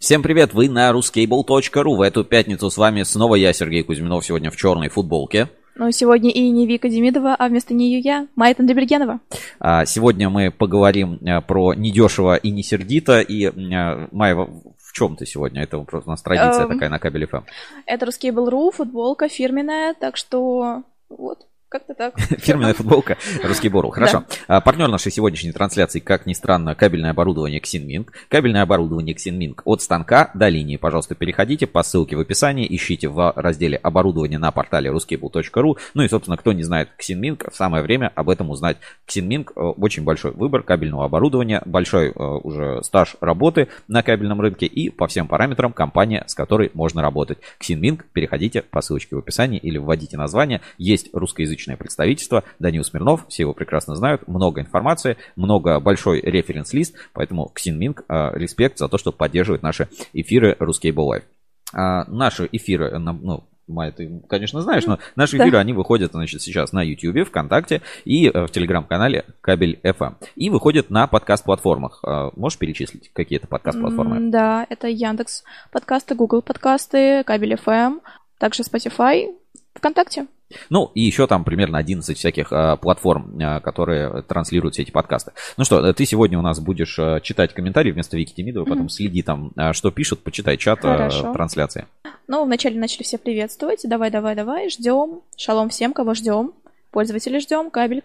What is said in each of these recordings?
Всем привет, вы на ruscable.ru. В эту пятницу с вами снова я, Сергей Кузьминов, сегодня в черной футболке. Ну, сегодня и не Вика Демидова, а вместо нее я, Майя Тандербергенова. Сегодня мы поговорим про недешево и не сердито. И, Майя, в чем ты сегодня? Это просто у нас традиция такая на Кабель ФМ. Это Ruscable.ru, футболка фирменная, так что вот. Как-то так. Фирменная футболка Ruscable.ru. Хорошо. Да. Партнер нашей сегодняшней трансляции, как ни странно, кабельное оборудование Xinming. Кабельное оборудование Xinming от станка до линии. Пожалуйста, переходите по ссылке в описании, ищите в разделе оборудование на портале ruscable.ru. Ну и, собственно, кто не знает Xinming, самое время об этом узнать. Xinming очень большой выбор кабельного оборудования, большой уже стаж работы на кабельном рынке и по всем параметрам компания, с которой можно работать. Xinming, переходите по ссылочке в описании или вводите название. Есть русскоязычное представительство, Данил Смирнов, все его прекрасно знают, много информации, большой референс-лист, поэтому Xinming, респект за то, что поддерживает наши эфиры Ruscable Live. Наши эфиры, Майя, ты, конечно, знаешь, но наши эфиры, они выходят, значит, сейчас на YouTube, ВКонтакте и в телеграм-канале Кабель FM. И выходят на подкаст-платформах. Можешь перечислить какие-то подкаст-платформы? Да, это Яндекс подкасты, Google подкасты, Кабель FM, также Spotify, ВКонтакте. Ну, и еще там примерно 11 всяких платформ, которые транслируют все эти подкасты. Ну что, ты сегодня у нас будешь читать комментарии вместо Вики Демидовой, потом следи там, что пишут, почитай чат трансляции. Ну, вначале начали все приветствовать. Давай, ждем. Шалом всем, кого ждем. Пользователей ждем. Кабель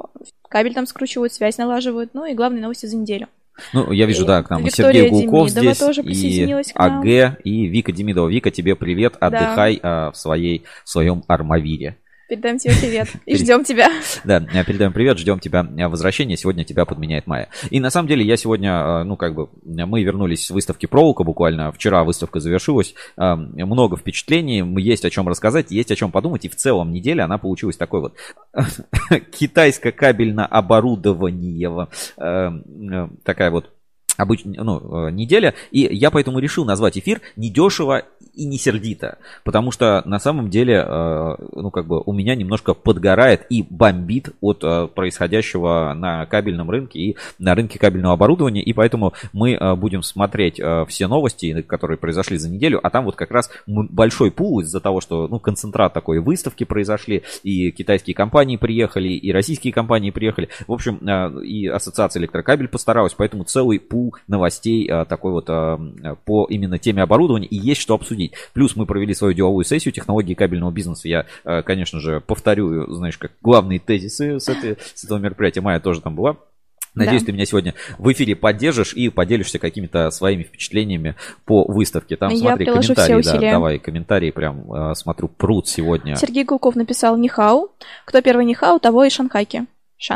там скручивают, связь налаживают. Ну и главные новости за неделю. Ну, я вижу, да, к нам Виктория Сергей Гулков Демидова здесь, тоже и АГ, и Вика Демидова. Вика, тебе привет, отдыхай в своем Армавире. Передаем тебе привет и ждем тебя. Да, передаем привет, ждем тебя возвращения. Сегодня тебя подменяет Майя. И на самом деле я сегодня, мы вернулись с выставки Проволока буквально. Вчера выставка завершилась. Много впечатлений, есть о чем рассказать, есть о чем подумать. И в целом неделя она получилась такой вот китайское кабельное оборудование. Такая вот неделя, и я поэтому решил назвать эфир «Недешево и не сердито», потому что на самом деле, у меня немножко подгорает и бомбит от происходящего на кабельном рынке и на рынке кабельного оборудования, и поэтому мы будем смотреть все новости, которые произошли за неделю, а там вот как раз большой пул из-за того, что, концентрат такой, выставки произошли, и китайские компании приехали, и российские компании приехали, в общем, и Ассоциация Электрокабель постаралась, поэтому целый пул новостей такой вот по именно теме оборудования, и есть что обсудить. Плюс мы провели свою деловую сессию технологии кабельного бизнеса. Я, конечно же, повторю, знаешь, как главные тезисы с этого мероприятия. Майя тоже там была. Надеюсь, ты меня сегодня в эфире поддержишь и поделишься какими-то своими впечатлениями по выставке. Там, смотри, комментарии, давай, комментарии прям, смотрю, пруд сегодня. Сергей Гулков написал «Нихау». Кто первый нихау, того и Шанхайки.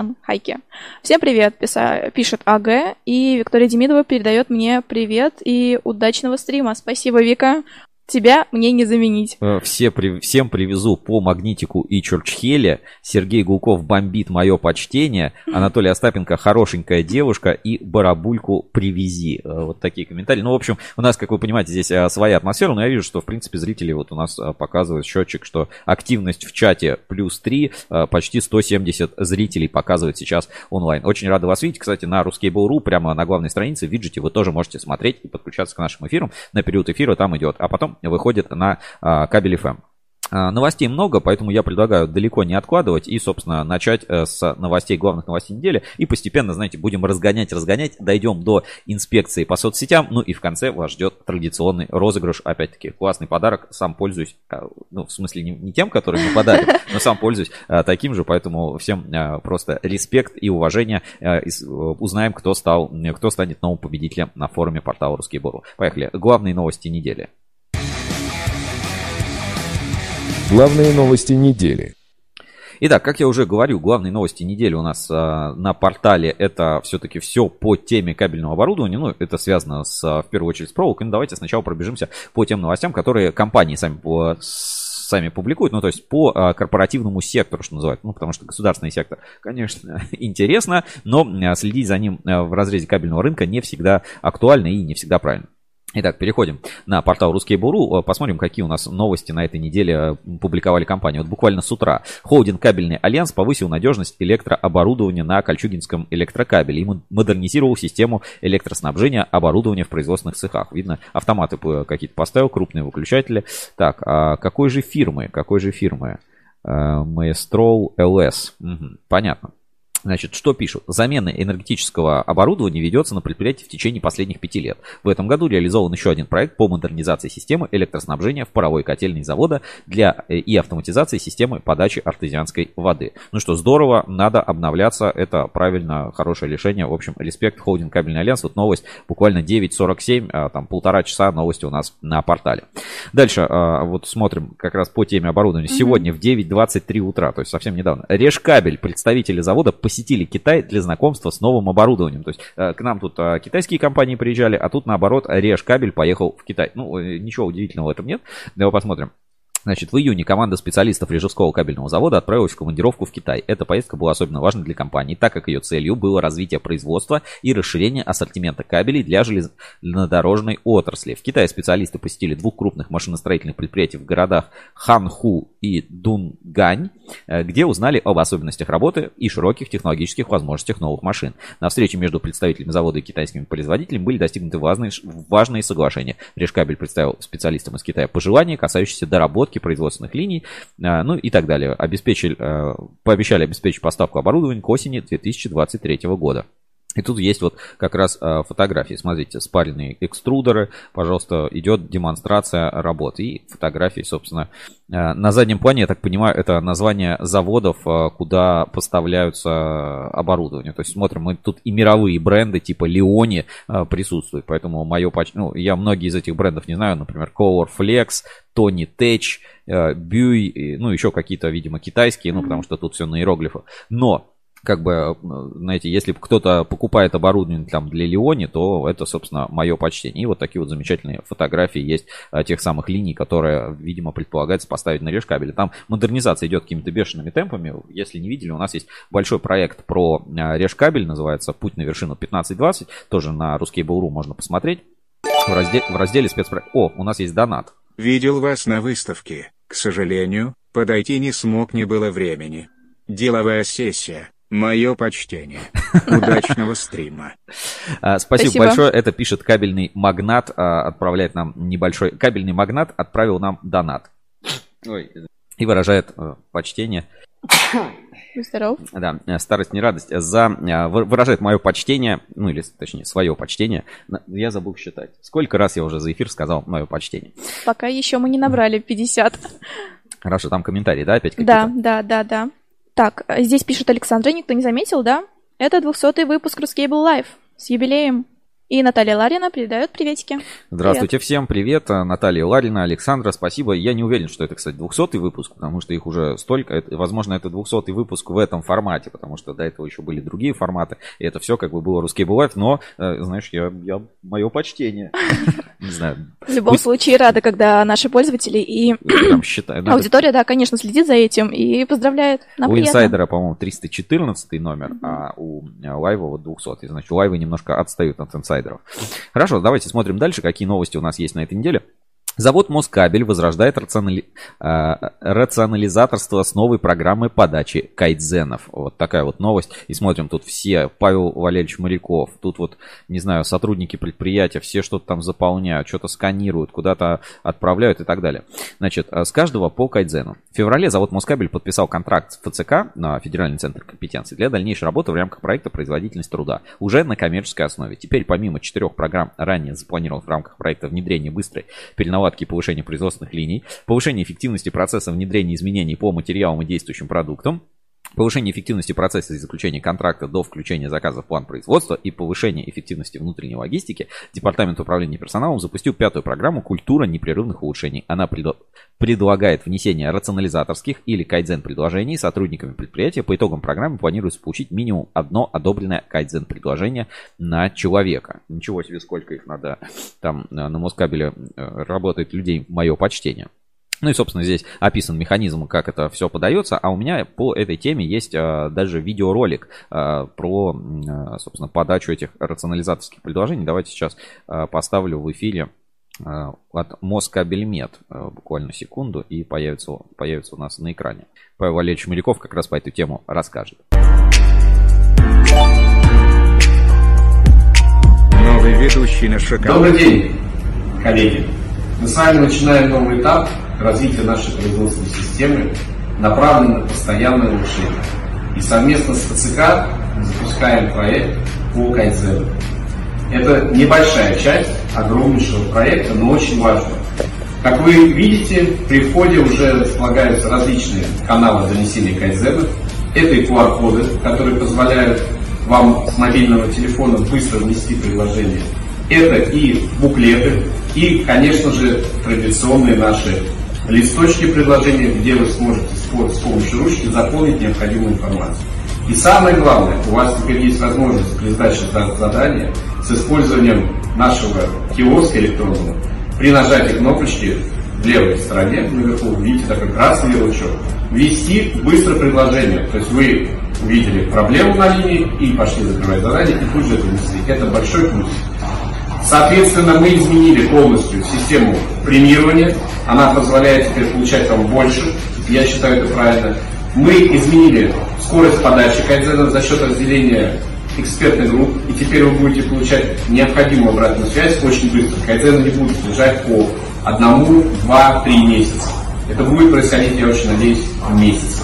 Всем привет, пишет АГ, и Виктория Демидова передает мне привет и удачного стрима. Спасибо, Вика. Тебя мне не заменить. Всем привезу по Магнитику и Чурчхеле. Сергей Гулков бомбит, мое почтение. Анатолий Остапенко хорошенькая девушка. И барабульку привези. Вот такие комментарии. В общем, у нас, как вы понимаете, здесь своя атмосфера. Но я вижу, что, в принципе, зрители вот у нас показывают счетчик, что активность в чате +3. Почти 170 зрителей показывает сейчас онлайн. Очень рада вас видеть. Кстати, на Ruscable.ru, прямо на главной странице в виджете вы тоже можете смотреть и подключаться к нашим эфирам. На период эфира там идет. А потом выходит на Кабель FM. Новостей много, поэтому я предлагаю далеко не откладывать и, собственно, начать с главных новостей недели. И постепенно, знаете, будем разгонять, дойдем до инспекции по соцсетям. Ну и в конце вас ждет традиционный розыгрыш. Опять-таки, классный подарок. Сам пользуюсь, в смысле не тем, который мы подарим, но сам пользуюсь таким же. Поэтому всем просто респект и уважение. Узнаем, кто станет новым победителем на форуме портала Ruscable.ru. Поехали. Главные новости недели. Главные новости недели. Итак, как я уже говорю, главные новости недели у нас на портале это все-таки все по теме кабельного оборудования. Это связано в первую очередь с проволокой. Давайте сначала пробежимся по тем новостям, которые компании сами публикуют, то есть по корпоративному сектору, что называют, потому что государственный сектор, конечно, интересно, но следить за ним в разрезе кабельного рынка не всегда актуально и не всегда правильно. Итак, переходим на портал Ruskable.ru, посмотрим, какие у нас новости на этой неделе публиковали компании. Вот буквально с утра холдинг «Кабельный альянс» повысил надежность электрооборудования на Кольчугинском электрокабеле и модернизировал систему электроснабжения оборудования в производственных цехах. Видно, автоматы какие-то поставил, крупные выключатели. Так, а какой же фирмы? Maestro LS. Понятно. Значит, что пишут? Замена энергетического оборудования ведется на предприятии в течение последних 5 лет. В этом году реализован еще один проект по модернизации системы электроснабжения в паровой котельной завода и автоматизации системы подачи артезианской воды. Ну что, здорово, надо обновляться, это правильно, хорошее решение. В общем, респект, холдинг «Кабельный альянс». Вот новость буквально 9:47, там 1,5 часа новости у нас на портале. Дальше, вот смотрим как раз по теме оборудования. Сегодня в 9:23 утра, то есть совсем недавно, Решкабель, представители завода, посетили Китай для знакомства с новым оборудованием. То есть к нам тут китайские компании приезжали, а тут наоборот Решкабель поехал в Китай. Ну, ничего удивительного в этом нет. Давай посмотрим. Значит, в июне команда специалистов Рижского кабельного завода отправилась в командировку в Китай. Эта поездка была особенно важна для компании, так как ее целью было развитие производства и расширение ассортимента кабелей для железнодорожной отрасли. В Китае специалисты посетили 2 крупных машиностроительных предприятий в городах Ханху и Дунгань, где узнали об особенностях работы и широких технологических возможностях новых машин. На встрече между представителями завода и китайскими производителями были достигнуты важные соглашения. Решкабель представил специалистам из Китая пожелания, касающиеся доработки производственных линий, ну и так далее. Пообещали обеспечить поставку оборудования к осени 2023 года. И тут есть вот как раз фотографии. Смотрите, спаренные экструдеры. Пожалуйста, идет демонстрация работ. И фотографии, собственно, на заднем плане, я так понимаю, это название заводов, куда поставляются оборудование. То есть смотрим, мы тут и мировые бренды типа Леони присутствуют. Поэтому я многие из этих брендов не знаю. Например, Color Flex, Tony Tech, Buy, ну еще какие-то, видимо, китайские, ну потому что тут все на иероглифах. Но как бы, знаете, если кто-то покупает оборудование там для Леони, то это, собственно, мое почтение. И вот такие вот замечательные фотографии есть тех самых линий, которые, видимо, предполагается поставить на Решкабеле. Там модернизация идет какими-то бешеными темпами. Если не видели, у нас есть большой проект про Решкабель, называется «Путь на вершину 15-20». Тоже на Ruskable.ru можно посмотреть. В разделе спецпроект. О, у нас есть донат. Видел вас на выставке. К сожалению, подойти не смог, не было времени. Деловая сессия. Мое почтение. Удачного стрима. Спасибо большое. Это пишет кабельный магнат. Отправляет нам небольшой... Кабельный магнат отправил нам донат. И выражает почтение. Здоров. Да, старость не радость. Выражает мое почтение, ну или точнее свое почтение. Я забыл считать. Сколько раз я уже за эфир сказал мое почтение. Пока еще мы не набрали 50. Хорошо, там комментарии, да, опять какие-то? Да. Так, здесь пишет Александра, никто не заметил, да? Это 200-й выпуск Ruskable Live с юбилеем. И Наталья Ларина передает приветики. Здравствуйте всем, привет. Наталья Ларина, Александра, спасибо. Я не уверен, что это, кстати, 200-й выпуск, потому что их уже столько. Возможно, это 200-й выпуск в этом формате, потому что до этого еще были другие форматы. И это все как бы было Ruskable Live, но, знаешь, мое почтение. Не знаю. В любом случае, рада, когда наши пользователи и аудитория, да, конечно, следит за этим и поздравляет. У инсайдера, по-моему, 314 номер, а у Лайва вот 200. Значит, Лайвы немножко отстают от инсайдера. Хорошо, давайте смотрим дальше, какие новости у нас есть на этой неделе. Завод Москабель возрождает рационализаторство с новой программой подачи кайдзенов. Вот такая вот новость. И смотрим, тут все, Павел Валерьевич Моряков, тут вот, не знаю, сотрудники предприятия, все что-то там заполняют, что-то сканируют, куда-то отправляют и так далее. Значит, с каждого по кайдзену. В феврале завод Москабель подписал контракт с ФЦК, на Федеральный центр компетенции, для дальнейшей работы в рамках проекта «Производительность труда» уже на коммерческой основе. Теперь, помимо 4 программ, ранее запланированных в рамках проекта внедрения быстрой переналадки и повышение производственных линий, повышение эффективности процесса внедрения изменений по материалам и действующим продуктам, повышение эффективности процесса из заключения контракта до включения заказа в план производства и повышение эффективности внутренней логистики, Департамент управления персоналом запустил 5-ю программу «Культура непрерывных улучшений». Она предлагает внесение рационализаторских или кайдзен-предложений сотрудниками предприятия. По итогам программы планируется получить минимум одно одобренное кайдзен-предложение на человека. Ничего себе, сколько их надо. Там на Москабеле работает людей, мое почтение. Ну и, собственно, здесь описан механизм, как это все подается. А у меня по этой теме есть даже видеоролик про, собственно, подачу этих рационализаторских предложений. Давайте сейчас поставлю в эфире от Москабельмет. Буквально секунду, и появится у нас на экране. Павел Валерьевич Моряков как раз по эту тему расскажет. Новый ведущий на шоколад. Добрый день, коллеги. Мы с вами начинаем новый этап развития нашей производственной системы, направленный на постоянное улучшение. И совместно с ФЦК запускаем проект по кайдзену. Это небольшая часть огромнейшего проекта, но очень важного. Как вы видите, при входе уже располагаются различные каналы донесения кайдзена. Это и QR-коды, которые позволяют вам с мобильного телефона быстро внести предложение. Это и буклеты, и, конечно же, традиционные наши листочки предложения, где вы сможете с помощью ручки заполнить необходимую информацию. И самое главное, у вас теперь есть возможность при сдаче задания с использованием нашего киоска электронного. При нажатии кнопочки в левой стороне, наверху, видите такой красный ярлычок, ввести быстро предложение. То есть вы увидели проблему на линии и пошли закрывать задание, и тут же это внесли. Это большой плюс. Соответственно, мы изменили полностью систему премирования. Она позволяет теперь получать вам больше. Я считаю, это правильно. Мы изменили скорость подачи кайдзена за счет разделения экспертных групп. И теперь вы будете получать необходимую обратную связь очень быстро. Кайдзены не будут лежать по 1, 2, 3 месяца. Это будет происходить, я очень надеюсь, в месяц.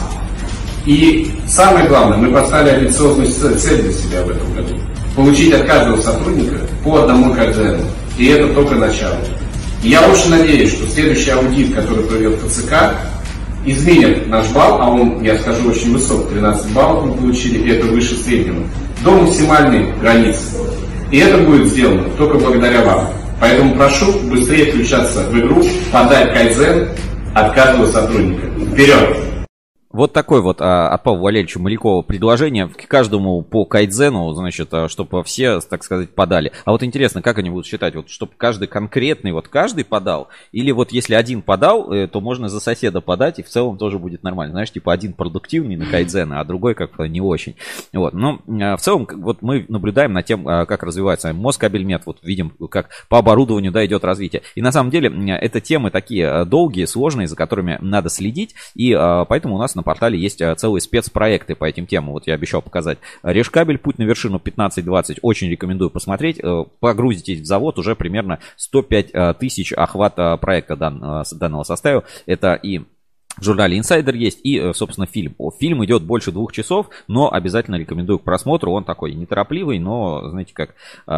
И самое главное, мы поставили амбициозную цель для себя в этом году. Получить от каждого сотрудника по 1 кайдзену. И это только начало. И я очень надеюсь, что следующий аудит, который проведет ФЦК, изменит наш балл, а он, я скажу, очень высок, 13 баллов мы получили, и это выше среднего, до максимальной границы. И это будет сделано только благодаря вам. Поэтому прошу быстрее включаться в игру, подать кайдзен от каждого сотрудника. Вперед! Вот такое вот от Павла Валерьевича Морякова предложение к каждому по кайдзену, значит, чтобы все, так сказать, подали. А вот интересно, как они будут считать, вот чтобы каждый конкретный, вот каждый подал, или вот если один подал, то можно за соседа подать, и в целом тоже будет нормально. Знаешь, типа один продуктивный на кайдзены, а другой как-то не очень. Вот, но в целом вот мы наблюдаем над тем, как развивается Москабельмет, вот видим, как по оборудованию, да, идет развитие. И на самом деле это темы такие долгие, сложные, за которыми надо следить, и поэтому у нас на портале есть целые спецпроекты по этим темам. Вот я обещал показать Решкабель, путь на вершину 15-20. Очень рекомендую посмотреть. Погрузитесь в завод, уже примерно 105 тысяч охват проекта данного составил. Это и в журнале Insider есть, и, собственно, фильм. Фильм идет больше 2 часов, но обязательно рекомендую к просмотру. Он такой неторопливый, но, знаете, как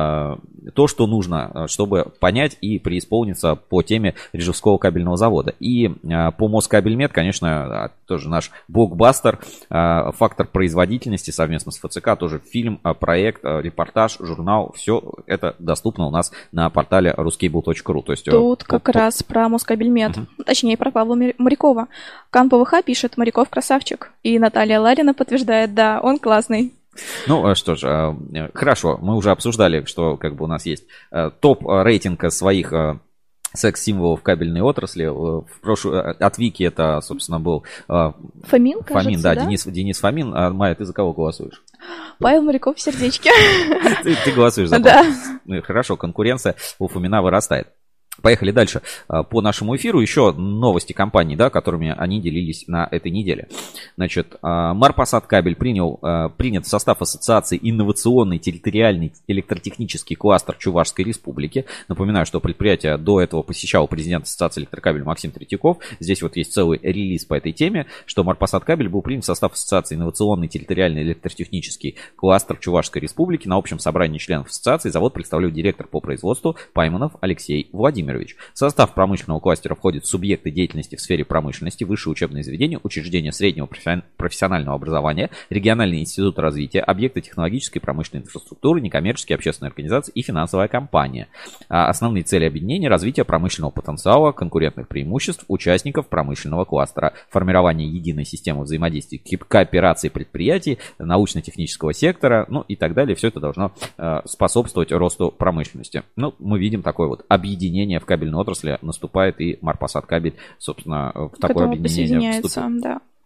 то, что нужно, чтобы понять и преисполниться по теме Рижевского кабельного завода. И по Москабельмет, конечно, тоже наш блокбастер, фактор производительности совместно с ФЦК, тоже фильм, проект, репортаж, журнал. Все это доступно у нас на портале ruskable.ru. То есть, тут как раз про Москабельмет, точнее, про Павла Морякова. Кан ПВХ пишет: Моряков красавчик. И Наталья Ларина подтверждает: да, он классный. Ну что ж, хорошо, мы уже обсуждали, что как бы у нас есть топ-рейтинг своих секс-символов кабельной отрасли. В от Вики это, собственно, был Фомин, кажется, Фомин, да? Денис Фомин. А, Майя, ты за кого голосуешь? Павел Моряков в сердечке. Ты голосуешь за Павла. Да. Хорошо, конкуренция у Фомина вырастает. Поехали дальше. По нашему эфиру еще новости компаний, да, которыми они делились на этой неделе. Значит, Марпасад Кабель принят в состав Ассоциации инновационный территориальный электротехнический кластер Чувашской Республики. Напоминаю, что предприятие до этого посещал президент Ассоциации электрокабель Максим Третьяков. Здесь вот есть целый релиз по этой теме, что Марпасад Кабель был принят в состав Ассоциации инновационный территориальный электротехнический кластер Чувашской Республики. На общем собрании членов ассоциации завод представляет директор по производству Пайманов Алексей Владимирович. В состав промышленного кластера входят субъекты деятельности в сфере промышленности, высшие учебные заведения, учреждения среднего профессионального образования, региональные институты развития, объекты технологической и промышленной инфраструктуры, некоммерческие общественные организации и финансовая компания. Основные цели объединения: развитие промышленного потенциала, конкурентных преимуществ участников промышленного кластера, формирование единой системы взаимодействия, кооперации предприятий, научно-технического сектора, ну и так далее. Все это должно способствовать росту промышленности. Ну, мы видим такое вот объединение в кабельной отрасли наступает, и Марпасад Кабель, собственно, в такое объединение вступил. Да.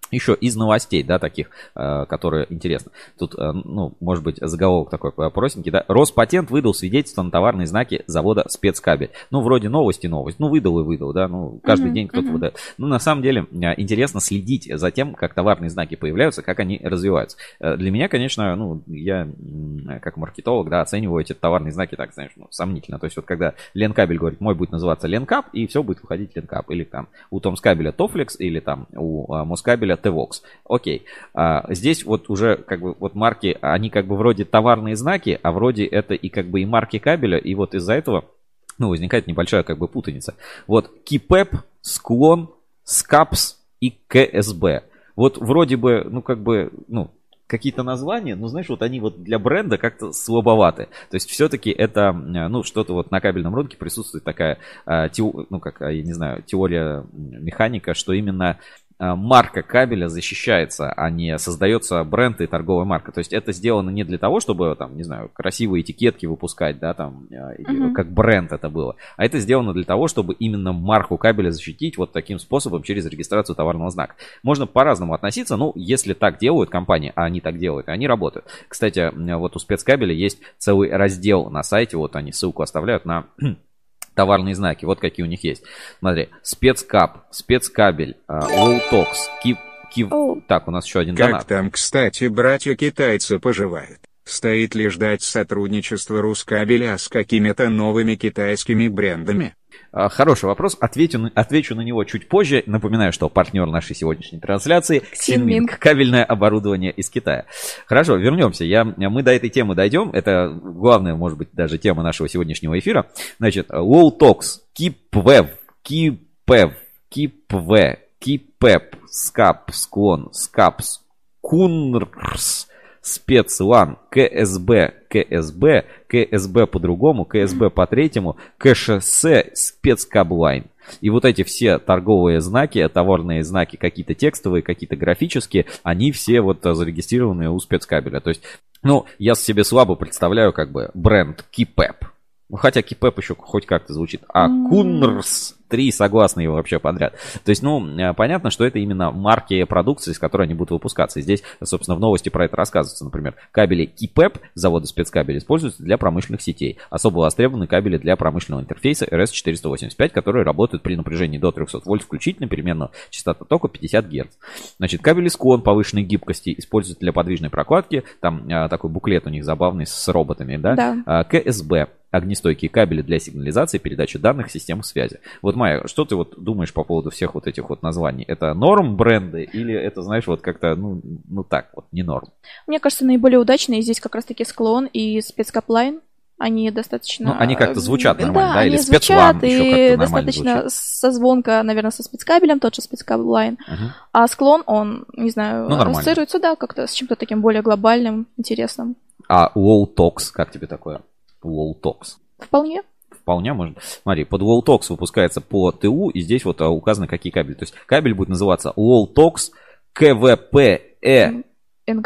Еще из новостей, да, таких, которые интересны. Тут, ну, может быть, заголовок такой простенький, да. Роспатент выдал свидетельство на товарные знаки завода «Спецкабель». Ну, вроде новость. Ну, выдал и выдал, да, ну, каждый день кто-то выдает. Ну, на самом деле, интересно следить за тем, как товарные знаки появляются, как они развиваются. Для меня, конечно, ну, я, как маркетолог, да, оцениваю эти товарные знаки, так, знаешь, ну, сомнительно. То есть, вот когда Ленкабель говорит, мой будет называться Ленкап, и все будет выходить Ленкап. Или там у Томскабеля Тофлекс, или там у Москабеля T-Vox. Окей. Здесь вот уже как бы вот марки, они как бы вроде товарные знаки, а вроде это и как бы и марки кабеля, и вот из-за этого, ну, возникает небольшая как бы путаница. Вот КИПЭП, Склон, СКАПС и КСБ. Вот вроде бы, ну, как бы, ну, какие-то названия, но, знаешь, вот они вот для бренда как-то слабоваты. То есть все-таки это, ну, что-то вот на кабельном рынке присутствует такая, ну, как, я не знаю, теория механика, что именно марка кабеля защищается, а не создается бренд и торговая марка. То есть это сделано не для того, чтобы, там, не знаю, красивые этикетки выпускать, да, там, как бренд это было, а это сделано для того, чтобы именно марку кабеля защитить вот таким способом через регистрацию товарного знака. Можно по-разному относиться, ну, если так делают компании, а они так делают, они работают. Кстати, вот у Спецкабеля есть целый раздел на сайте, вот они ссылку оставляют на товарные знаки, вот какие у них есть. Смотри, Спецкап, Спецкабель, Лоутокс, Так, у нас еще один донат. Как там, кстати, братья-китайцы поживают? Стоит ли ждать сотрудничества Рускабеля с какими-то новыми китайскими брендами? Хороший вопрос, отвечу на него чуть позже. Напоминаю, что партнер нашей сегодняшней трансляции Синминг, кабельное оборудование из Китая. Хорошо, вернемся. Мы до этой темы дойдем. Это главная, может быть, даже тема нашего сегодняшнего эфира. Значит, Лоутокс, КИПВ, КИПЭП, СКАП, Склон, СКАПС, КУНРС, Спецлан, КСБ по-другому, КСБ по-третьему, КШС, Спецкаблайн. И вот эти все торговые знаки, товарные знаки, какие-то текстовые, какие-то графические, они все вот зарегистрированы у Спецкабеля. То есть, ну, я себе слабо представляю как бы бренд КИПЭП. Ну, хотя КИПЭП еще хоть как-то звучит. А КУНРС, 3 согласные вообще подряд. То есть, ну, понятно, что это именно марки продукции, с которой они будут выпускаться. И здесь, собственно, в новости про это рассказывается. Например, кабели КИПЭП завода Спецкабель используются для промышленных сетей. Особо востребованы кабели для промышленного интерфейса RS485, которые работают при напряжении до 300 вольт включительно, переменная частота тока 50 Гц. Значит, кабели Склон повышенной гибкости используются для подвижной прокладки. Там такой буклет у них забавный с роботами, да? КСБ. Огнестойкие кабели для сигнализации, передачи данных, системы связи. Вот, Майя, что ты вот думаешь по поводу всех вот этих вот названий? Это норм бренды или это, знаешь, вот как-то, ну так вот, не норм? Мне кажется, наиболее удачные здесь как раз-таки Склон и Спецкаплайн. Они достаточно... Ну, они как-то звучат нормально, да? Или Спецлан еще как-то достаточно звучит. Созвонка, наверное, со Спецкабелем, тот же Спецкаплайн. А Склон, он, не знаю, ассоциируется, да, как-то с чем-то таким более глобальным, интересным. А Лоутокс, как тебе такое? Лоутокс. Вполне. Вполне можно. Смотри, под Лоутокс выпускается по ТУ, и здесь вот указаны какие кабели. То есть кабель будет называться Лоутокс КВП НГ?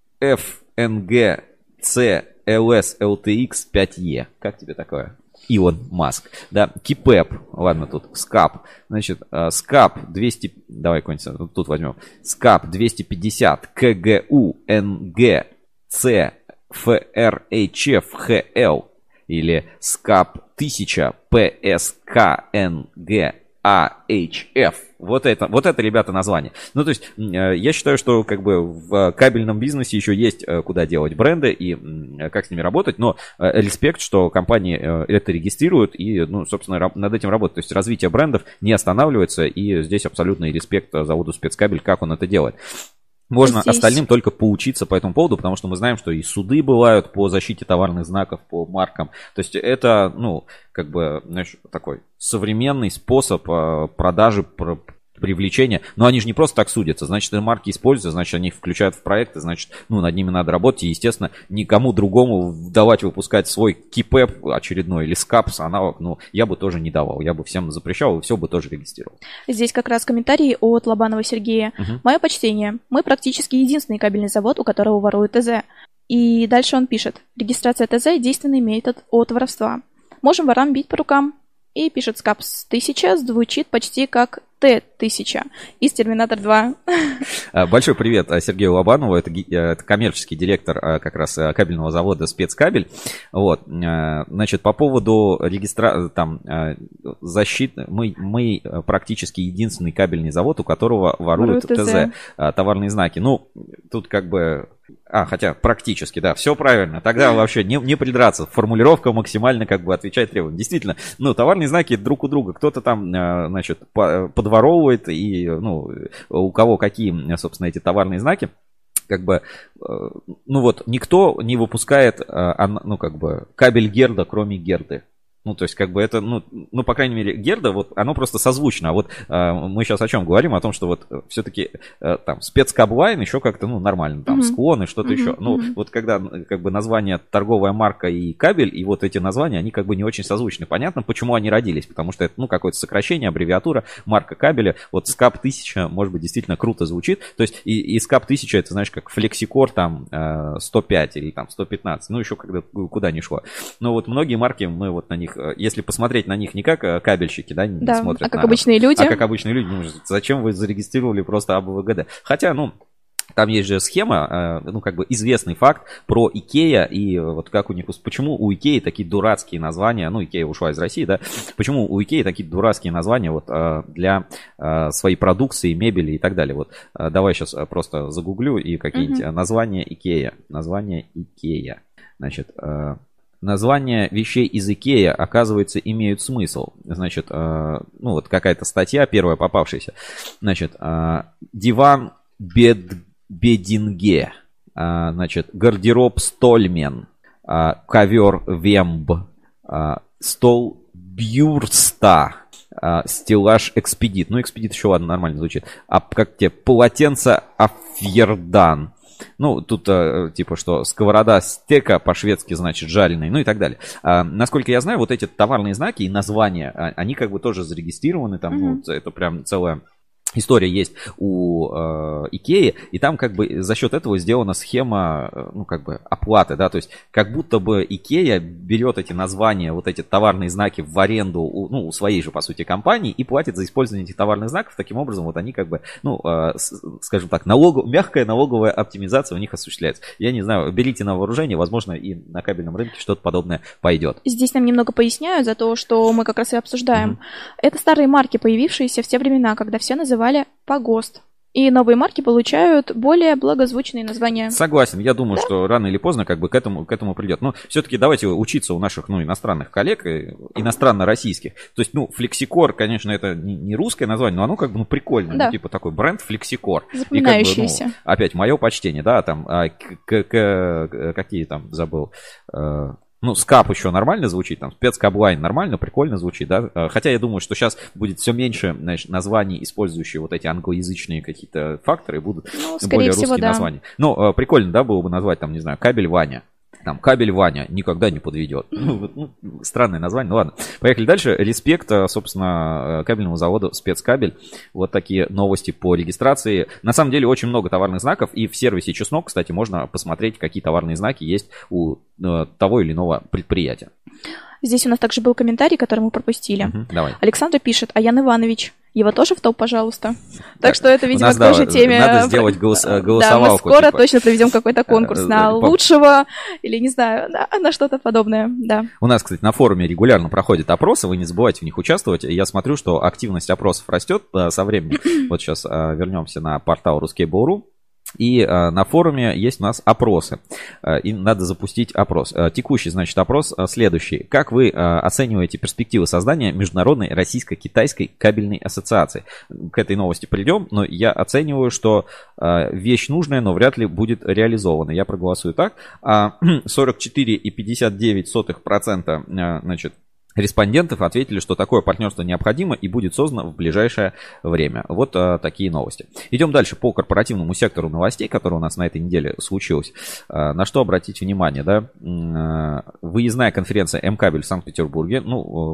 ФНГ CLS LTX 5E. Как тебе такое? Илон Маск. Да, КИПЭП. Ладно, тут СКАП. Значит, СКАП 200... Давай какой-нибудь тут возьмем. СКАП 250 КГУ НГ С FRHF HL или СКАП 1000 PSKNG AHF. Вот это, ребята, название. Ну, то есть, я считаю, что как бы в кабельном бизнесе еще есть куда делать бренды и как с ними работать, но респект, что компании это регистрируют и, ну, собственно, над этим работают. То есть, развитие брендов не останавливается, и здесь абсолютный респект заводу Спецкабель, как он это делает. Можно здесь остальным только поучиться по этому поводу, потому что мы знаем, что и суды бывают по защите товарных знаков, по маркам. То есть это, ну, как бы, знаешь, такой современный способ продажи, привлечения. Но они же не просто так судятся. Значит, марки используются, значит, они их включают в проекты, значит, ну, над ними надо работать. И, естественно, никому другому давать выпускать свой КИПЭП очередной или СКАПС аналог, ну, я бы тоже не давал. Я бы всем запрещал и все бы тоже регистрировал. Здесь как раз комментарий от Лобанова Сергея. Мое почтение. Мы практически единственный кабельный завод, у которого воруют ТЗ. И дальше он пишет. Регистрация ТЗ – действенный метод от воровства. Можем ворам бить по рукам. И пишет: Скапс 1000 звучит почти как Т-1000 из «Терминатор 2». Большой привет Сергею Лобанову, это коммерческий директор как раз кабельного завода «Спецкабель». Вот. Значит, по поводу защиты, мы практически единственный кабельный завод, у которого воруют ТЗ, товарные знаки. Ну, тут как бы... хотя практически, да, все правильно. Тогда вообще не придраться. Формулировка максимально как бы отвечает требованиям. Действительно, товарные знаки друг у друга. Кто-то там, значит, подворовывает, и, у кого какие, собственно, эти товарные знаки. Как бы, никто не выпускает, кабель Герда, кроме Герды. То есть, как бы это, по крайней мере, Герда, вот, оно просто созвучно. А вот мы сейчас о чем говорим? О том, что вот все-таки там спецкаблайн еще как-то, нормально, там, склон и что-то еще. Вот когда, как бы, название торговая марка и кабель, и вот эти названия, они как бы не очень созвучны. Понятно, почему они родились, потому что это, какое-то сокращение, аббревиатура, марка кабеля. Вот Скап 1000, может быть, действительно круто звучит. То есть, и Скап 1000, это, знаешь, как Флексикор, там, 105 или там 115, еще когда куда ни шло. Но вот многие марки, мы вот на них, если посмотреть на них не как кабельщики, да, не смотрят, как обычные люди. А как обычные люди, зачем вы зарегистрировали просто АБВГД? Хотя, там есть же схема, как бы известный факт про Икея и вот как у них, почему у Икеи такие дурацкие названия, Икея ушла из России, да, почему у Икеи такие дурацкие названия вот для своей продукции, мебели и так далее. Вот давай сейчас просто загуглю и какие-нибудь названия Икея, значит. Названия вещей из Икея, оказывается, имеют смысл. Значит, вот какая-то статья, первая попавшаяся. Значит, диван Бединге, значит, гардероб Стольмен, ковер Вемб, стол Бюрста, стеллаж Экспедит. Экспедит еще, ладно, нормально звучит. Полотенце Афьердан. Тут типа что, сковорода стека по-шведски значит жареный, и так далее. Насколько я знаю, вот эти товарные знаки и названия, они как бы тоже зарегистрированы, там, это прям целая история есть у Икеи, и там как бы за счет этого сделана схема, оплаты, да, то есть как будто бы Икея берет эти названия, вот эти товарные знаки в аренду у своей же, по сути, компании и платит за использование этих товарных знаков, таким образом вот они как бы, скажем так, мягкая налоговая оптимизация у них осуществляется. Я не знаю, берите на вооружение, возможно, и на кабельном рынке что-то подобное пойдет. Здесь нам немного поясняют за то, что мы как раз и обсуждаем. Это старые марки, появившиеся в те времена, когда все называли погост. И новые марки получают более благозвучные названия. Согласен. Я думаю, что рано или поздно как бы к этому придет. Но все-таки давайте учиться у наших иностранных коллег, иностранно-российских. То есть, Флексикор, конечно, это не русское название, но оно как бы прикольное. Да. Типа такой бренд Флексикор. Запоминающийся. И как бы, опять мое почтение, да, там какие там забыл. Скап еще нормально звучит, там, спецкаблайн нормально, прикольно звучит, да, хотя я думаю, что сейчас будет все меньше, названий, использующие вот эти англоязычные какие-то факторы, будут более русские названия. Но прикольно, да, было бы назвать, там, не знаю, кабель Ваня. Там, кабель Ваня никогда не подведет. Странное название, ладно. Поехали дальше. Респект, собственно, кабельному заводу Спецкабель. Вот такие новости по регистрации. На самом деле очень много товарных знаков. И в сервисе Чеснок, кстати, можно посмотреть, какие товарные знаки есть у того или иного предприятия. Здесь у нас также был комментарий, который мы пропустили. Давай. Александр пишет: Аян Иванович, его тоже в топ, пожалуйста. Так что это, видимо, к той же теме. Надо сделать голосовалку. Да, мы скоро точно проведем какой-то конкурс на лучшего или, не знаю, на что-то подобное. Да. У нас, кстати, на форуме регулярно проходят опросы, вы не забывайте в них участвовать. Я смотрю, что активность опросов растет со временем. Вот сейчас вернемся на портал Ruskable.ru. И на форуме есть у нас опросы. И надо запустить опрос. Текущий, значит, опрос следующий. Как вы оцениваете перспективы создания Международной российско-китайской кабельной ассоциации? К этой новости придем, но я оцениваю, что вещь нужная, но вряд ли будет реализована. Я проголосую так. 44,59%, значит, респондентов ответили, что такое партнерство необходимо и будет создано в ближайшее время. Вот такие новости. Идем дальше по корпоративному сектору новостей, который у нас на этой неделе случилось. На что обратить внимание, да? Выездная конференция М-Кабель в Санкт-Петербурге.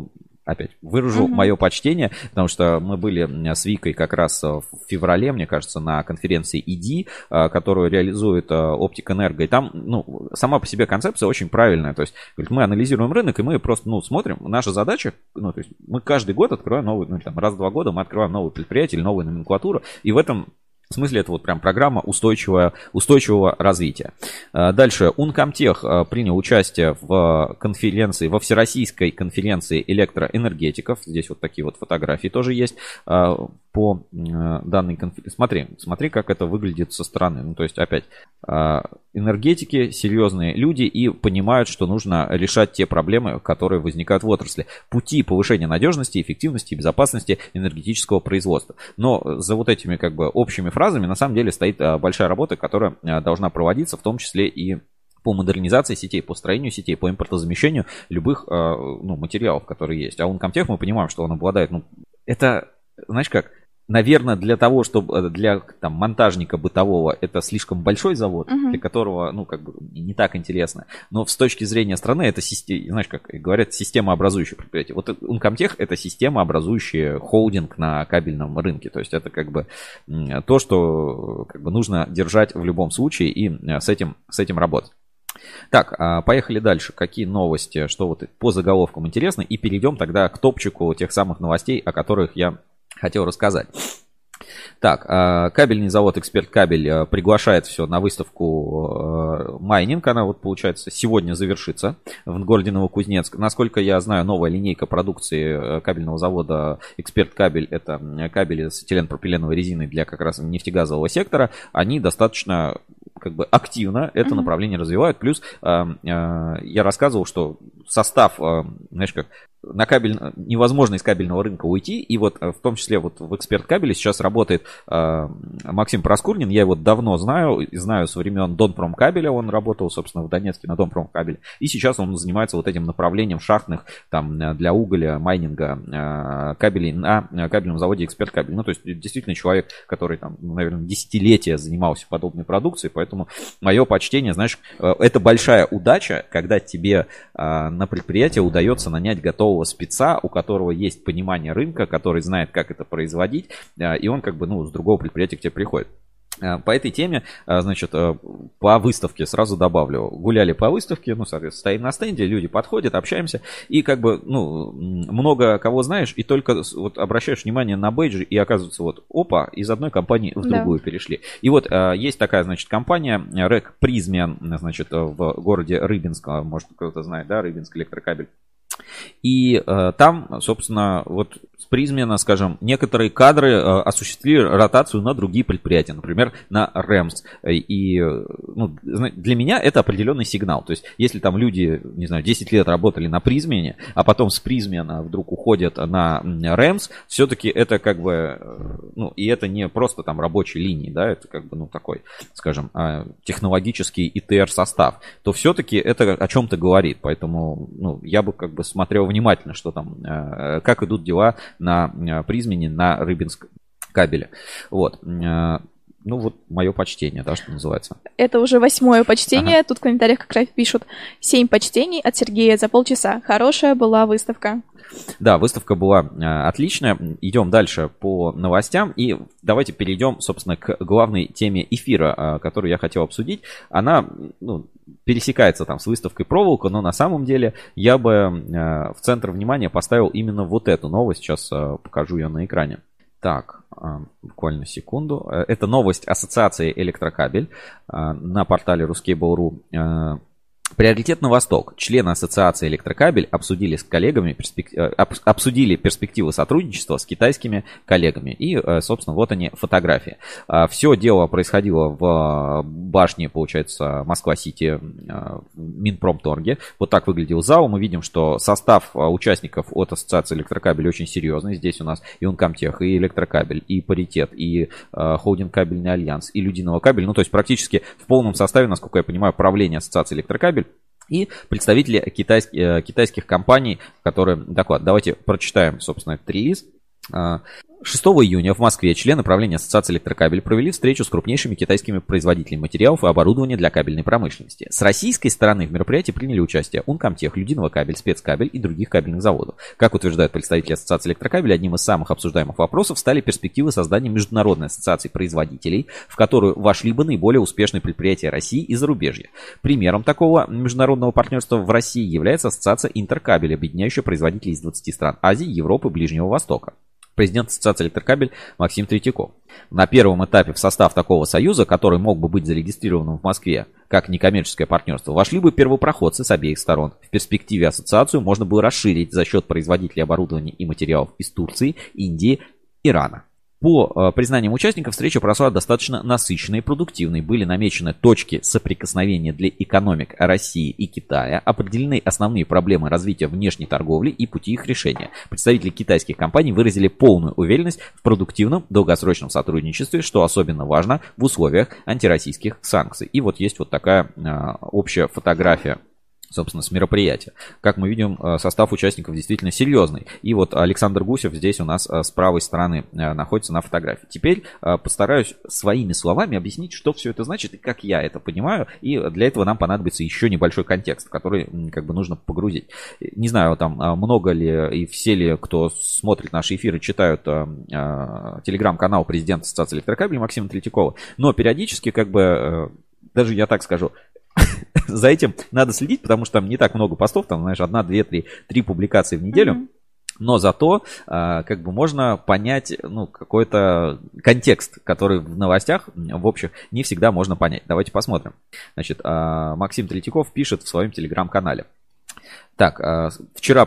опять выражу мое почтение, потому что мы были с Викой как раз в феврале, мне кажется, на конференции ED, которую реализует Optic Energo. И там, ну, сама по себе концепция очень правильная. То есть, говорит, мы анализируем рынок, и мы просто, ну, смотрим. Наша задача, ну, то есть, мы каждый год открываем новый, ну, там, раз в 2 года мы открываем новое предприятие или новую номенклатуру. И в этом В смысле, это вот прям программа устойчивого развития. Дальше. Uncomtech принял участие в конференции, во всероссийской конференции электроэнергетиков. Здесь вот такие вот фотографии тоже есть по данной конференции. Смотри, как это выглядит со стороны. Ну, то есть, опять, энергетики, серьезные люди и понимают, что нужно решать те проблемы, которые возникают в отрасли. Пути повышения надежности, эффективности и безопасности энергетического производства. Но за вот этими как бы общими фразами на самом деле стоит большая работа, которая должна проводиться, в том числе и по модернизации сетей, по строению сетей, по импортозамещению любых материалов, которые есть. А Uncomtech мы понимаем, что он обладает, это, знаешь как, наверное, для того, чтобы для там, монтажника бытового это слишком большой завод, для которого, не так интересно. Но с точки зрения страны это, знаешь, как говорят, системообразующее предприятие. Вот Uncomtech это системообразующий холдинг на кабельном рынке. То есть это как бы то, что как бы нужно держать в любом случае и с этим работать. Так, поехали дальше. Какие новости, что вот по заголовкам интересно. И перейдем тогда к топчику тех самых новостей, о которых я хотел рассказать. Так, кабельный завод «Эксперт Кабель» приглашает все на выставку майнинг. Она вот, получается, сегодня завершится в городе Новокузнецк. Насколько я знаю, новая линейка продукции кабельного завода «Эксперт Кабель» — это кабели с этиленпропиленовой резиной для как раз нефтегазового сектора. Они достаточно как бы активно это направление развивают. Плюс я рассказывал, что состав, знаешь как, на кабель невозможно из кабельного рынка уйти. И вот в том числе вот в «Эксперт Кабеле» сейчас работает Максим Проскурнин. Я его давно знаю со времен Донпромкабеля. Он работал, собственно, в Донецке на Донпромкабеле. И сейчас он занимается вот этим направлением шахтных там для угля, майнинга кабелей на кабельном заводе «Эксперт Кабель». Ну, то есть действительно человек, который там, наверное, десятилетия занимался подобной продукцией. Поэтому мое почтение, знаешь, это большая удача, когда тебе на предприятие удается нанять готового спеца, у которого есть понимание рынка, который знает, как это производить, и он как бы, с другого предприятия к тебе приходит. По этой теме, значит, по выставке сразу добавлю. Гуляли по выставке, соответственно, стоим на стенде, люди подходят, общаемся. И как бы, много кого знаешь, и только вот обращаешь внимание на бейджи, и оказывается, вот, опа, из одной компании в другую перешли. И вот есть такая, значит, компания РЭК Призмен, значит, в городе Рыбинск, может, кто-то знает, да, Рыбинск электрокабель. И там, собственно, вот с Призмена, скажем, некоторые кадры осуществили ротацию на другие предприятия, например, на РЭМС. И для меня это определенный сигнал. То есть, если там люди, не знаю, 10 лет работали на Призмене, а потом с Призмена вдруг уходят на РЭМС, все-таки это как бы, и это не просто там рабочие линии, да, это как бы, такой, скажем, технологический ИТР-состав, то все-таки это о чем-то говорит. Поэтому, я бы как бы смотрел внимательно, что там, как идут дела на Призмене, на Рыбинск кабеле. Вот. Вот мое почтение, да, что называется. Это уже 8-е почтение. Тут в комментариях как раз пишут 7 почтений от Сергея за полчаса. Хорошая была выставка. Да, выставка была отличная. Идем дальше по новостям. И давайте перейдем, собственно, к главной теме эфира, которую я хотел обсудить. Она, пересекается там с выставкой «Проволока», но на самом деле я бы в центр внимания поставил именно вот эту новость. Сейчас покажу ее на экране. Так, буквально секунду. Это новость Ассоциации «Электрокабель» на портале Ruskable.ru. Приоритет на Восток. Члены Ассоциации «Электрокабель» обсудили с коллегами обсудили перспективы сотрудничества с китайскими коллегами. И, собственно, вот они фотографии. Все дело происходило в башне, получается, Москва-Сити, в Минпромторге. Вот так выглядел зал. Мы видим, что состав участников от Ассоциации «Электрокабель» очень серьезный. Здесь у нас и Uncomtech, и Электрокабель, и Паритет, и Холдинг Кабельный Альянс, и Людиново Кабель. То есть практически в полном составе, насколько я понимаю, правление Ассоциации «Электрокабель» и представители китайских компаний, которые доклад. Давайте прочитаем, собственно, этот релиз. 6 июня в Москве члены правления Ассоциации Электрокабель провели встречу с крупнейшими китайскими производителями материалов и оборудования для кабельной промышленности. С российской стороны в мероприятии приняли участие Uncomtech, Людиново-кабель, Спецкабель и других кабельных заводов. Как утверждают представители Ассоциации Электрокабель, одним из самых обсуждаемых вопросов стали перспективы создания международной ассоциации производителей, в которую вошли бы наиболее успешные предприятия России и зарубежья. Примером такого международного партнерства в России является Ассоциация Интеркабель, объединяющая производителей из 20 стран Азии, Европы, Ближнего Востока. Президент Ассоциации Электрокабель Максим Третьяков. На первом этапе в состав такого союза, который мог бы быть зарегистрированным в Москве как некоммерческое партнерство, вошли бы первопроходцы с обеих сторон. В перспективе ассоциацию можно было расширить за счет производителей оборудования и материалов из Турции, Индии, Ирана. По признаниям участников, встреча прошла достаточно насыщенной и продуктивной. Были намечены точки соприкосновения для экономик России и Китая, определены основные проблемы развития внешней торговли и пути их решения. Представители китайских компаний выразили полную уверенность в продуктивном долгосрочном сотрудничестве, что особенно важно в условиях антироссийских санкций. И вот есть вот такая общая фотография, собственно, с мероприятия. Как мы видим, состав участников действительно серьезный. И вот Александр Гусев здесь у нас с правой стороны находится на фотографии. Теперь постараюсь своими словами объяснить, что все это значит и как я это понимаю. И для этого нам понадобится еще небольшой контекст, в который как бы нужно погрузить. Не знаю, там много ли и все ли, кто смотрит наши эфиры, читают телеграм-канал президента Ассоциации Электрокабель Максима Третьякова. Но периодически, как бы, даже я так скажу, за этим надо следить, потому что там не так много постов, там, знаешь, 1, 2, 3 публикации в неделю. Но зато как бы можно понять, ну, какой-то контекст, который в новостях, в общем, не всегда можно понять. Давайте посмотрим. Значит, Максим Третьяков пишет в своем телеграм-канале. Так, вчера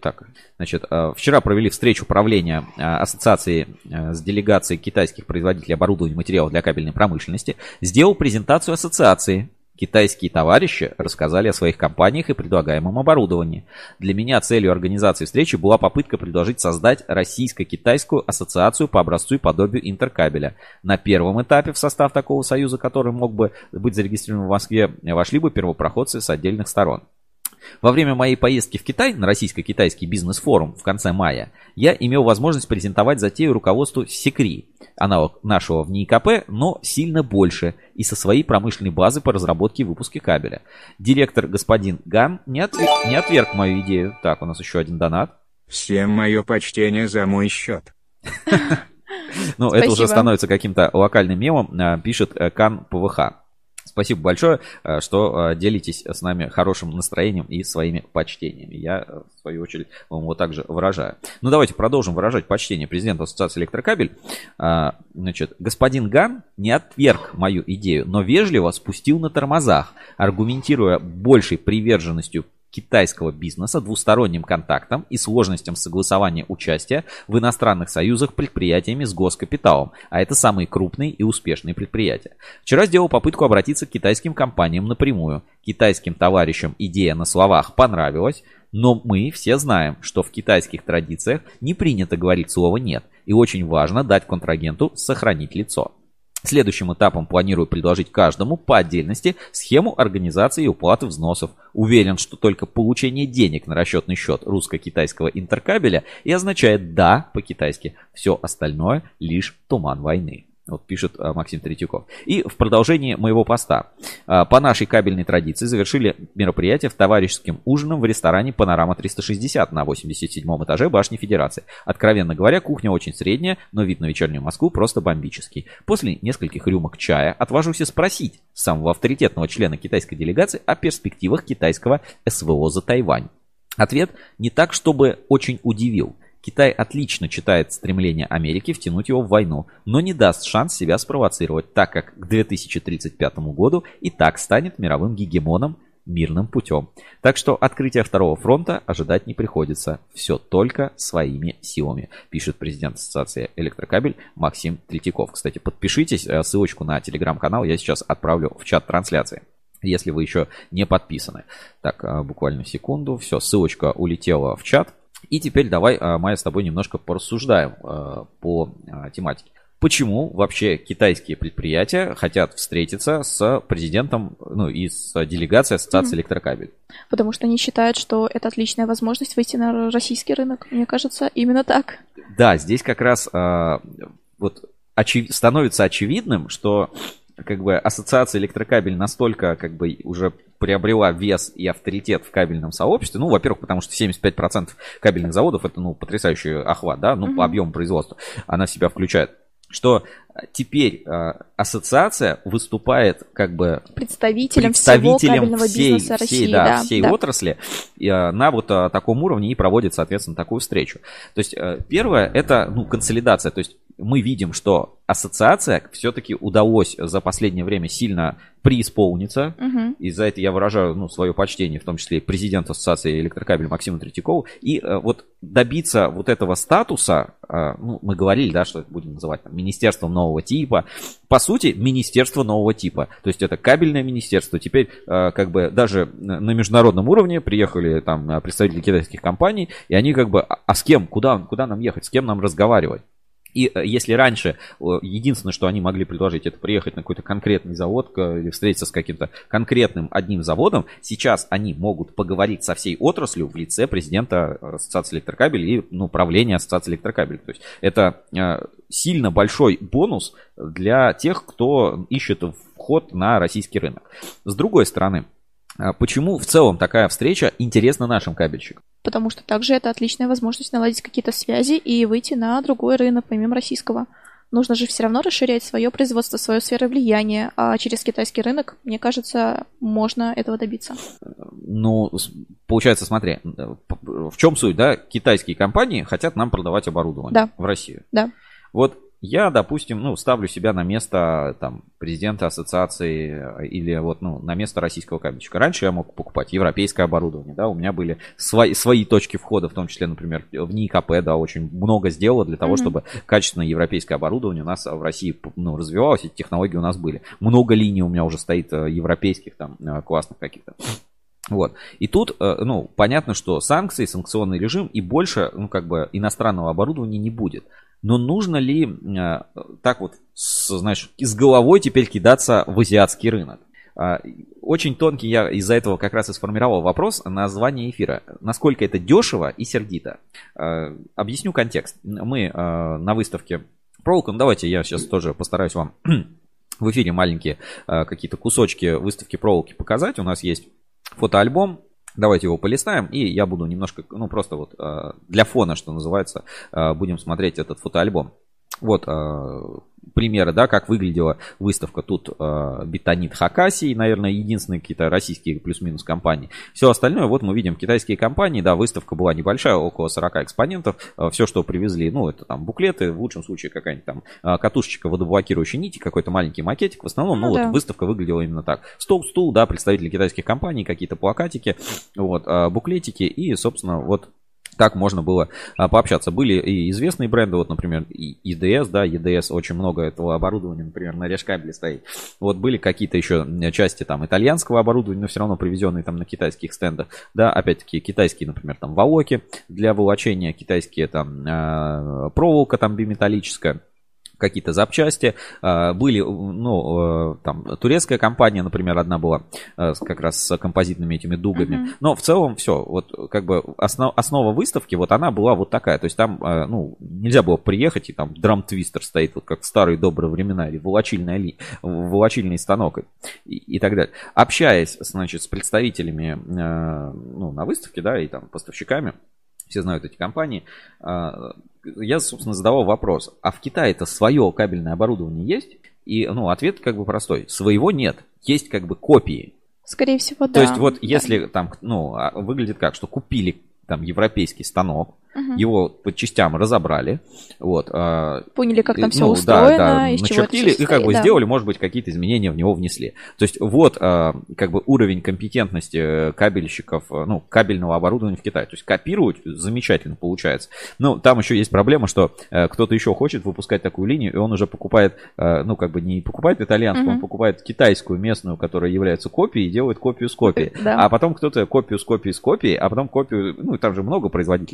провели встречу правления ассоциации с делегацией китайских производителей оборудования и материалов для кабельной промышленности. Сделал презентацию ассоциации. Китайские товарищи рассказали о своих компаниях и предлагаемом оборудовании. Для меня целью организации встречи была попытка предложить создать российско-китайскую ассоциацию по образцу и подобию Интеркабеля. На первом этапе в состав такого союза, который мог бы быть зарегистрирован в Москве, вошли бы первопроходцы с отдельных сторон. Во время моей поездки в Китай на российско-китайский бизнес-форум в конце мая я имел возможность презентовать затею руководству Секри, аналог нашего в НИИКП, но сильно больше и со своей промышленной базы по разработке и выпуске кабеля. Директор господин Ган не отверг мою идею. Так, у нас еще один донат. Всем мое почтение за мой счет. Ну, это уже становится каким-то локальным мемом, пишет Кан ПВХ. Спасибо большое, что делитесь с нами хорошим настроением и своими почтениями. Я, в свою очередь, вам его также выражаю. Ну, давайте продолжим выражать почтение президенту Ассоциации Электрокабель. Значит, господин Ган не отверг мою идею, но вежливо спустил на тормозах, аргументируя большей приверженностью китайского бизнеса, двусторонним контактам и сложностям согласования участия в иностранных союзах предприятиями с госкапиталом, а это самые крупные и успешные предприятия. Вчера сделал попытку обратиться к китайским компаниям напрямую. Китайским товарищам идея на словах понравилась, но мы все знаем, что в китайских традициях не принято говорить слово «нет», и очень важно дать контрагенту сохранить лицо. Следующим этапом планирую предложить каждому по отдельности схему организации и уплаты взносов. Уверен, что только получение денег на расчетный счет русско-китайского интеркабеля и означает «да» по-китайски. Все остальное лишь туман войны. Вот пишет Максим Третьяков. И в продолжении моего поста. По нашей кабельной традиции завершили мероприятие в товарищеским ужином в ресторане «Панорама 360» на 87-м этаже башни Федерации. Откровенно говоря, кухня очень средняя, но вид на вечернюю Москву просто бомбический. После нескольких рюмок чая отважусь спросить самого авторитетного члена китайской делегации о перспективах китайского СВО за Тайвань. Ответ не так, чтобы очень удивил. Китай отлично читает стремление Америки втянуть его в войну, но не даст шанс себя спровоцировать, так как к 2035 году и так станет мировым гегемоном мирным путем. Так что открытия второго фронта ожидать не приходится. Все только своими силами, пишет президент Ассоциации Электрокабель Максим Третьяков. Кстати, подпишитесь, ссылочку на телеграм-канал я сейчас отправлю в чат трансляции, если вы еще не подписаны. Так, буквально секунду. Все, ссылочка улетела в чат. И теперь давай, Майя, с тобой немножко порассуждаем по тематике. почему вообще китайские предприятия хотят встретиться с президентом, ну, и с делегацией Ассоциации электрокабель? Потому что они считают, что это отличная возможность выйти на российский рынок. Мне кажется, именно так. Да, здесь как раз вот становится очевидным, что как бы Ассоциация электрокабель настолько как бы уже приобрела вес и авторитет в кабельном сообществе. Ну, во-первых, потому что 75% кабельных заводов это, ну, потрясающий охват, да, ну, по объему производства она в себя включает. Что теперь ассоциация выступает как бы представителем всего кабельного бизнеса России, всей отрасли на вот таком уровне и проводит, соответственно, такую встречу. То есть первое это, ну, консолидация. То есть мы видим, что ассоциация все-таки удалось за последнее время сильно преисполниться. И за это я выражаю, ну, свое почтение, в том числе и президенту Ассоциации электрокабель Максиму Третьякову. И вот добиться вот этого статуса, ну, мы говорили, да, что это будем называть там, министерством нового типа. По сути, министерство нового типа. То есть это кабельное министерство. Теперь как бы даже на международном уровне приехали там представители китайских компаний, и они как бы, а с кем, куда нам ехать, с кем нам разговаривать? И если раньше единственное, что они могли предложить, это приехать на какой-то конкретный завод или встретиться с каким-то конкретным одним заводом, сейчас они могут поговорить со всей отраслью в лице президента Ассоциации электрокабель и, ну, правления Ассоциации электрокабель. То есть это сильно большой бонус для тех, кто ищет вход на российский рынок. С другой стороны, почему в целом такая встреча интересна нашим кабельщикам? Потому что также это отличная возможность наладить какие-то связи и выйти на другой рынок, помимо российского. Нужно же все равно расширять свое производство, свою сферу влияния, а через китайский рынок, мне кажется, можно этого добиться. Ну, получается, смотри, в чем суть, да? Китайские компании хотят нам продавать оборудование в Россию. Да. Вот я, допустим, ну, ставлю себя на место там, президента ассоциации или вот, ну, на место российского кабельщика. Раньше я мог покупать европейское оборудование, да, у меня были свои точки входа, в том числе, например, в НИИКП, да, очень много сделало для того, чтобы качественное европейское оборудование у нас в России, ну, развивалось, эти технологии у нас были. Много линий у меня уже стоит европейских, там, классных каких-то. Вот. И тут, ну, понятно, что санкции, санкционный режим и больше, ну, как бы иностранного оборудования не будет. Но нужно ли так вот, знаешь, с головой теперь кидаться в азиатский рынок? Очень тонкий, я из-за этого как раз и сформировал вопрос названия эфира. Насколько это дешево и сердито? Объясню контекст. Мы на выставке Проволока, ну давайте я сейчас тоже постараюсь вам в эфире маленькие какие-то кусочки выставки Проволоки показать. У нас есть фотоальбом. Давайте его полистаем, и я буду немножко, ну, просто вот для фона, что называется, будем смотреть этот фотоальбом. Вот примеры, да, как выглядела выставка. Тут Бетонит Хакасии, наверное, единственные какие-то российские плюс-минус компании. Все остальное, вот мы видим китайские компании, да, выставка была небольшая, около 40 экспонентов. Все, что привезли, ну, это там буклеты, в лучшем случае какая-нибудь там катушечка водоблокирующей нити, какой-то маленький макетик. В основном, ну, вот выставка выглядела именно так. Стул, да, представители китайских компаний, какие-то плакатики, вот, буклетики и, собственно, вот так можно было пообщаться. Были и известные бренды, вот, например, EDS, да, EDS, очень много этого оборудования, например, на Решкабеле стоит. Вот были какие-то еще части там итальянского оборудования, но все равно привезенные там на китайских стендах. Да, опять-таки китайские, например, там волоки для волочения, китайские там проволока там биметаллическая. Какие-то запчасти, были, ну, там, турецкая компания, например, одна была как раз с композитными этими дугами, но в целом все, вот, как бы, основа выставки, вот, она была вот такая, то есть там, ну, нельзя было приехать, и там драм-твистер стоит, вот, как в старые добрые времена, или волочильный станок, и так далее. Общаясь, значит, с представителями, ну, на выставке, да, и там поставщиками, все знают эти компании, я, собственно, задавал вопрос, а в Китае-то свое кабельное оборудование есть? И, ну, ответ как бы простой. Своего нет. Есть как бы копии. Скорее всего, да. То есть вот если там, ну, выглядит как, что купили там европейский станок, его по частям разобрали, вот. Поняли, как там все устроено, из чего это начертили и как бы сделали, может быть, какие-то изменения в него внесли. То есть вот как бы уровень компетентности кабельщиков, ну, кабельного оборудования в Китае. То есть копируют, замечательно получается. Но там еще есть проблема, что кто-то еще хочет выпускать такую линию, и он уже покупает, ну, как бы не покупает итальянскую, он покупает китайскую местную, которая является копией, и делает копию с копией. А потом кто-то копию с копией с копией, а потом копию, ну, там же много производителей, собственно, кабельных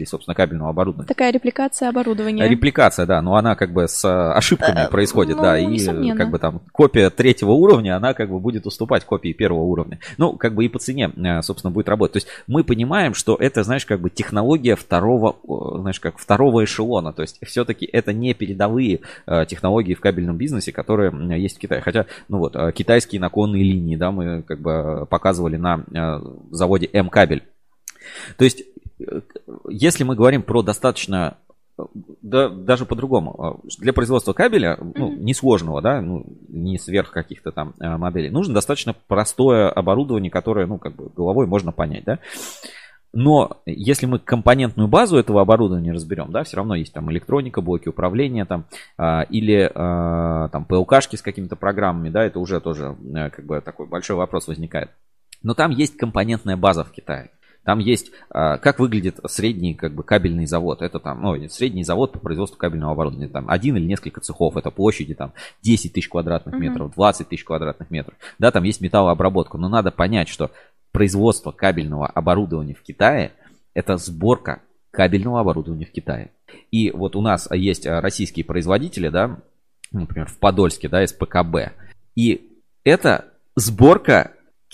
кабельного оборудования. Такая репликация оборудования. Репликация, да, но она как бы с ошибками происходит, ну, да, и несомненно. как бы там копия 3-го уровня, она как бы будет уступать копии 1-го уровня. Ну, как бы и по цене, собственно, будет работать. То есть мы понимаем, что это, знаешь, как бы технология второго эшелона. То есть все-таки это не передовые технологии в кабельном бизнесе, которые есть в Китае. Хотя, ну вот, китайские наконные линии, да, мы как бы показывали на заводе М-кабель. То есть, если мы говорим про достаточно, да, даже по-другому, для производства кабеля, ну, несложного, да, ну, не сверх каких-то там моделей, нужно достаточно простое оборудование, которое, ну, как бы головой можно понять, да. Но если мы компонентную базу этого оборудования разберем, да, все равно есть там электроника, блоки управления там, или там ПЛКшки с какими-то программами, да, это уже тоже как бы такой большой вопрос возникает. Но там есть компонентная база в Китае. Там есть, как выглядит средний как бы кабельный завод. Это там, ну, средний завод по производству кабельного оборудования. Там один или несколько цехов. Это площади там 10 тысяч квадратных метров, 20 тысяч квадратных метров. Да, там есть металлообработка. Но надо понять, что производство кабельного оборудования в Китае – это сборка кабельного оборудования в Китае. И вот у нас есть российские производители, да, например, в Подольске, да, СПКБ. И это сборка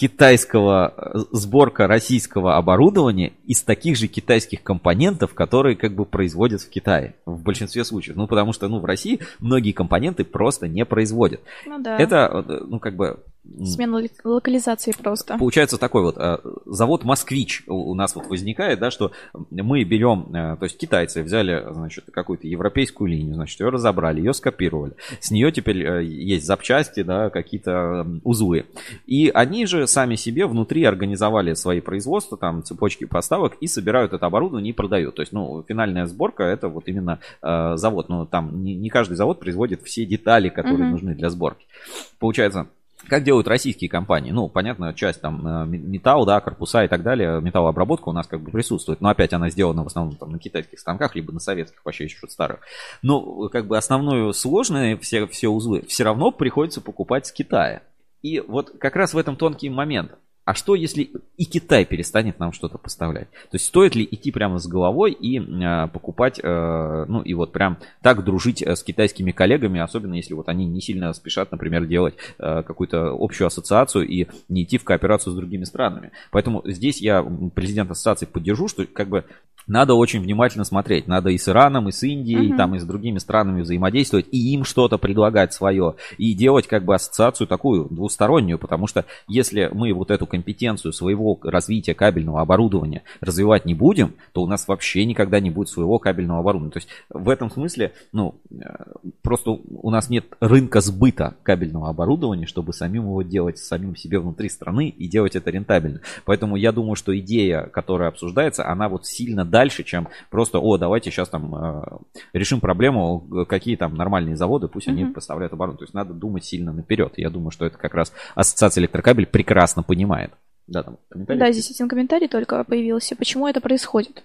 российского оборудования из таких же китайских компонентов, которые как бы производят в Китае в большинстве случаев. Ну, потому что, ну, в России многие компоненты просто не производят. Ну да. Это, ну, как бы... Смена локализации просто. Получается такой вот завод «Москвич» у нас вот возникает, да, что мы берем, то есть китайцы взяли, значит, какую-то европейскую линию, значит, ее разобрали, ее скопировали. С нее теперь есть запчасти, да, какие-то узлы. И они же сами себе внутри организовали свои производства, там, цепочки поставок и собирают это оборудование и продают. То есть, ну, финальная сборка это вот именно завод. Но там не каждый завод производит все детали, которые нужны для сборки. Получается... Как делают российские компании? Ну, понятно, часть там металл, да, корпуса и так далее, металлообработка у нас как бы присутствует, но опять она сделана в основном там на китайских станках, либо на советских, вообще еще что-то старых. Но как бы основную сложные все узлы все равно приходится покупать с Китая. И вот как раз в этом тонкий момент. А что, если и Китай перестанет нам что-то поставлять? То есть стоит ли идти прямо с головой и покупать, ну и вот прям так дружить с китайскими коллегами, особенно если вот они не сильно спешат, например, делать какую-то общую ассоциацию и не идти в кооперацию с другими странами. Поэтому здесь я президента ассоциации поддержу, что как бы надо очень внимательно смотреть. Надо и с Ираном, и с Индией, и, там, и с другими странами взаимодействовать, и им что-то предлагать свое, и делать как бы ассоциацию такую двустороннюю, потому что если мы вот эту компетенцию своего развития кабельного оборудования развивать не будем, то у нас вообще никогда не будет своего кабельного оборудования. То есть в этом смысле, ну, просто у нас нет рынка сбыта кабельного оборудования, чтобы самим его делать, самим себе внутри страны и делать это рентабельно. Поэтому я думаю, что идея, которая обсуждается, она вот сильно дальше, чем просто, давайте сейчас там решим проблему, какие там нормальные заводы, пусть они поставляют оборудование. То есть надо думать сильно наперед. Я думаю, что это как раз Ассоциация Электрокабель прекрасно понимает. Да, там комментарий. Да, здесь один комментарий только появился. Почему это происходит?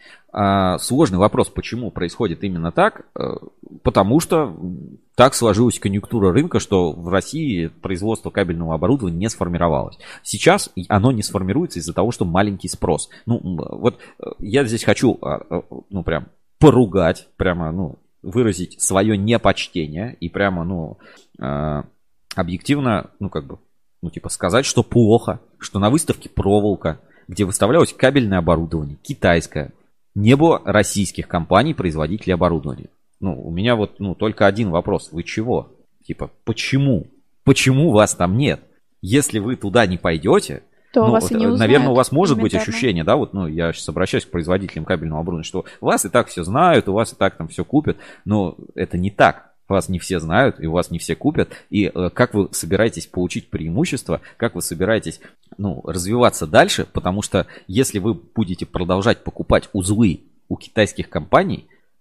Сложный вопрос, почему происходит именно так. Потому что так сложилась конъюнктура рынка, что в России производство кабельного оборудования не сформировалось. Сейчас оно не сформируется из-за того, что маленький спрос. Ну, вот я здесь хочу, ну, прям поругать, прямо, ну, выразить свое непочтение и прямо, ну, объективно, ну, как бы, ну, типа сказать, что плохо, что на выставке «Проволока», где выставлялось кабельное оборудование, китайское, не было российских компаний-производителей оборудования. Ну, у меня вот, ну, только один вопрос. Вы чего? Типа, почему? Почему вас там нет? Если вы туда не пойдете, то ну, вас вот, и не узнают, наверное, у вас может быть элементарно. ощущение, да, вот, ну, я сейчас обращаюсь к производителям кабельного оборудования, что вас и так все знают, у вас и так там все купят, но это не так. Вас не все знают, и у вас не все купят. И как вы собираетесь получить преимущество, как вы собираетесь, ну, развиваться дальше, потому что если вы будете продолжать покупать узлы у китайских компаний,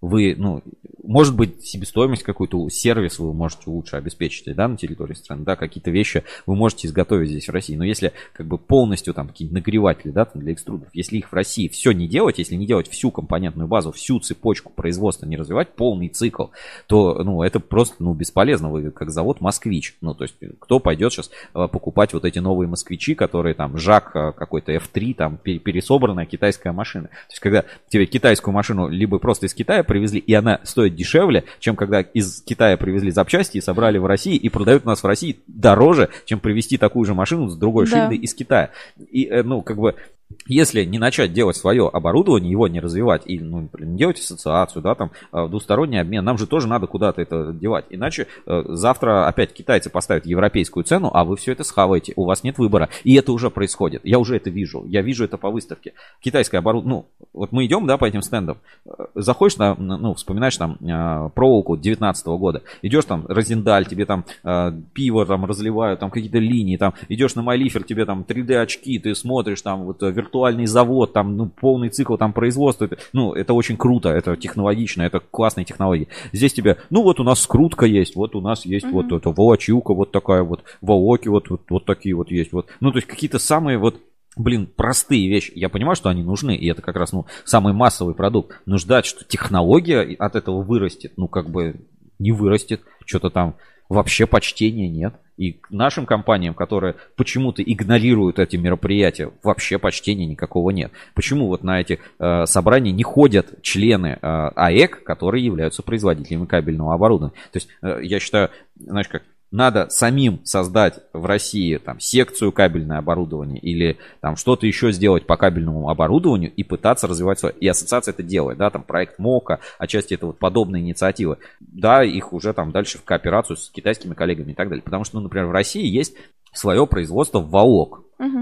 вы, ну, может быть, себестоимость какой-то, сервис вы можете лучше обеспечить, да, на территории страны, да, какие-то вещи вы можете изготовить здесь в России, но если как бы полностью там какие-то нагреватели, да, там, для экструдов, если их в России все не делать, если не делать всю компонентную базу, всю цепочку производства, не развивать полный цикл, то, ну, это просто, ну, бесполезно, вы как завод «Москвич», ну, то есть, кто пойдет сейчас покупать вот эти новые «Москвичи», которые там, ЖАК какой-то F3, там, пересобранная китайская машина, то есть, когда тебе китайскую машину либо просто из Китая привезли, и она стоит дешевле, чем когда из Китая привезли запчасти и собрали в России, и продают у нас в России дороже, чем привезти такую же машину с другой шильдой из Китая. И, ну, как бы, если не начать делать свое оборудование, его не развивать и, ну, не делать ассоциацию, да, там, двусторонний обмен, нам же тоже надо куда-то это девать. Иначе завтра опять китайцы поставят европейскую цену, а вы все это схаваете, у вас нет выбора. И это уже происходит. Я уже это вижу. Я вижу это по выставке. Китайское оборудование, ну, вот мы идем, да, по этим стендам, заходишь, ну, вспоминаешь там проволоку 19-го года, идешь там, Розендаль, тебе там пиво там разливают, там какие-то линии, там, идешь на MyLifer, тебе там 3D-очки, ты смотришь там вот виртуальный завод, там, ну, полный цикл там производства, ну, это очень круто, это технологично, это классные технологии. Здесь тебе, ну, вот у нас скрутка есть, вот у нас есть вот эта волочилка вот такая вот, волоки вот такие вот есть, вот, ну, то есть какие-то самые вот, блин, простые вещи. Я понимаю, что они нужны, и это как раз, ну, самый массовый продукт. Но ждать, что технология от этого вырастет, ну, как бы не вырастет, что-то там вообще почтения нет. И к нашим компаниям, которые почему-то игнорируют эти мероприятия, вообще почтения никакого нет. Почему вот на эти собрания не ходят члены АЭК, которые являются производителями кабельного оборудования? То есть я считаю, знаешь как, надо самим создать в России там секцию кабельное оборудование или там что-то еще сделать по кабельному оборудованию и пытаться развивать свое. И ассоциация это делает, да, там проект МОКа, отчасти это вот подобные инициативы. Да, их уже там дальше в кооперацию с китайскими коллегами и так далее. Потому что, ну, например, в России есть свое производство волок.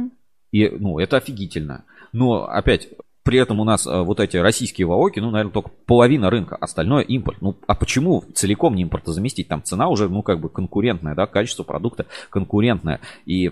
И, ну, это офигительно. Но, опять, при этом у нас вот эти российские волоки, ну, наверное, только половина рынка, остальное импорт. Ну, а почему целиком не импортозаместить? Там цена уже, ну, как бы конкурентная, да, качество продукта конкурентное. И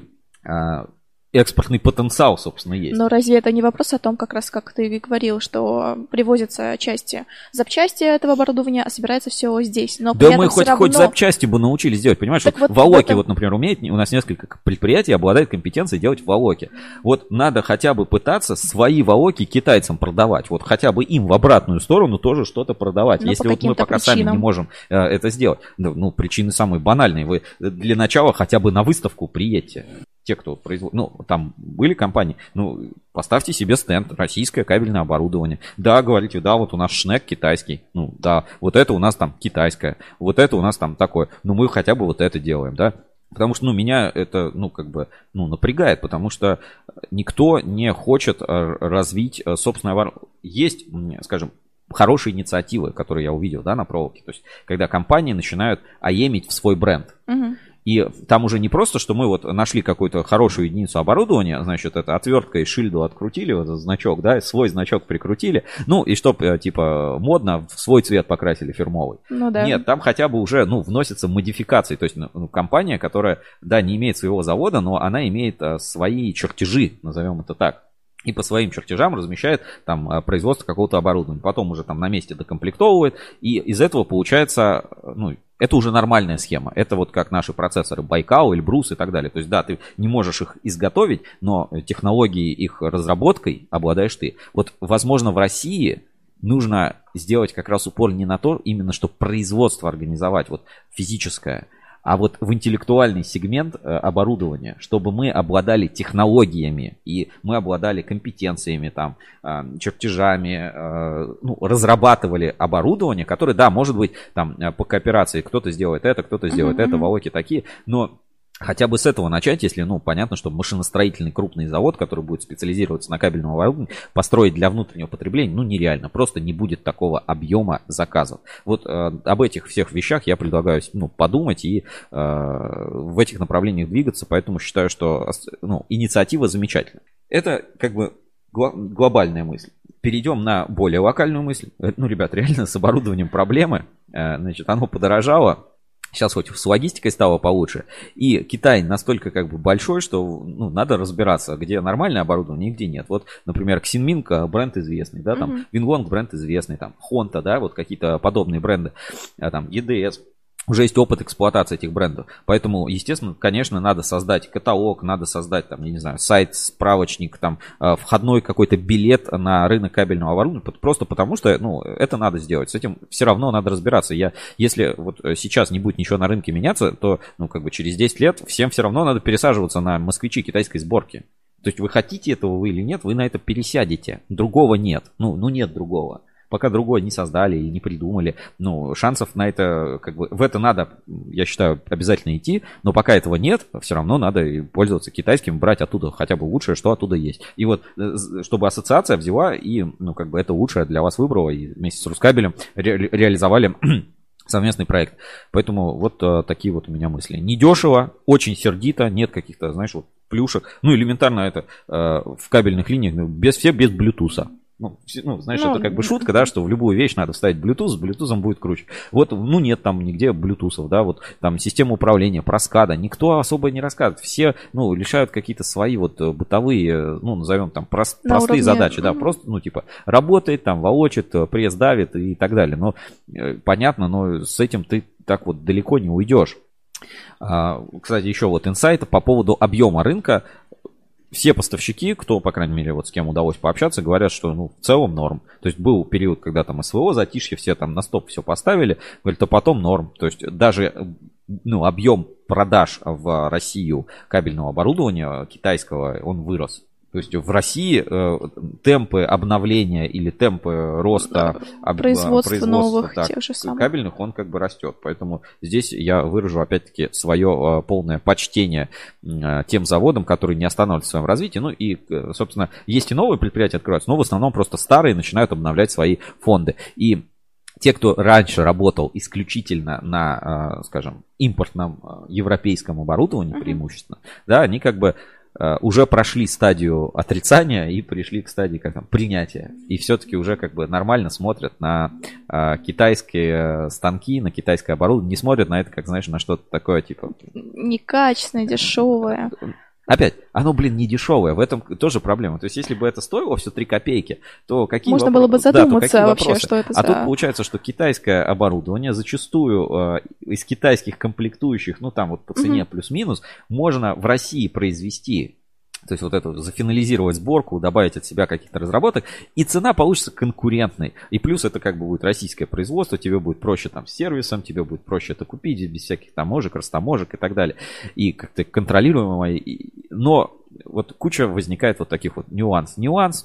экспортный потенциал, собственно, есть. Но разве это не вопрос о том, как раз как ты говорил, что привозятся запчасти этого оборудования, а собирается все здесь. Но да мы хоть запчасти бы научились делать, понимаешь? Вот волоки, вот, например, умеют, у нас несколько предприятий обладают компетенцией делать волоки. Вот надо хотя бы пытаться свои волоки китайцам продавать. Вот хотя бы им в обратную сторону тоже что-то продавать. Если вот мы пока сами не можем это сделать. Ну, причины самые банальные. Вы для начала хотя бы на выставку приедьте. Те, кто производит, ну, там были компании, ну, поставьте себе стенд, российское кабельное оборудование. Да, говорите, да, вот у нас шнек китайский, ну, да, вот это у нас там китайское, вот это у нас там такое, ну, мы хотя бы вот это делаем, да. Потому что, ну, меня это, ну, как бы, ну, напрягает, потому что никто не хочет развить собственное оборудование. Есть, скажем, хорошие инициативы, которые я увидел, да, на проволоке. То есть, когда компании начинают аемить в свой бренд. И там уже не просто, что мы вот нашли какую-то хорошую единицу оборудования, значит, это отверткой шильду открутили, вот этот значок, да, свой значок прикрутили, ну, и чтоб, типа, модно, в свой цвет покрасили фирмовый. Ну, да. Нет, там хотя бы уже, ну, вносятся модификации, то есть, ну, компания, которая, да, не имеет своего завода, но она имеет свои чертежи, назовем это так. И по своим чертежам размещает там производство какого-то оборудования. Потом уже там на месте докомплектовывает. И из этого получается, ну, это уже нормальная схема. Это вот как наши процессоры Байкал, Эльбрус и так далее. То есть, да, ты не можешь их изготовить, но технологией их разработкой обладаешь ты. Вот, возможно, в России нужно сделать как раз упор не на то, именно что производство организовать, вот физическое, а вот в интеллектуальный сегмент оборудования, чтобы мы обладали технологиями и мы обладали компетенциями, там, чертежами, ну, разрабатывали оборудование, которое, да, может быть, там, по кооперации кто-то сделает это, кто-то сделает это, волоки такие, но хотя бы с этого начать, если, ну, понятно, что машиностроительный крупный завод, который будет специализироваться на кабельном оборудовании, построить для внутреннего потребления, ну, нереально. Просто не будет такого объема заказов. Вот об этих всех вещах я предлагаю, ну, подумать и в этих направлениях двигаться, поэтому считаю, что, ну, инициатива замечательная. Это как бы глобальная мысль. Перейдем на более локальную мысль. Ну, ребят, реально с оборудованием проблемы. Значит, оно подорожало. Сейчас хоть с логистикой стало получше. И Китай настолько как бы большой, что ну, надо разбираться, где нормальное оборудование и где нет. Вот, например, Xinmin бренд известный, да, там Winlong бренд известный, там Honda, да, вот какие-то подобные бренды, там EDS. Уже есть опыт эксплуатации этих брендов. Поэтому, естественно, конечно, надо создать каталог, надо создать, там, я не знаю, сайт, справочник, там, входной какой-то билет на рынок кабельного оборудования. Просто потому, что, ну, это надо сделать. С этим все равно надо разбираться. Если вот сейчас не будет ничего на рынке меняться, то, ну, как бы через 10 лет всем все равно надо пересаживаться на москвичи китайской сборки. То есть вы хотите этого вы или нет, вы на это пересядете. Другого нет. Ну нет другого. Пока другое не создали и не придумали, ну, шансов на это, как бы, в это надо, я считаю, обязательно идти, но пока этого нет, все равно надо пользоваться китайским, брать оттуда хотя бы лучшее, что оттуда есть. И вот, чтобы ассоциация взяла и, ну, как бы, это лучшее для вас выбрала, и вместе с Рускабелем реализовали совместный проект. Поэтому вот такие вот у меня мысли. Недешево, очень сердито, нет каких-то, знаешь, вот плюшек. Ну, элементарно это в кабельных линиях, без Bluetooth. Ну, знаешь, это как бы шутка, да, что в любую вещь надо вставить Bluetooth, с Bluetooth будет круче. Вот, ну, нет там нигде Bluetooth, да, вот там система управления, проскада, никто особо не рассказывает. Все, ну, решают какие-то свои вот бытовые, ну, назовем там простые задачи, да, просто, ну, типа, работает там, волочит, пресс давит и так далее. Но понятно, но с этим ты так вот далеко не уйдешь. Кстати, еще вот инсайт по поводу объема рынка. Все поставщики, кто, по крайней мере, вот с кем удалось пообщаться, говорят, что, ну, в целом норм. То есть был период, когда там СВО, затишье, все там на стоп все поставили, говорят, а потом норм. То есть даже, ну, объем продаж в Россию кабельного оборудования китайского, он вырос. То есть в России темпы обновления или темпы роста производства новых тех же самых кабельных, он как бы растет. Поэтому здесь я выражу опять-таки свое полное почтение тем заводам, которые не останавливаются в своем развитии. Ну и, собственно, есть и новые предприятия открываются, но в основном просто старые начинают обновлять свои фонды. И те, кто раньше работал исключительно на, скажем, импортном европейском оборудовании преимущественно, да, они как бы уже прошли стадию отрицания и пришли к стадии как там, принятия. И все-таки уже как бы нормально смотрят на китайские станки, на китайское оборудование. Не смотрят на это, как, знаешь, на что-то такое типа... некачественное, дешевое. Опять, оно, не дешевое, в этом тоже проблема. То есть, если бы это стоило все 3 копейки, то какие можно было бы задуматься вообще, что это за... А тут получается, что китайское оборудование зачастую из китайских комплектующих, ну там вот по цене плюс-минус, можно в России произвести. То есть вот это зафинализировать сборку, добавить от себя каких-то разработок, и цена получится конкурентной. И плюс это как бы будет российское производство, тебе будет проще там с сервисом, тебе будет проще это купить без всяких таможек, растаможек и так далее. И как-то контролируемо. Но вот куча возникает вот таких вот нюанс.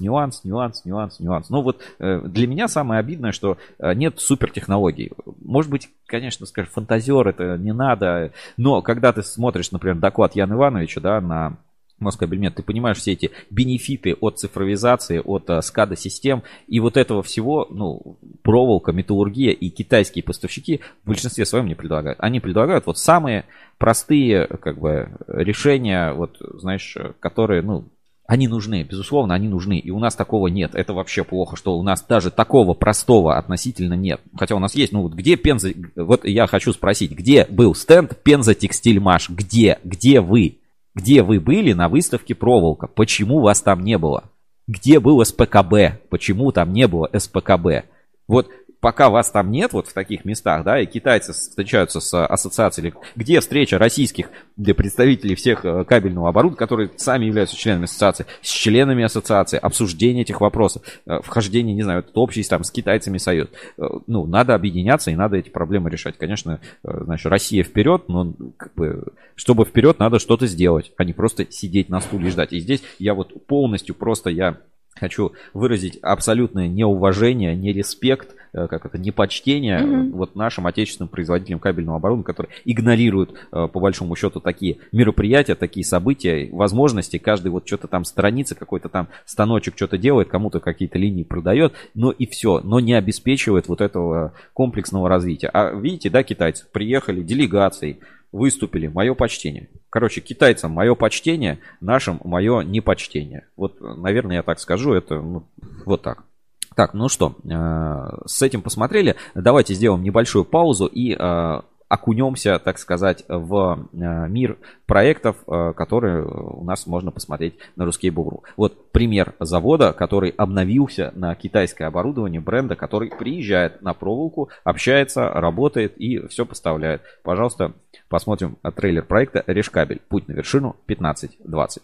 Но вот для меня самое обидное, что нет супертехнологий. Может быть, конечно, скажешь, фантазер, это не надо. Но когда ты смотришь, например, доклад Яна Ивановича, да, на Москабельмет, ты понимаешь все эти бенефиты от цифровизации, от SCADA-систем и вот этого всего, ну, проволока, металлургия и китайские поставщики в большинстве своем не предлагают. Они предлагают вот самые простые, как бы, решения, вот, знаешь, которые, ну, они нужны, безусловно, они нужны. И у нас такого нет. Это вообще плохо, что у нас даже такого простого относительно нет. Хотя у нас есть, ну вот где Пенза, вот я хочу спросить, где был стенд Пенза Текстильмаш? Где вы? Где вы были на выставке «Проволока»? Почему вас там не было? Где был СПКБ? Почему там не было СПКБ? Вот пока вас там нет, вот в таких местах, да, и китайцы встречаются с ассоциацией, где встреча российских представителей всех кабельного оборудования, которые сами являются членами ассоциации, с членами ассоциации, обсуждение этих вопросов, вхождение, не знаю, общий там с китайцами союз. Ну, надо объединяться и надо эти проблемы решать. Конечно, значит, Россия вперед, но как бы, чтобы вперед, надо что-то сделать, а не просто сидеть на стуле и ждать. И здесь я вот полностью просто хочу выразить абсолютное неуважение, нереспект, как это, непочтение вот нашим отечественным производителям кабельного оборудования, которые игнорируют по большому счету такие мероприятия, такие события, возможности. Каждый вот что-то там сторонится, какой-то там станочек что-то делает, кому-то какие-то линии продает, но и все, но не обеспечивает вот этого комплексного развития. А видите, да, китайцы приехали делегацией, выступили, мое почтение. Короче, китайцам мое почтение, нашим мое непочтение. Вот, наверное, я так скажу, это вот так. Так, ну что, с этим посмотрели. Давайте сделаем небольшую паузу и окунемся, так сказать, в мир проектов, которые у нас можно посмотреть на Ruskable.ru. Вот пример завода, который обновился на китайское оборудование бренда, который приезжает на проволоку, общается, работает и все поставляет. Пожалуйста, посмотрим трейлер проекта Решкабель. Путь на вершину 15-20.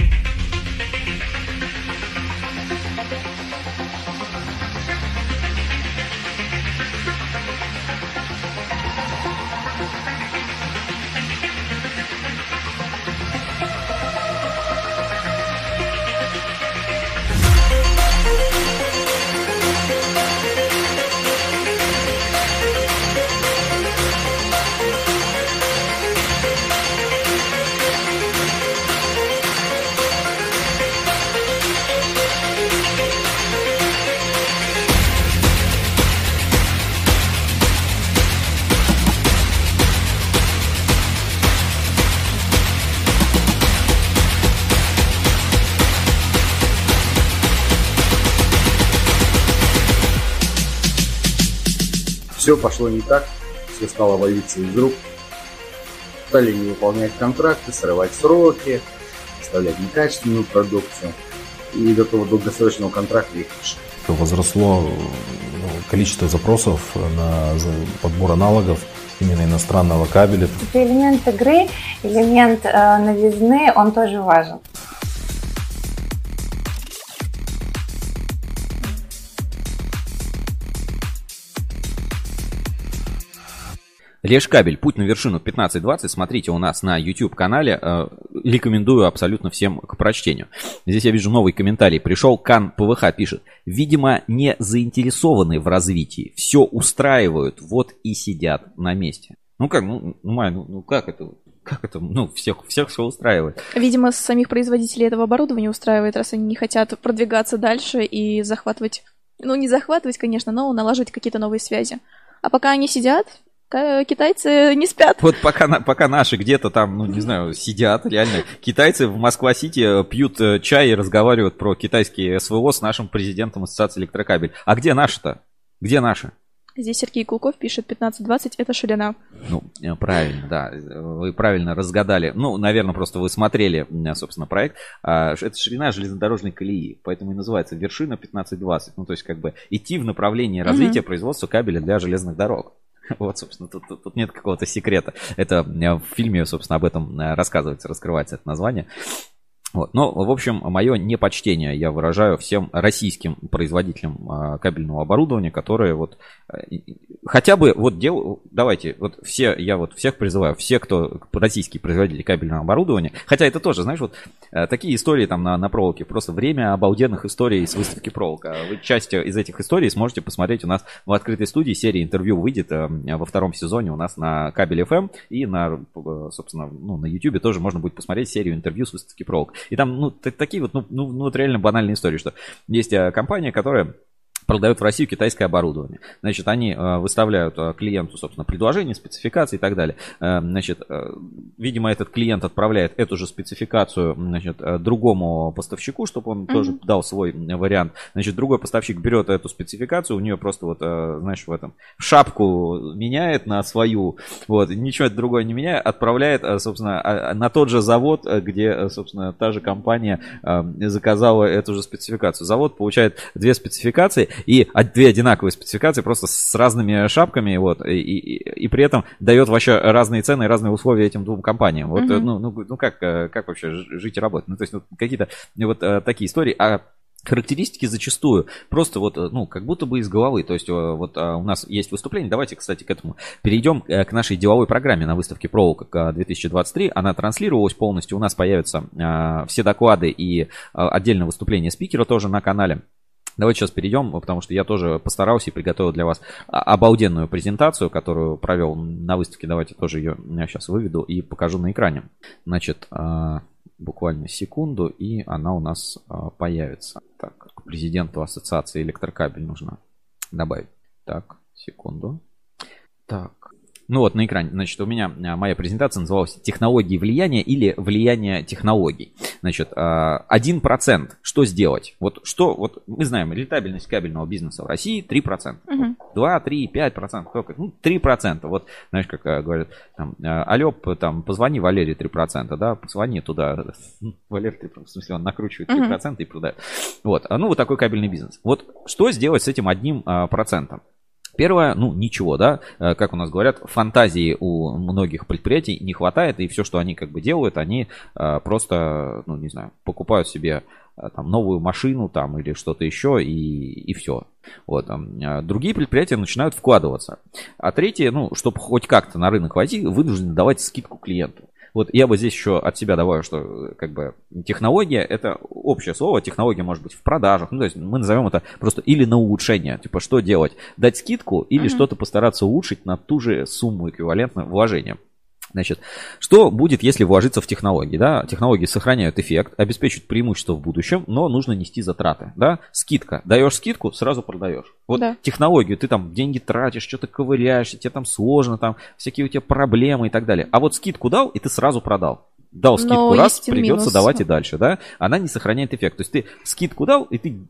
Все пошло не так, все стало валиться из рук. Стали не выполнять контракты, срывать сроки, поставлять некачественную продукцию. И до того долгосрочного контракта их лишили. Возросло количество запросов на подбор аналогов именно иностранного кабеля. Элемент игры, элемент новизны, он тоже важен. Решкабель. Путь на вершину 15-20. Смотрите у нас на YouTube-канале. Рекомендую абсолютно всем к прочтению. Здесь я вижу новый комментарий. Пришел Кан ПВХ, пишет. Видимо, не заинтересованы в развитии. Все устраивают, вот и сидят на месте. Ну как, Майя, как это? Как это? Всех все устраивает. Видимо, самих производителей этого оборудования устраивает, раз они не хотят продвигаться дальше и захватывать... не захватывать, конечно, но налаживать какие-то новые связи. А пока они сидят... Китайцы не спят. Вот пока наши где-то там, не знаю, сидят, реально. Китайцы в Москва-Сити пьют чай и разговаривают про китайские СВО с нашим президентом Ассоциации Электрокабель. А где наши-то? Где наши? Здесь Сергей Кулков пишет 15-20, это ширина. Правильно, да. Вы правильно разгадали. Наверное, просто вы смотрели, собственно, проект. Это ширина железнодорожной колеи, поэтому и называется вершина 15-20. То есть, идти в направлении развития производства кабеля для железных дорог. Вот, собственно, тут нет какого-то секрета. Это в фильме, собственно, об этом рассказывается, раскрывается это название. Вот. Но, в общем, мое непочтение я выражаю всем российским производителям кабельного оборудования, которые хотя бы давайте, я всех призываю, все, кто российские производители кабельного оборудования, хотя это тоже, знаешь, такие истории там на проволоке, просто время обалденных историй с выставки проволока. Вы часть из этих историй сможете посмотреть у нас в открытой студии, серия интервью выйдет во втором сезоне у нас на Кабель FM и собственно, на YouTube тоже можно будет посмотреть серию интервью с выставки проволока. И там, такие реально банальные истории, что есть компания, которая продают в Россию китайское оборудование. Значит, они выставляют клиенту, собственно, предложения, спецификации и так далее. Значит, видимо, этот клиент отправляет эту же спецификацию, другому поставщику, чтобы он тоже дал свой вариант. Значит, другой поставщик берет эту спецификацию, у нее просто шапку меняет на свою, ничего другое не меняет, отправляет, собственно, на тот же завод, где, собственно, та же компания заказала эту же спецификацию. Завод получает две спецификации, и две одинаковые спецификации просто с разными шапками, и при этом дает вообще разные цены и разные условия этим двум компаниям. Как вообще жить и работать? То есть какие-то такие истории. А характеристики зачастую просто как будто бы из головы. То есть у нас есть выступление. Давайте, кстати, к этому перейдем к нашей деловой программе на выставке Проволока 2023. Она транслировалась полностью. У нас появятся все доклады и отдельное выступление спикера тоже на канале. Давайте сейчас перейдем, потому что я тоже постарался и приготовил для вас обалденную презентацию, которую провел на выставке. Давайте тоже ее сейчас выведу и покажу на экране. Значит, буквально секунду, и она у нас появится. Так, к президенту Ассоциации Электрокабель нужно добавить. Так, секунду. Так. На экране, значит, у меня моя презентация называлась «Технологии влияния» или «Влияние технологий». Значит, 1%. Что сделать? Вот мы знаем, рентабельность кабельного бизнеса в России 3%. 2, 3, 5%. Ну, 3%. Вот, знаешь, как говорят, там, алло, там, позвони Валерию 3%, да, позвони туда. Валерий, в смысле, он накручивает 3% и продает. Вот, ну, вот такой кабельный бизнес. Вот, что сделать с этим 1%? Первое, ну, ничего, да, как у нас говорят, фантазии у многих предприятий не хватает, и все, что они как бы делают, они просто, ну, не знаю, покупают себе там новую машину там или что-то еще, и все. Вот, другие предприятия начинают вкладываться. А третье, ну, чтобы хоть как-то на рынок войти, вынуждены давать скидку клиенту. Вот я бы здесь еще от себя добавлю, что как бы технология — это общее слово. Технология может быть в продажах. Ну, то есть мы назовем это просто или на улучшение. Типа, что делать? Дать скидку или что-то постараться улучшить на ту же сумму эквивалентно вложениям. Значит, что будет, если вложиться в технологии? Да? Технологии сохраняют эффект, обеспечивают преимущество в будущем, но нужно нести затраты. Да? Скидка. Даешь скидку, сразу продаешь. Вот да. Технологию, ты там деньги тратишь, что-то ковыряешься, тебе там сложно, там всякие у тебя проблемы и так далее. А вот скидку дал, и ты сразу продал. Дал скидку раз, придется минус. Давать и дальше, да? Она не сохраняет эффект. То есть ты скидку дал, и ты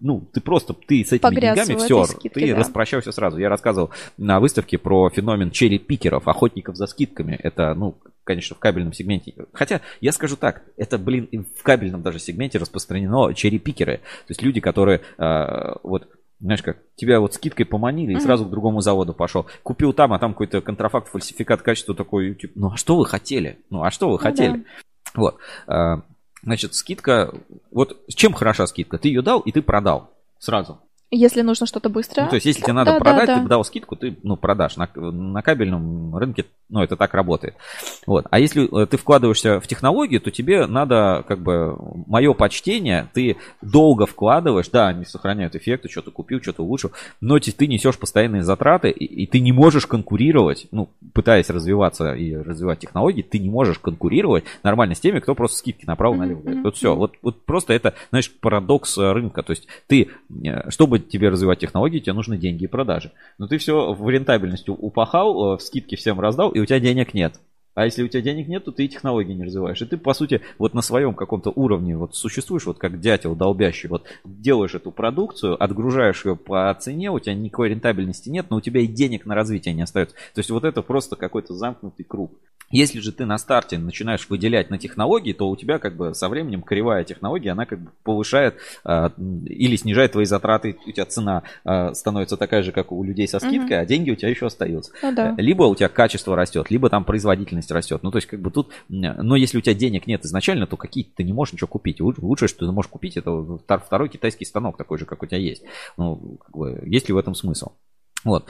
с этими деньгами все, ты распрощался сразу. Я рассказывал на выставке про феномен черри-пикеров, охотников за скидками. Это, ну, конечно, в кабельном сегменте. Хотя, я скажу так, это, в кабельном даже сегменте распространено черри-пикеры. То есть люди, которые вот... Знаешь как, тебя вот скидкой поманили и сразу к другому заводу пошел. Купил там, а там какой-то контрафакт, фальсификат качества такой. Типа, ну а что вы хотели? Да. Вот. Значит, скидка. Вот чем хороша скидка? Ты ее дал, и ты продал сразу. Если нужно что-то быстро. Ну, то есть, если тебе надо продать, ты дал скидку, ты, ну, продашь. На кабельном рынке, ну, это так работает. Вот. А если ты вкладываешься в технологию, то тебе надо, как бы, мое почтение, ты долго вкладываешь, да, они сохраняют эффекты, что-то купил, что-то улучшил, но ты несешь постоянные затраты, и ты не можешь конкурировать, ну, пытаясь развиваться и развивать технологии, ты не можешь конкурировать нормально с теми, кто просто скидки направо-налево дает. Вот все. Вот просто это, знаешь, парадокс рынка. То есть ты, чтобы тебе развивать технологии, тебе нужны деньги и продажи. Но ты все в рентабельность упахал, в скидки всем раздал, и у тебя денег нет. А если у тебя денег нет, то ты и технологии не развиваешь. И ты, по сути, вот на своем каком-то уровне вот существуешь, вот как дятел долбящий, вот делаешь эту продукцию, отгружаешь ее по цене, у тебя никакой рентабельности нет, но у тебя и денег на развитие не остается. То есть вот это просто какой-то замкнутый круг. Если же ты на старте начинаешь выделять на технологии, то у тебя как бы со временем кривая технология, она как бы повышает или снижает твои затраты, у тебя цена становится такая же, как у людей со скидкой, а деньги у тебя еще остаются. Да. Либо у тебя качество растет, либо там производительность растет. Ну, то есть, как бы тут, но если у тебя денег нет изначально, то какие ты не можешь ничего купить. Лучшее, что ты можешь купить, это второй китайский станок такой же, как у тебя есть. Ну, как бы, есть ли в этом смысл? Вот,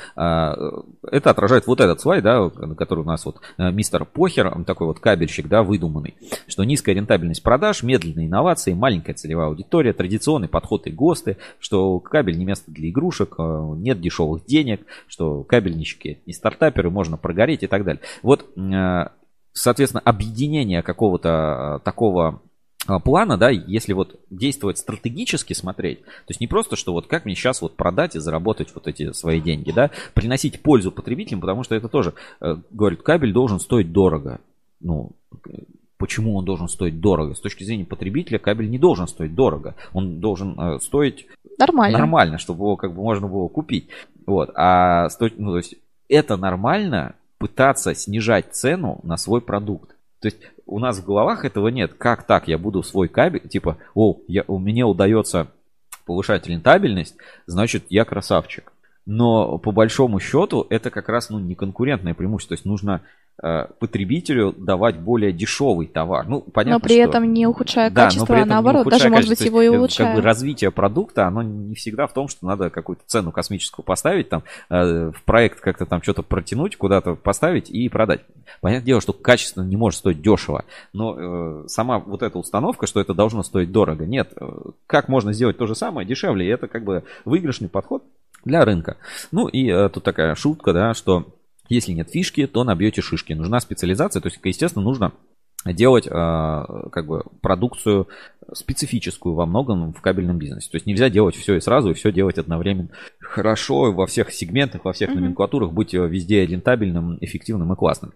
это отражает вот этот слайд, да, который у нас вот мистер Похер, он такой вот кабельщик, да, выдуманный, что низкая рентабельность продаж, медленные инновации, маленькая целевая аудитория, традиционный подход и ГОСТы, что кабель не место для игрушек, нет дешевых денег, что кабельнички не стартаперы, можно прогореть и так далее. Вот, соответственно, объединение какого-то такого плана, да, если вот действовать стратегически смотреть, то есть не просто, что вот как мне сейчас вот продать и заработать вот эти свои деньги, да, приносить пользу потребителям, потому что это тоже, говорит, кабель должен стоить дорого. Ну, почему он должен стоить дорого? С точки зрения потребителя кабель не должен стоить дорого. Он должен стоить нормально, чтобы его как бы можно было купить. Вот, ну, то есть это нормально пытаться снижать цену на свой продукт. То есть у нас в головах этого нет. Как так я буду свой кабель, типа, у меня удается повышать рентабельность, значит, я красавчик. Но по большому счету это как раз не конкурентное преимущество. То есть нужно потребителю давать более дешевый товар. Ну, понятно, но при этом не ухудшая качество, а наоборот, даже может быть его и улучшая. Как бы развитие продукта, оно не всегда в том, что надо какую-то цену космическую поставить, там, в проект как-то там что-то протянуть, куда-то поставить и продать. Понятное дело, что качество не может стоить дешево, но сама вот эта установка, что это должно стоить дорого, нет. Как можно сделать то же самое дешевле? И это как бы выигрышный подход для рынка. Ну и тут такая шутка, да, что если нет фишки, то набьете шишки. Нужна специализация, то есть, естественно, нужно делать как бы продукцию специфическую во многом в кабельном бизнесе. То есть нельзя делать все и сразу, и все делать одновременно хорошо во всех сегментах, во всех номенклатурах, быть везде рентабельным, эффективным и классным.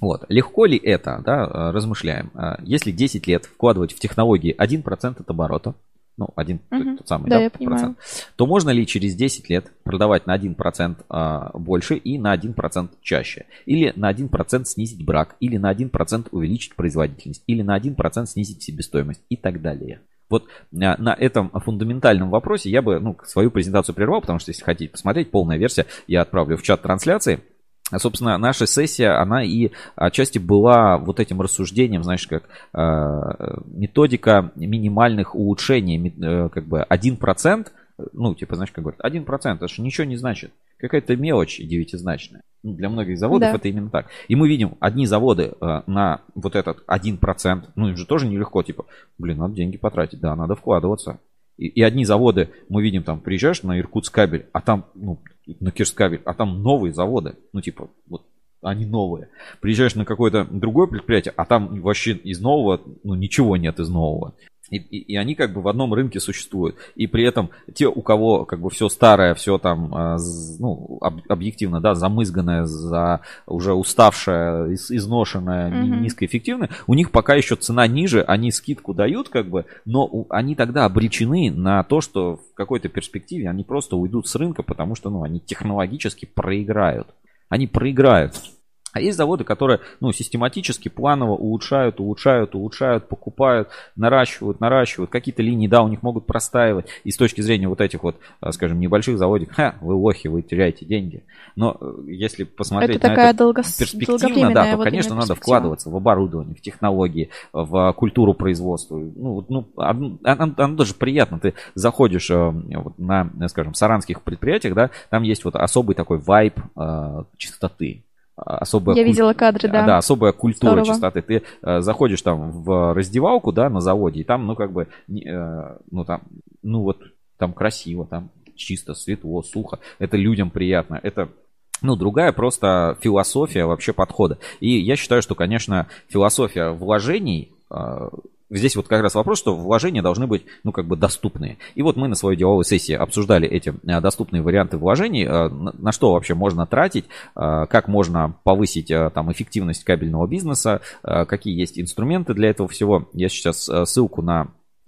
Вот. Легко ли это, да, размышляем. Если 10 лет вкладывать в технологии 1% от оборота, ну, тот самый, да, да, я понимаю, то можно ли через 10 лет продавать на 1% больше и на 1% чаще? Или на 1% снизить брак, или на 1% увеличить производительность, или на 1% снизить себестоимость и так далее. Вот на этом фундаментальном вопросе я бы свою презентацию прервал, потому что если хотите посмотреть, полная версия я отправлю в чат трансляции. Собственно, наша сессия, она и отчасти была вот этим рассуждением, знаешь, как методика минимальных улучшений, как бы 1%, знаешь, как говорят, 1%, это же ничего не значит. Какая-то мелочь девятизначная. Для многих заводов это именно так. И мы видим, одни заводы на вот этот 1%, им же тоже нелегко, надо деньги потратить, да, надо вкладываться. И одни заводы, мы видим, там, приезжаешь на Иркутскабель, а там, на Кирскабель, а там новые заводы, вот они новые. Приезжаешь на какое-то другое предприятие, а там вообще из нового, ничего нет из нового. И они как бы в одном рынке существуют. И при этом те, у кого как бы все старое, все там, объективно, да, замызганное, уже уставшее, изношенное, низкоэффективное, у них пока еще цена ниже, они скидку дают как бы, но они тогда обречены на то, что в какой-то перспективе они просто уйдут с рынка, потому что, они технологически проиграют. Они проиграют. А есть заводы, которые, систематически, планово улучшают, покупают, наращивают. Какие-то линии, да, у них могут простаивать. И с точки зрения вот этих вот, скажем, небольших заводик, вы лохи, вы теряете деньги. Но если посмотреть на это перспективно, да, то, конечно, надо вкладываться в оборудование, в технологии, в культуру производства. Оно даже приятно. Ты заходишь на, скажем, саранских предприятиях, да, там есть вот особый такой вайб чистоты. Я видела кадры, да. Да, особая культура чистоты. Ты заходишь там в раздевалку, да, на заводе, и там, там красиво, там чисто, светло, сухо. Это людям приятно. Это, другая просто философия вообще подхода. И я считаю, что, конечно, философия вложений... Здесь вот как раз вопрос, что вложения должны быть, доступные. И вот мы на своей деловой сессии обсуждали эти доступные варианты вложений, на что вообще можно тратить, как можно повысить там эффективность кабельного бизнеса, какие есть инструменты для этого всего. Я сейчас ссылку на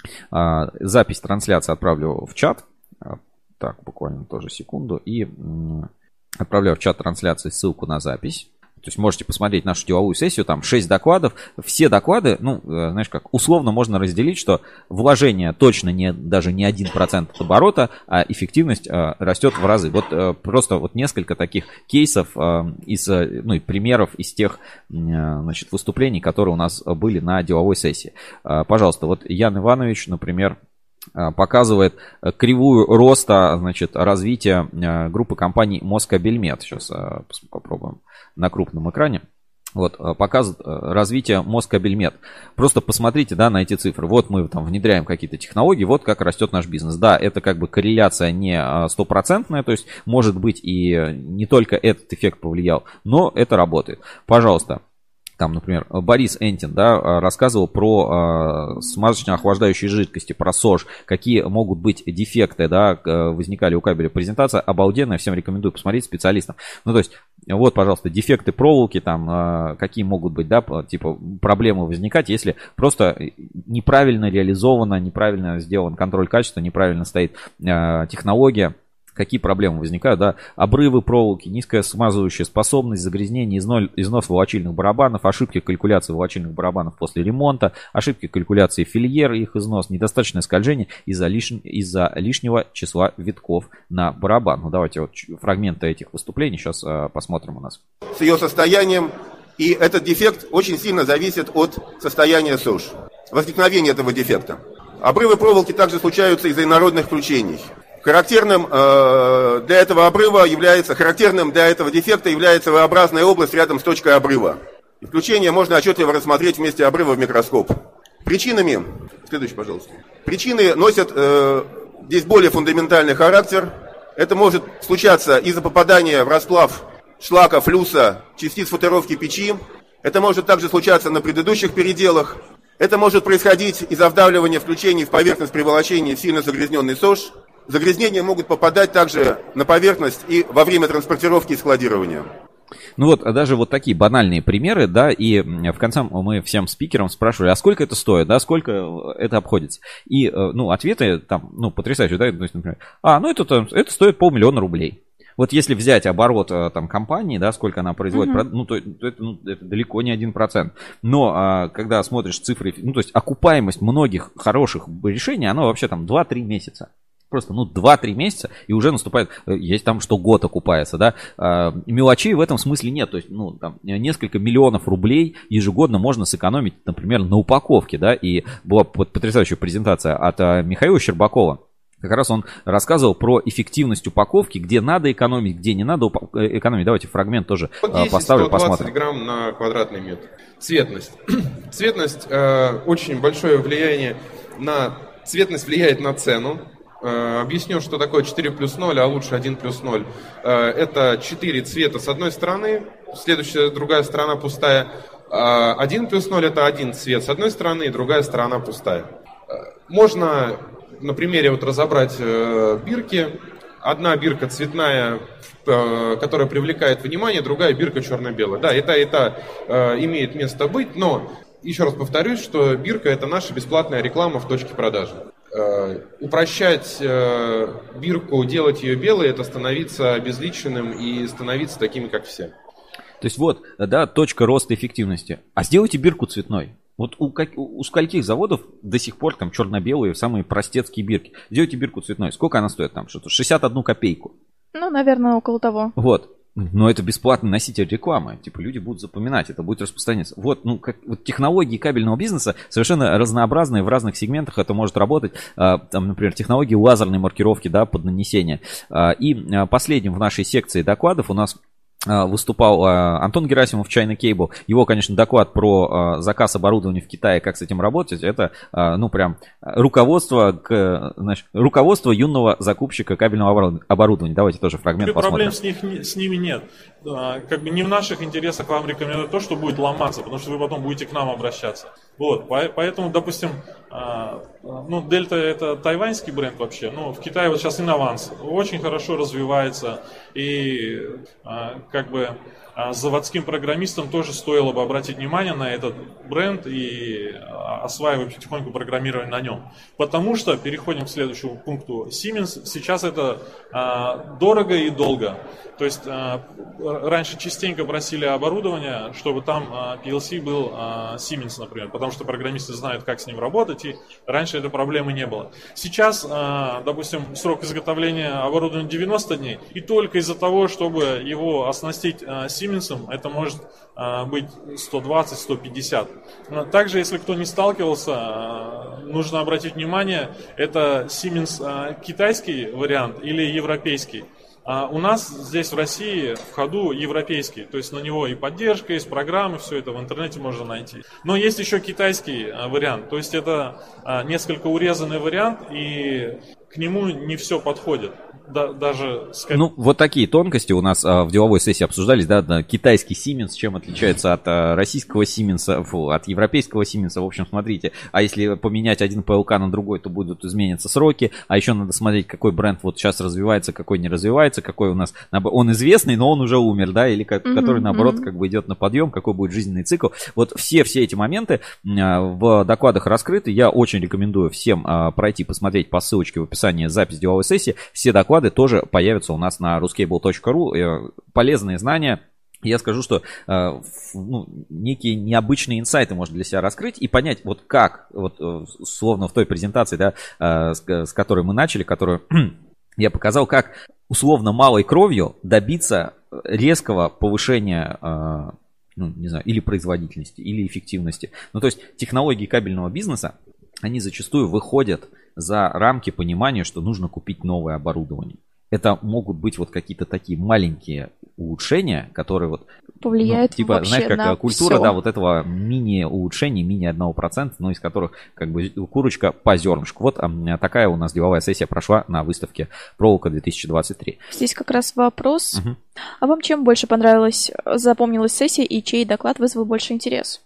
запись трансляции отправлю в чат. Так, буквально тоже секунду. И отправляю в чат трансляции ссылку на запись. То есть можете посмотреть нашу деловую сессию, там 6 докладов. Все доклады, знаешь как, условно можно разделить, что вложение точно даже не 1% от оборота, а эффективность растет в разы. Вот просто вот несколько таких кейсов и примеров из тех, выступлений, которые у нас были на деловой сессии. Пожалуйста, вот Ян Иванович, например, показывает кривую роста, развития группы компаний Москабельмет. Сейчас попробуем на крупном экране. Вот, показывает развитие Москабельмет. Просто посмотрите, да, на эти цифры. Вот мы там внедряем какие-то технологии, вот как растет наш бизнес. Да, это как бы корреляция не стопроцентная, то есть может быть и не только этот эффект повлиял, но это работает. Пожалуйста. Там, например, Борис Энтин, да, рассказывал про смазочно-охлаждающие жидкости, про СОЖ, какие могут быть дефекты, да, возникали у кабеля. Презентация обалденная, всем рекомендую посмотреть специалистам. То есть, вот, пожалуйста, дефекты проволоки, там, какие могут быть, да, типа проблемы возникать, если просто неправильно реализовано, неправильно сделан контроль качества, неправильно стоит технология. Какие проблемы возникают, да? Обрывы проволоки, низкая смазывающая способность, загрязнение, износ волочильных барабанов, ошибки калькуляции волочильных барабанов после ремонта, ошибки калькуляции фильер, их износ, недостаточное скольжение из-за лишнего числа витков на барабан. Давайте вот фрагменты этих выступлений сейчас посмотрим у нас. С ее состоянием, и этот дефект очень сильно зависит от состояния СОЖ, возникновения этого дефекта. Обрывы проволоки также случаются из-за инородных включений. Характерным для этого дефекта является V-образная область рядом с точкой обрыва. И включение можно отчетливо рассмотреть вместе обрыва в микроскоп. Причины носят здесь более фундаментальный характер. Это может случаться из-за попадания в расплав шлака, флюса, частиц футировки печи. Это может также случаться на предыдущих переделах. Это может происходить из-за вдавливания включений в поверхность при волочении в сильно загрязненный СОЖ. Загрязнения могут попадать также на поверхность и во время транспортировки и складирования. Ну вот, даже вот такие банальные примеры, да, и в конце мы всем спикерам спрашивали, а сколько это стоит, да, сколько это обходится. И, ну, ответы там, ну, потрясающие, да, то есть, например, это стоит 500 000 рублей. Вот если взять оборот там компании, да, сколько она производит, ну, то это далеко не 1%. Но когда смотришь цифры, ну, то есть окупаемость многих хороших решений, она вообще там 2-3 месяца. Просто, 2-3 месяца, и уже наступает, есть там, что год окупается, да. Мелочей в этом смысле нет. То есть, там несколько миллионов рублей ежегодно можно сэкономить, например, на упаковке, да. И была потрясающая презентация от Михаила Щербакова. Как раз он рассказывал про эффективность упаковки, где надо экономить, где не надо экономить. Давайте фрагмент тоже поставлю, посмотрим. 120 грамм на квадратный метр. Цветность. Цветность очень большое влияние на... Цветность влияет на цену. Объясню, что такое 4 плюс 0, а лучше 1 плюс 0. Это 4 цвета с одной стороны, следующая, другая сторона пустая. 1 плюс 0 это один цвет с одной стороны, и другая сторона пустая. Можно на примере вот разобрать бирки. Одна бирка цветная, которая привлекает внимание, другая бирка черно-белая. Да, это имеет место быть, но еще раз повторюсь, что бирка это наша бесплатная реклама в точке продажи. Упрощать бирку, делать ее белой, это становиться обезличенным и становиться такими, как все. То есть вот, да, точка роста эффективности. А сделайте бирку цветной. Вот у скольких заводов до сих пор там черно-белые, самые простецкие бирки. Сделайте бирку цветной. Сколько она стоит там? Что-то 61 копейку. Ну, наверное, около того. Вот. Но это бесплатный носитель рекламы. Типа люди будут запоминать, это будет распространяться. Вот, вот технологии кабельного бизнеса совершенно разнообразные в разных сегментах. Это может работать, там, например, технологии лазерной маркировки, да, под нанесение. И последним в нашей секции докладов у нас выступал Антон Герасимов, China Cable. Его, конечно, доклад про заказ оборудования в Китае, как с этим работать, это, прям руководство юного закупщика кабельного оборудования. Давайте тоже фрагмент посмотрим. Проблем с ними нет. Как бы не в наших интересах вам рекомендовать то, что будет ломаться, потому что вы потом будете к нам обращаться. Вот, поэтому, допустим, Дельта это тайваньский бренд вообще, в Китае вот сейчас Иннованс очень хорошо развивается, и заводским программистам тоже стоило бы обратить внимание на этот бренд и осваивать потихоньку программирование на нем. Потому что, переходим к следующему пункту, Siemens сейчас это дорого и долго. То есть раньше частенько просили оборудование, чтобы там PLC был Siemens, например, потому что программисты знают, как с ним работать, и раньше этой проблемы не было. Сейчас, допустим, срок изготовления оборудования 90 дней, и только из-за того, чтобы его оснастить Siemens, это может быть 120-150. Также, если кто не сталкивался, нужно обратить внимание, это Siemens китайский вариант или европейский. У нас здесь в России в ходу европейский, то есть на него и поддержка, есть программы, все это в интернете можно найти. Но есть еще китайский вариант, то есть это несколько урезанный вариант, и к нему не все подходит. Даже... вот такие тонкости у нас в деловой сессии обсуждались, да, китайский Siemens, чем отличается от российского Siemens, от европейского Siemens, в общем, смотрите, а если поменять один ПЛК на другой, то будут измениться сроки, а еще надо смотреть, какой бренд вот сейчас развивается, какой не развивается, какой у нас, он известный, но он уже умер, да, или который, наоборот, идет на подъем, какой будет жизненный цикл. Вот все эти моменты в докладах раскрыты, я очень рекомендую всем пройти, посмотреть по ссылочке в описании запись деловой сессии, все доклады тоже появятся у нас на ruscable.ru. Полезные знания. Я скажу, что некие необычные инсайты можно для себя раскрыть и понять, вот как, словно в той презентации, да, с которой мы начали, которую я показал, как условно малой кровью добиться резкого повышения или производительности, или эффективности. То есть технологии кабельного бизнеса, они зачастую выходят за рамки понимания, что нужно купить новое оборудование. Это могут быть какие-то такие маленькие улучшения, которые повлияют вообще знаешь, как на культура, всё. да, этого мини-улучшений, мини 1%, из которых курочка по зернышку. Вот такая у нас деловая сессия прошла на выставке Проволока 2023. Здесь как раз вопрос. А вам чем больше запомнилась сессия и чей доклад вызвал больше интерес?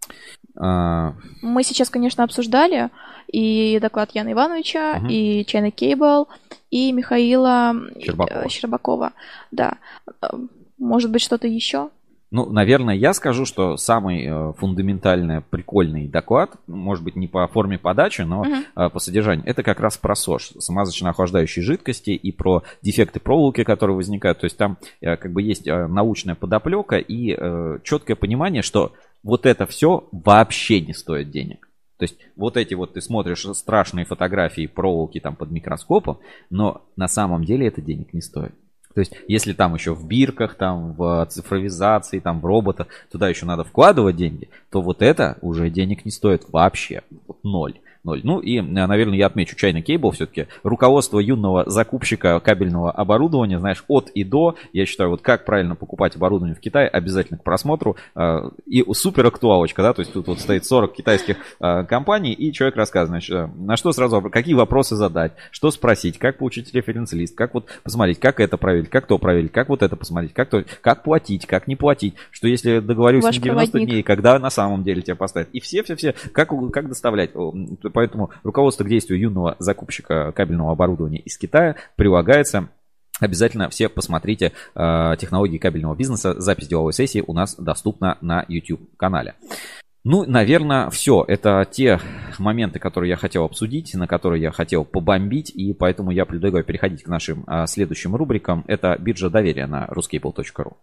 Мы сейчас, конечно, обсуждали и доклад Яна Ивановича, и China Cable, и Михаила Щербакова. Да. Может быть, что-то еще? Ну, наверное, я скажу, что самый фундаментальный, прикольный доклад, может быть, не по форме подачи, но по содержанию, это как раз про СОЖ, смазочно-охлаждающие жидкости, и про дефекты проволоки, которые возникают. То есть там как бы есть научная подоплека и четкое понимание, что вот это все вообще не стоит денег. То есть вот эти вот ты смотришь страшные фотографии проволоки там под микроскопом, но на самом деле это денег не стоит. То есть, если там еще в бирках, там в цифровизации, там в роботах, туда еще надо вкладывать деньги, то вот это уже денег не стоит вообще. Ноль. Ну и, наверное, я отмечу China Cable, все-таки руководство юного закупщика кабельного оборудования, знаешь, от и до. Я считаю, вот как правильно покупать оборудование в Китае, обязательно к просмотру. И супер актуалочка, да, то есть тут вот стоит 40 китайских компаний, и человек рассказывает, значит, на что сразу, какие вопросы задать, что спросить, как получить референс-лист, как вот посмотреть, как это проверить, как то проверить, как вот это посмотреть, как платить, как не платить, что если договорюсь на 90 дней, когда на самом деле тебя поставят. И все, как доставлять. Поэтому руководство к действию юного закупщика кабельного оборудования из Китая прилагается. Обязательно все посмотрите технологии кабельного бизнеса. Запись деловой сессии у нас доступна на YouTube-канале. Ну, наверное, все. Это те моменты, которые я хотел обсудить, на которые я хотел побомбить. И поэтому я предлагаю переходить к нашим следующим рубрикам. Это биржа доверия на ruscable.ru.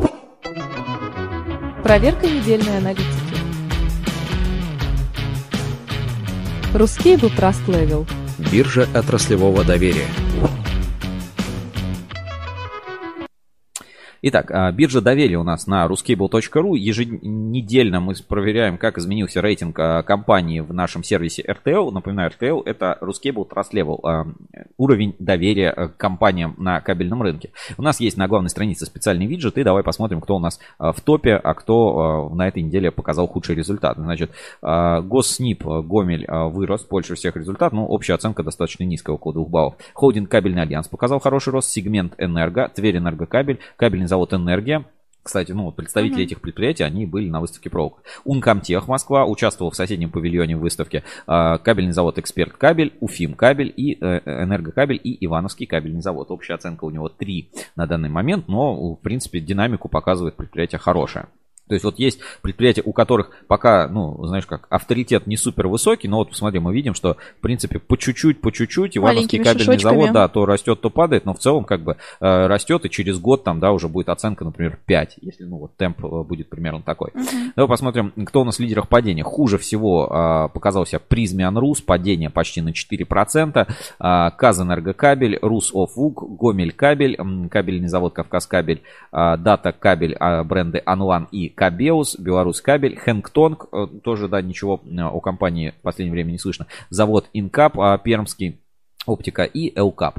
Проверка недельной аналитики. Ruscable Trust Level. Биржа отраслевого доверия. Итак, биржа доверия у нас на ruscable.ru. Еженедельно мы проверяем, как изменился рейтинг компании в нашем сервисе RTL. Напоминаю, RTL это Ruscable Trust Level, уровень доверия к компаниям на кабельном рынке. У нас есть на главной странице специальный виджет, и давай посмотрим, кто у нас в топе, а кто на этой неделе показал худший результат. Значит, Госснип Гомель вырос больше всех результат, но общая оценка достаточно низкая, около 2 баллов. Холдинг Кабельный Альянс показал хороший рост, сегмент Энерго, Тверь Энергокабель, кабельный завод Энергия. Кстати, представители этих предприятий, они были на выставке проволока. Ункомтех Москва участвовал в соседнем павильоне в выставке. Кабельный завод Эксперт Кабель, Уфим Кабель и Энергокабель и Ивановский кабельный завод. Общая оценка у него 3 на данный момент, но в принципе динамику показывает предприятие хорошее. То есть вот есть предприятия, у которых пока, знаешь как, авторитет не супер высокий, но вот посмотри, мы видим, что в принципе по чуть-чуть Ивановский кабельный завод, да, то растет, то падает, но в целом как бы растет, и через год там, да, уже будет оценка, например, 5, если, темп будет примерно такой. Давай посмотрим, кто у нас в лидерах падения. Хуже всего показался Призмиан Рус, падение почти на 4%, Казэнергокабель, Русофуг, Гомель Кабель, кабельный завод Кавказ Кабель, Дата Кабель, бренды Анлан и Кабеус, Беларусь Кабель, Хэнгтонг, тоже, да, ничего о компании в последнее время не слышно. Завод Инкап, Пермский Оптика и Элкап.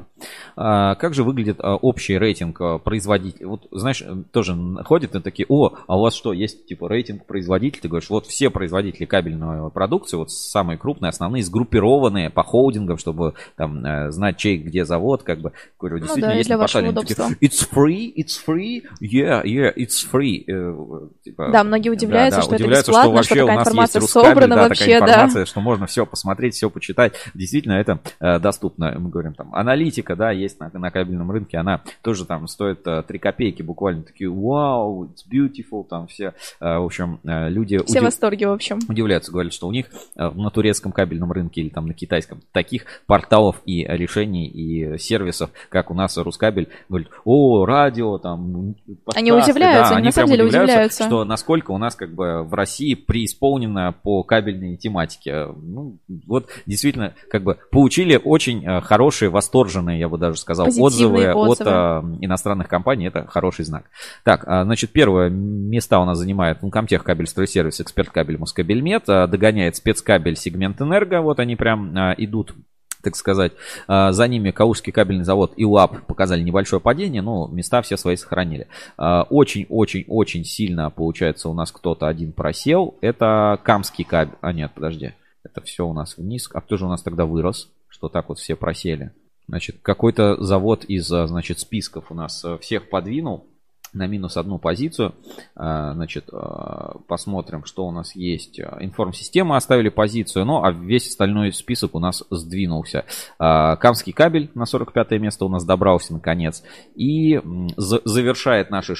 Как же выглядит общий рейтинг производителей? Вот, знаешь, тоже ходят и такие, а у вас что, есть типа рейтинг производителей? Ты говоришь, вот все производители кабельной продукции, вот самые крупные, основные, сгруппированные по холдингам, чтобы там знать, чей где завод, как бы. Говорю, действительно, да, есть для вашего удобства. It's free, yeah, it's free. Типа, да, многие удивляются, что удивляются, это бесплатно, что такая информация собрана вообще, такая информация, что можно все посмотреть, все почитать. Действительно, это доступно. Мы говорим, там, аналитика, да, есть на кабельном рынке, она тоже там стоит 3 копейки, буквально такие, вау, it's beautiful, там все, в общем, люди... Все в восторге, в общем. Удивляются, говорят, что у них на турецком кабельном рынке или там на китайском таких порталов и решений и сервисов, как у нас Рускабель, говорят, радио, там, подкасты. Они удивляются, да, они на самом деле удивляются, что насколько у нас как бы в России преисполнено по кабельной тематике. Вот действительно, как бы получили очень хорошие, восторженные, я бы даже сказал, отзывы от иностранных компаний. Это хороший знак. Так, значит, первое место у нас занимает Ункомтех Кабель Стройсервис, Эксперт Кабель, Москабельмет. Догоняет Спецкабель, Сегмент Энерго. Вот они прям идут, так сказать. За ними Калужский кабельный завод и УАП показали небольшое падение, но места все свои сохранили. Очень-очень-очень сильно, получается, у нас кто-то один просел. Это Камский кабель. Нет, подожди. Это все у нас вниз. А кто же у нас тогда вырос? Что так вот все просели. Значит, какой-то завод из, значит, списков у нас всех подвинул. на минус одну позицию. Значит, посмотрим, что у нас есть. Информсистемы оставили позицию, ну а весь остальной список у нас сдвинулся. Камский кабель на 45 место у нас добрался наконец. И завершает наше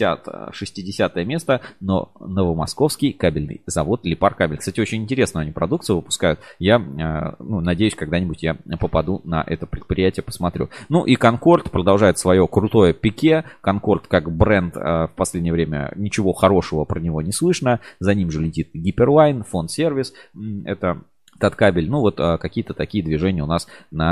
60-е место, но Новомосковский кабельный завод Липаркабель. Кстати, очень интересную они продукцию выпускают. Я надеюсь, когда-нибудь я попаду на это предприятие, посмотрю. Ну и Конкорд продолжает свое крутое пике. Конкорд как бренд в последнее время ничего хорошего про него не слышно. За ним же летит Гиперлайн, Фонд Сервис. Это Таткабель. Ну вот какие-то такие движения у нас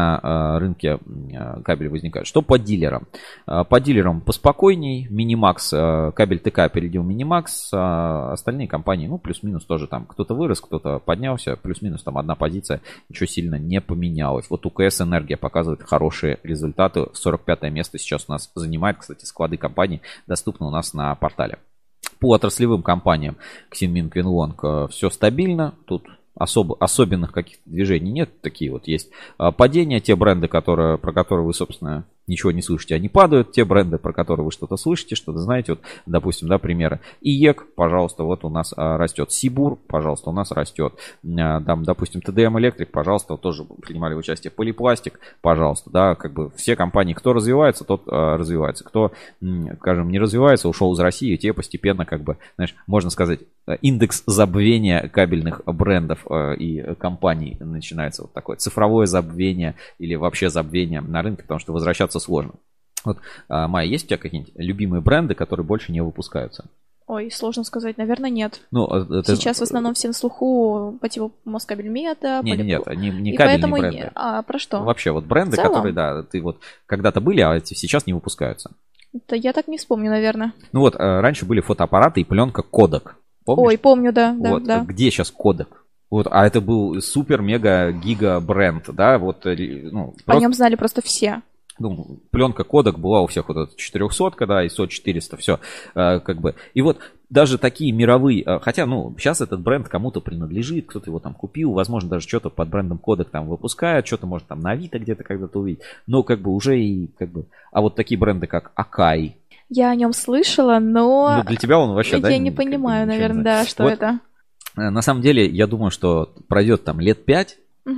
на рынке кабеля возникают. Что по дилерам? По дилерам поспокойней. Минимакс, кабель ТК опередил Минимакс. Остальные компании, ну плюс-минус тоже там кто-то вырос, кто-то поднялся. Плюс-минус там одна позиция, ничего сильно не поменялось. Вот УКС Энергия показывает хорошие результаты. 45 место сейчас у нас занимает. Кстати, склады компаний доступны у нас на портале. По отраслевым компаниям Ксинмин, Квинлонг все стабильно. Тут особенных каких-то движений нет. Такие вот есть падения. Те бренды, про которые вы, собственно, ничего не слышите, они падают. Те бренды, про которые вы что-то слышите, что-то знаете. Вот, допустим, да, примеры. ИЕК, пожалуйста, вот у нас растет. Сибур, пожалуйста, у нас растет. Там, допустим, ТДМ Электрик, пожалуйста, тоже принимали участие. Полипластик, пожалуйста, да, как бы все компании, кто развивается, тот развивается. Кто, скажем, не развивается, ушел из России, те постепенно, как бы, знаешь, можно сказать, индекс забвения кабельных брендов и компаний начинается вот такое цифровое забвение или вообще забвение на рынке, потому что возвращаться сложно. Вот, Майя, есть у тебя какие-нибудь любимые бренды, которые больше не выпускаются? Ой, сложно сказать, наверное, нет. Ну, сейчас в основном все на слуху по типу Москабельмета. Нет, не кабельные поэтому бренды. А про что? Вообще, вот бренды, которые, да, ты вот когда-то были, а сейчас не выпускаются. Да я так не вспомню, наверное. Ну вот, раньше были фотоаппараты и пленка Kodak. Помнишь? Ой, помню, да. Вот, да. Где сейчас Kodak? Вот, а это был супер-мега-гига бренд, да, вот, ну, О нем знали просто все. Ну, пленка Kodak была у всех, вот эта 400, да, ISO 400, все, как бы. И вот даже такие мировые, хотя, ну, сейчас этот бренд кому-то принадлежит, кто-то его там купил, возможно, даже что-то под брендом Kodak там выпускает, что-то может там на Авито где-то когда-то увидеть, но как бы уже и, как бы, а вот такие бренды, как Akai. Я о нем слышала, но... Ну, для тебя он вообще, я да? Я не понимаю, наверное, да, что вот, это. На самом деле, я думаю, что пройдет там лет 5,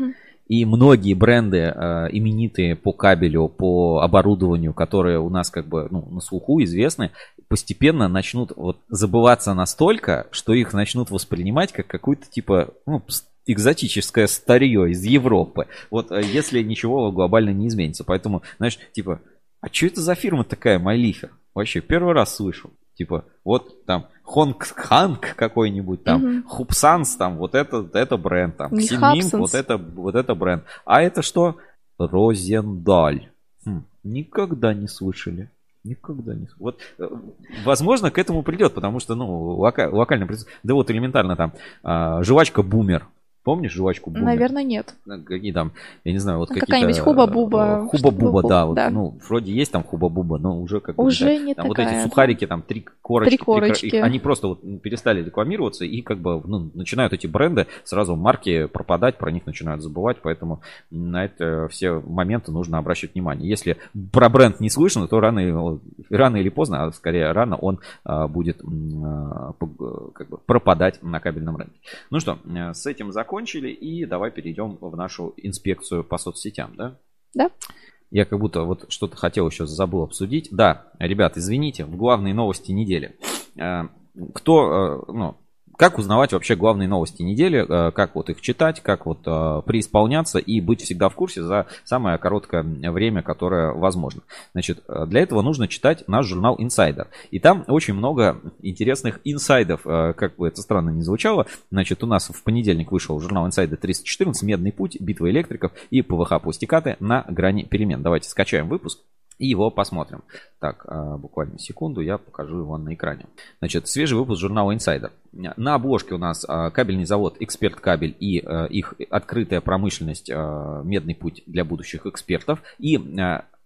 и многие бренды именитые по кабелю, по оборудованию, которые у нас как бы на слуху известны, постепенно начнут вот забываться настолько, что их начнут воспринимать как какую-то типа экзотическое старье из Европы. Вот если ничего глобально не изменится. Поэтому, знаешь, типа, а что это за фирма такая, Майлифер? Вообще, первый раз слышу. Типа, вот там Хонгханг какой-нибудь, там Хупсанс, там вот это бренд, там Ксинмин, вот это бренд. А это что? Розендаль. Никогда не слышали. Никогда не слышали. Вот, возможно, к этому придет, потому что, локально. Да вот элементарно там жвачка Бумер. Помнишь жвачку Бумер? Наверное, нет. Какие там, я не знаю, вот какие-то... Какая-нибудь Хуба-Буба. Хуба-Буба, да. Вот, ну, вроде есть там Хуба-Буба, но уже как бы... Уже не там такая. Вот эти сухарики, там три корочки. Они просто вот перестали рекламироваться, и как бы начинают эти бренды, сразу марки пропадать, про них начинают забывать, поэтому на это все моменты нужно обращать внимание. Если про бренд не слышно, то рано или поздно, а скорее рано, он будет как бы пропадать на кабельном рынке. Ну что, с этим закончили, и давай перейдем в нашу инспекцию по соцсетям, да? Да. Я как будто вот что-то хотел еще забыл обсудить. Да, ребят, извините, в главные новости недели. Как узнавать вообще главные новости недели, как вот их читать, как вот преисполняться и быть всегда в курсе за самое короткое время, которое возможно. Значит, для этого нужно читать наш журнал Insider. И там очень много интересных инсайдов, как бы это странно ни звучало. Значит, у нас в понедельник вышел журнал Insider 314, Медный путь, битва электриков и ПВХ пластикаты на грани перемен. Давайте скачаем выпуск и его посмотрим. Так, буквально секунду, я покажу его на экране. Значит, свежий выпуск журнала Insider. На обложке у нас кабельный завод «Эксперт Кабель» и их открытая промышленность «Медный путь для будущих экспертов». И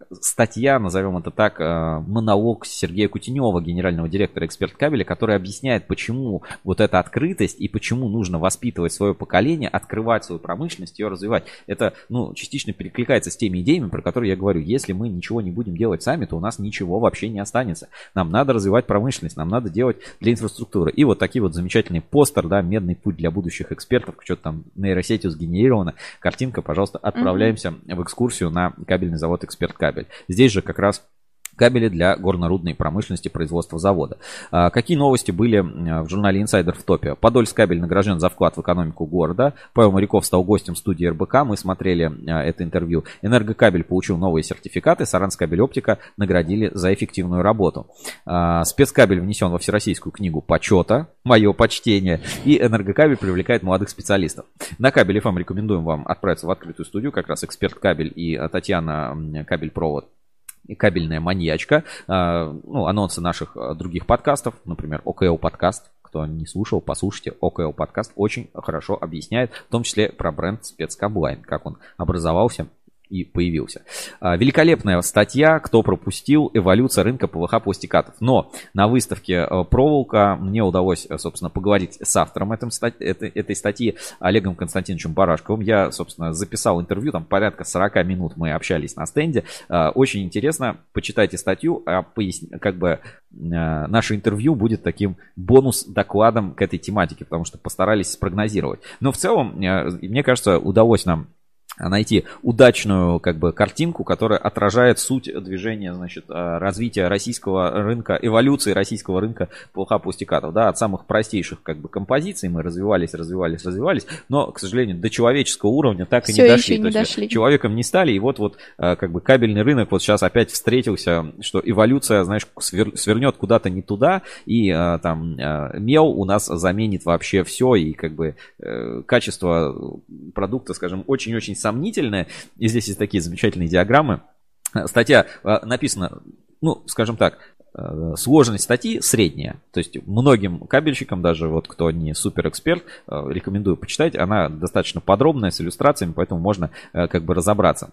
статья, назовем это так, монолог Сергея Кутенева, генерального директора «Эксперт кабеля», который объясняет, почему вот эта открытость и почему нужно воспитывать свое поколение, открывать свою промышленность, ее развивать. Это, частично перекликается с теми идеями, про которые я говорю. Если мы ничего не будем делать сами, то у нас ничего вообще не останется. Нам надо развивать промышленность, нам надо делать для инфраструктуры. И вот такие вот замечательные постер, да, медный путь для будущих экспертов, что-то там нейросетью сгенерировано, картинка, пожалуйста, отправляемся в экскурсию на кабельный завод «Эксперт кабель». Здесь же как раз кабели для горно-рудной промышленности производства завода. Какие новости были в журнале «Инсайдер» в топе? Подольск кабель награжден за вклад в экономику города. Павел Моряков стал гостем студии РБК. Мы смотрели это интервью. Энергокабель получил новые сертификаты. Саранскабель оптика наградили за эффективную работу. Спецкабель внесен во Всероссийскую книгу почета. Мое почтение. И Энергокабель привлекает молодых специалистов. На Кабель ФМ рекомендуем вам отправиться в открытую студию. Как раз «Эксперт кабель» и Татьяна Кабель-провод. И кабельная маньячка. Анонсы наших других подкастов, например, ОКЛ подкаст. Кто не слушал, послушайте. ОКЛ подкаст очень хорошо объясняет, в том числе про бренд Спецкаблайн, как он образовался и появился. Великолепная статья, кто пропустил, эволюция рынка ПВХ пластикатов. Но на выставке «Проволока» мне удалось, собственно, поговорить с автором этой статьи Олегом Константиновичем Барашковым. Я, собственно, записал интервью, там порядка 40 минут мы общались на стенде. Очень интересно, почитайте статью, наше интервью будет таким бонус-докладом к этой тематике, потому что постарались спрогнозировать. Но в целом, мне кажется, удалось нам найти удачную картинку, которая отражает суть движения, развития российского рынка, эволюции российского рынка ПВХ пластикатов. Да, от самых простейших композиций мы развивались, но, к сожалению, до человеческого уровня так и не дошли. То есть человеком не стали, и вот кабельный рынок вот сейчас опять встретился, что эволюция, свернет куда-то не туда, и мел у нас заменит вообще все, и качество продукта, очень-очень сомнительное. И здесь есть такие замечательные диаграммы. Статья написана, сложность статьи средняя. То есть многим кабельщикам, даже кто не суперэксперт, рекомендую почитать. Она достаточно подробная, с иллюстрациями, поэтому можно разобраться.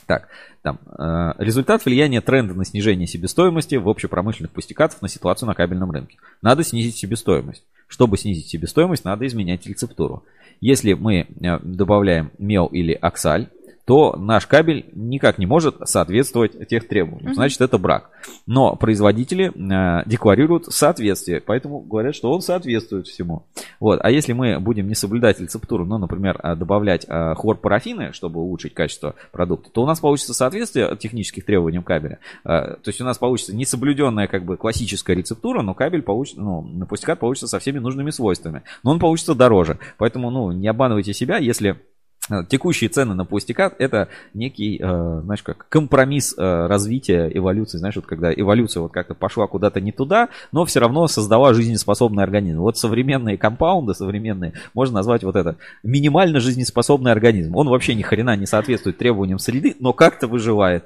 Результат влияния тренда на снижение себестоимости в общепромышленных пластикатов на ситуацию на кабельном рынке. Надо снизить себестоимость. Чтобы снизить себестоимость, надо изменять рецептуру. Если мы добавляем мел или оксаль, то наш кабель никак не может соответствовать тех требованиям. Значит, это брак. Но производители декларируют соответствие, поэтому говорят, что он соответствует всему. А если мы будем не соблюдать рецептуру, например, добавлять хлорпарафины, чтобы улучшить качество продукта, то у нас получится соответствие технических требованиям кабеля. То есть у нас получится несоблюденная классическая рецептура, но кабель получится, пластикат получится со всеми нужными свойствами. Но он получится дороже. Поэтому не обманывайте себя, если текущие цены на пластикат — это некий, компромисс развития эволюции. Когда эволюция как-то пошла куда-то не туда, но все равно создала жизнеспособный организм. современные компаунды, можно назвать это минимально жизнеспособный организм. Он вообще ни хрена не соответствует требованиям среды, но как-то выживает.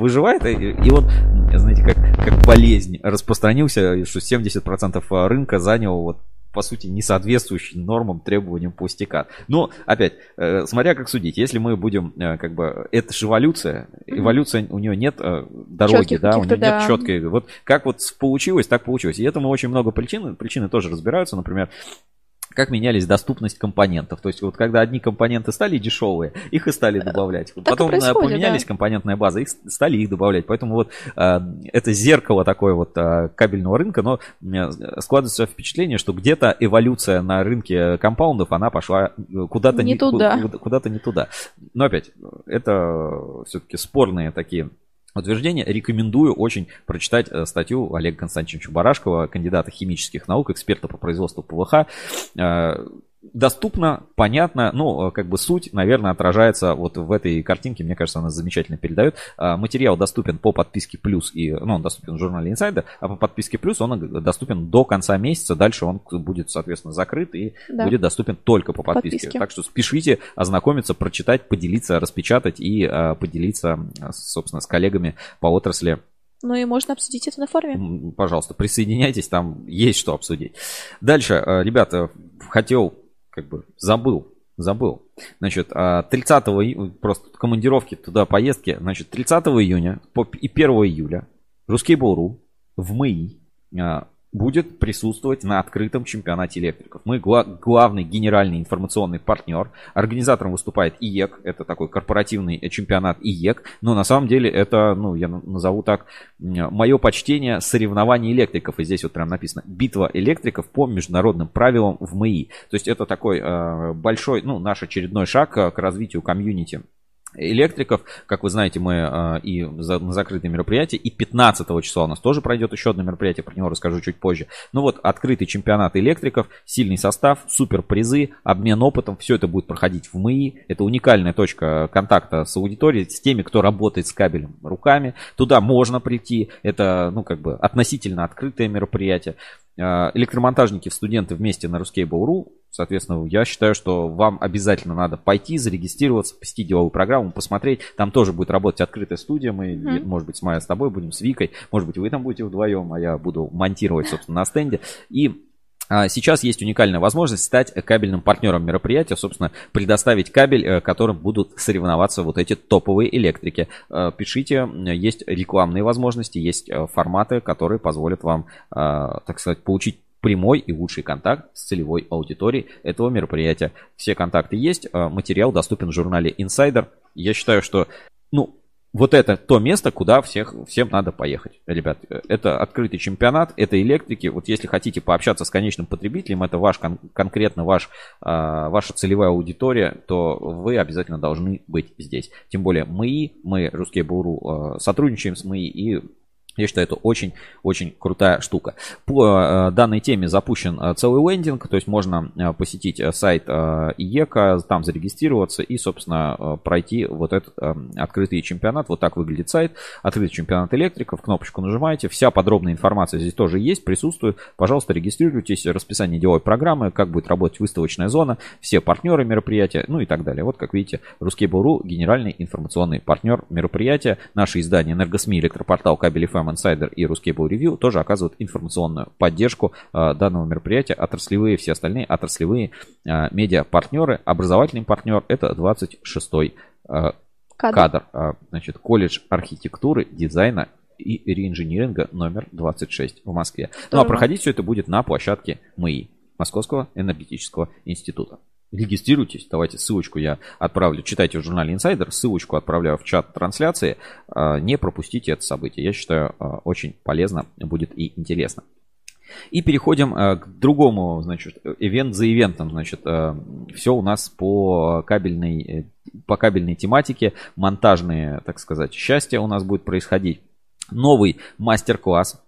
И он, как болезнь распространился, что 70% рынка занял по сути, не соответствующий нормам, требованиям пластикат. Но, опять, смотря как судить, если мы будем, это же эволюция, эволюция, у нее нет дороги, у нее нет четкой, как получилось, так получилось. И этому очень много причины тоже разбираются, например, как менялись доступность компонентов. То есть когда одни компоненты стали дешевые, их и стали добавлять. Потом поменялись компонентная база, стали их добавлять. Поэтому это зеркало такое кабельного рынка, но складывается впечатление, что где-то эволюция на рынке компаундов, она пошла куда-то не туда. Но опять, это все-таки спорные такие утверждения. Рекомендую очень прочитать статью Олега Константиновича Барашкова, кандидата химических наук, эксперта по производству ПВХ. Доступно, понятно, суть, наверное, отражается в этой картинке. Мне кажется, она замечательно передает. Материал доступен по подписке плюс, он доступен в журнале Insider, а по подписке плюс он доступен до конца месяца. Дальше он будет, соответственно, закрыт и будет доступен только по подписке. Так что спешите ознакомиться, прочитать, поделиться, распечатать и поделиться, собственно, с коллегами по отрасли. И можно обсудить это на форуме. Пожалуйста, присоединяйтесь, там есть что обсудить. Дальше, ребята, забыл Забыл. Значит, 30 июня, просто командировки туда, поездки. Значит, 30 июня и 1 июля Ruskable.ru в МИИ будет присутствовать на открытом чемпионате электриков. Мы главный генеральный информационный партнер. Организатором выступает ИЕК. Это такой корпоративный чемпионат ИЕК. Но на самом деле это, я назову так, мое почтение соревнований электриков. И здесь вот прям написано: битва электриков по международным правилам в МИИ. То есть это такой большой, наш очередной шаг к развитию комьюнити электриков. Как вы знаете, мы на закрытые мероприятия. И 15 числа у нас тоже пройдет еще одно мероприятие, про него расскажу чуть позже. Открытый чемпионат электриков, сильный состав, супер призы, обмен опытом. Все это будет проходить в МИИ. Это уникальная точка контакта с аудиторией, с теми, кто работает с кабелем руками. Туда можно прийти. Это, относительно открытое мероприятие. Электромонтажники, студенты вместе на Ruskable.ru. Соответственно, я считаю, что вам обязательно надо пойти, зарегистрироваться, посетить деловую программу, посмотреть. Там тоже будет работать открытая студия. Мы, может быть, с Майей, с тобой будем, с Викой. Может быть, вы там будете вдвоем, а я буду монтировать, собственно, на стенде. И сейчас есть уникальная возможность стать кабельным партнером мероприятия, собственно, предоставить кабель, которым будут соревноваться вот эти топовые электрики. Пишите, есть рекламные возможности, есть форматы, которые позволят вам, так сказать, получить прямой и лучший контакт с целевой аудиторией этого мероприятия. Все контакты есть, материал доступен в журнале Insider. Я считаю, что, вот это то место, куда всем надо поехать. Ребят, это открытый чемпионат, это электрики. Вот если хотите пообщаться с конечным потребителем, это конкретно ваша целевая аудитория, то вы обязательно должны быть здесь. Тем более мы Ruskable.ru сотрудничаем с МИИ, и я считаю, это очень-очень крутая штука. По данной теме запущен целый лендинг, то есть можно посетить сайт ИЕКа, там зарегистрироваться и, собственно, пройти вот этот открытый чемпионат. Вот так выглядит сайт. Открытый чемпионат электриков. Кнопочку нажимаете. Вся подробная информация здесь тоже есть, присутствует. Пожалуйста, регистрируйтесь. Расписание деловой программы, как будет работать выставочная зона, все партнеры мероприятия, и так далее. Вот, как видите, Ruskable.ru, генеральный информационный партнер мероприятия. Наши издания «Энергосми», «Электропортал», «Кабель FM», Insider и Ruskable Review тоже оказывают информационную поддежку данного мероприятия. Отраслевые, все остальные отраслевые медиа-партнеры. Образовательный партнер — это 26-й кадр. Значит, колледж архитектуры, дизайна и реинжиниринга номер 26 в Москве. А проходить все это будет на площадке МИИ, Московского энергетического института. Регистрируйтесь, давайте ссылочку я отправлю, читайте в журнале Insider, ссылочку отправляю в чат трансляции, не пропустите это событие, я считаю, очень полезно будет и интересно. И переходим к другому, значит, ивент за ивентом, значит, все у нас по кабельной тематике, монтажные, так сказать, счастья у нас будет происходить. Новый мастер-класс,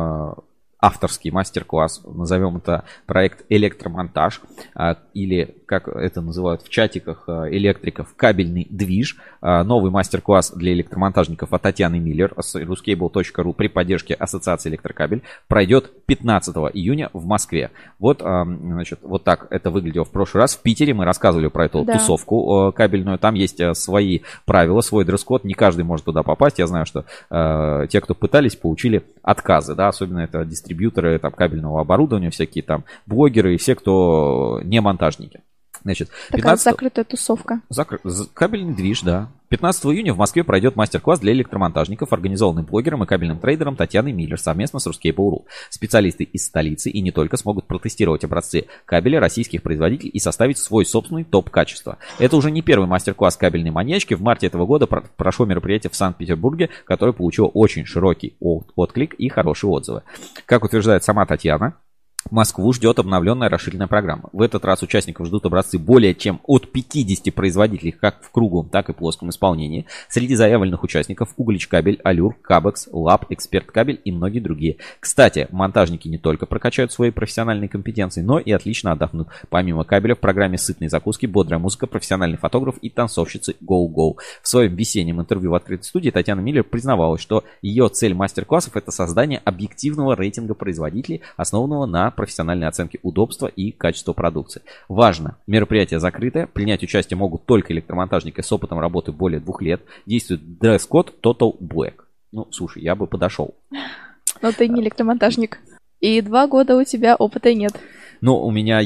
авторский мастер-класс, назовем это проект «Электромонтаж», или, как это называют в чатиках электриков, «Кабельный движ». Новый мастер-класс для электромонтажников от Татьяны Миллер с Ruskable.ru при поддержке Ассоциации Электрокабель пройдет 15 июня в Москве. Вот, значит, вот так это выглядело в прошлый раз. В Питере мы рассказывали про эту тусовку кабельную. Там есть свои правила, свой дресс-код. Не каждый может туда попасть. Я знаю, что те, кто пытались, получили отказы, да, особенно это дистрибьюторы там кабельного оборудования, всякие там блогеры и все, кто не монтажники. Значит, такая закрытая тусовка. Кабельный движ, да. 15 июня в Москве пройдет мастер-класс для электромонтажников, организованный блогером и кабельным трейдером Татьяной Миллер совместно с Ruskable.ru. Специалисты из столицы и не только смогут протестировать образцы кабеля российских производителей и составить свой собственный топ качества. Это уже не первый мастер-класс кабельной маньячки. В марте этого года прошло мероприятие в Санкт-Петербурге, которое получило очень широкий отклик и хорошие отзывы. Как утверждает сама Татьяна, Москву ждет обновленная расширенная программа. В этот раз участников ждут образцы более чем от 50 производителей как в круглом, так и плоском исполнении. Среди заявленных участников Углич-кабель, Алюр, Кабекс, Лаб, Эксперт-кабель и многие другие. Кстати, монтажники не только прокачают свои профессиональные компетенции, но и отлично отдохнут. Помимо кабеля в программе сытные закуски, бодрая музыка, профессиональный фотограф и танцовщицы Go-Go. В своем весеннем интервью в открытой студии Татьяна Миллер признавалась, что ее цель мастер-классов — это создание объективного рейтинга производителей, основанного на профессиональной оценке удобства и качества продукции. Важно, мероприятие закрытое, принять участие могут только электромонтажники с опытом работы более 2 лет. Действует дресс-код Total Black. Ну, слушай, я бы подошел. Но ты не электромонтажник. И 2 года у тебя опыта нет. Ну, у меня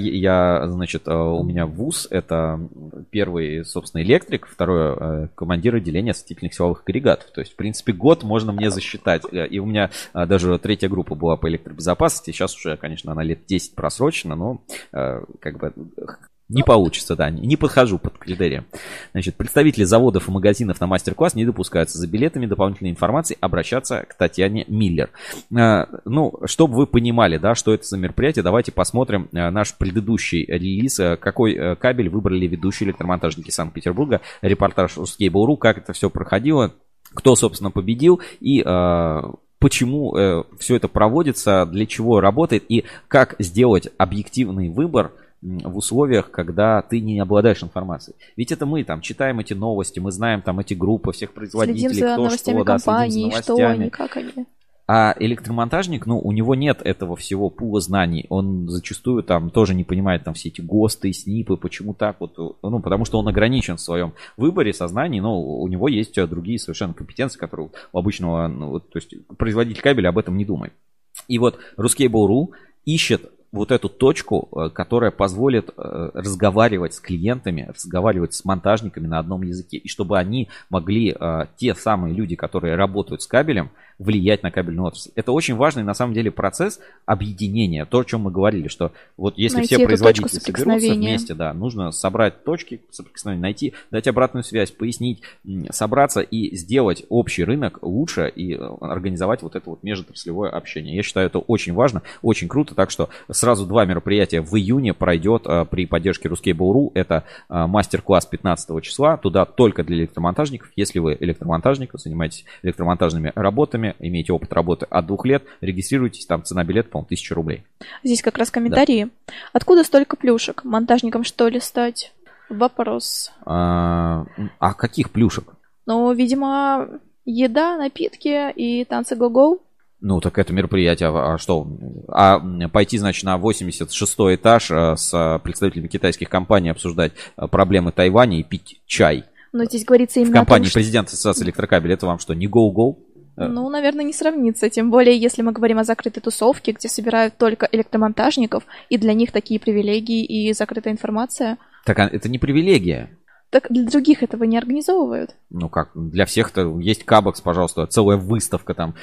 вуз, это первый, собственно, электрик, второе, командир отделения осветительных силовых агрегатов. То есть, в принципе, год можно мне засчитать. И у меня даже 3-я группа была по электробезопасности. Сейчас уже, конечно, она лет 10 просрочена, но как бы... Не получится, да, не подхожу под критерием. Значит, представители заводов и магазинов на мастер-класс не допускаются. За билетами дополнительной информации обращаться к Татьяне Миллер. Ну, чтобы вы понимали, да, что это за мероприятие, давайте посмотрим наш предыдущий релиз. Какой кабель выбрали ведущие электромонтажники Санкт-Петербурга. Репортаж Ruscable.ru, как это все проходило, кто, собственно, победил и... почему все это проводится, для чего работает и как сделать объективный выбор в условиях, когда ты не обладаешь информацией. Ведь это мы там читаем эти новости, мы знаем там эти группы всех производителей, следим за кто новостями что, компании, да, что они, как они. А электромонтажник, ну, у него нет этого всего пула знаний. Он зачастую там тоже не понимает там все эти ГОСТы, СНИПы, почему так вот. Ну, потому что он ограничен в своем выборе сознаний, но у него есть другие совершенно компетенции, которые у обычного, ну, то есть производитель кабеля об этом не думает. И вот Ruscable.ru ищет вот эту точку, которая позволит разговаривать с клиентами, разговаривать с монтажниками на одном языке. И чтобы они могли, те самые люди, которые работают с кабелем, влиять на кабельную отрасль. Это очень важный на самом деле процесс объединения. То, о чем мы говорили, что вот если найти все производители соберутся вместе, да, нужно собрать точки соприкосновения, найти, дать обратную связь, пояснить, собраться и сделать общий рынок лучше и организовать вот это вот межотраслевое общение. Я считаю, это очень важно, очень круто. Так что сразу 2 мероприятия в июне пройдет при поддержке Ruscable.ru. Это мастер-класс 15 числа. Туда только для электромонтажников. Если вы электромонтажник, занимаетесь электромонтажными работами, имеете опыт работы от 2 лет, регистрируйтесь, там цена билета, по-моему, 1000 рублей. Здесь как раз комментарии. Да. Откуда столько плюшек? Монтажником, что ли, стать? Вопрос. А каких плюшек? Ну, видимо, еда, напитки и танцы го-го. Ну, так это мероприятие, а что? А пойти, значит, на 86-й этаж с представителями китайских компаний обсуждать проблемы Тайваня и пить чай. Но здесь говорится именно в компании о том, что... президент Ассоциации электрокабель, это вам что, не go-go? Ну, наверное, не сравнится. Тем более, если мы говорим о закрытой тусовке, где собирают только электромонтажников, и для них такие привилегии и закрытая информация. Так это не привилегия. Так для других этого не организовывают. Ну как, для всех-то есть Кабекс, пожалуйста, целая выставка, там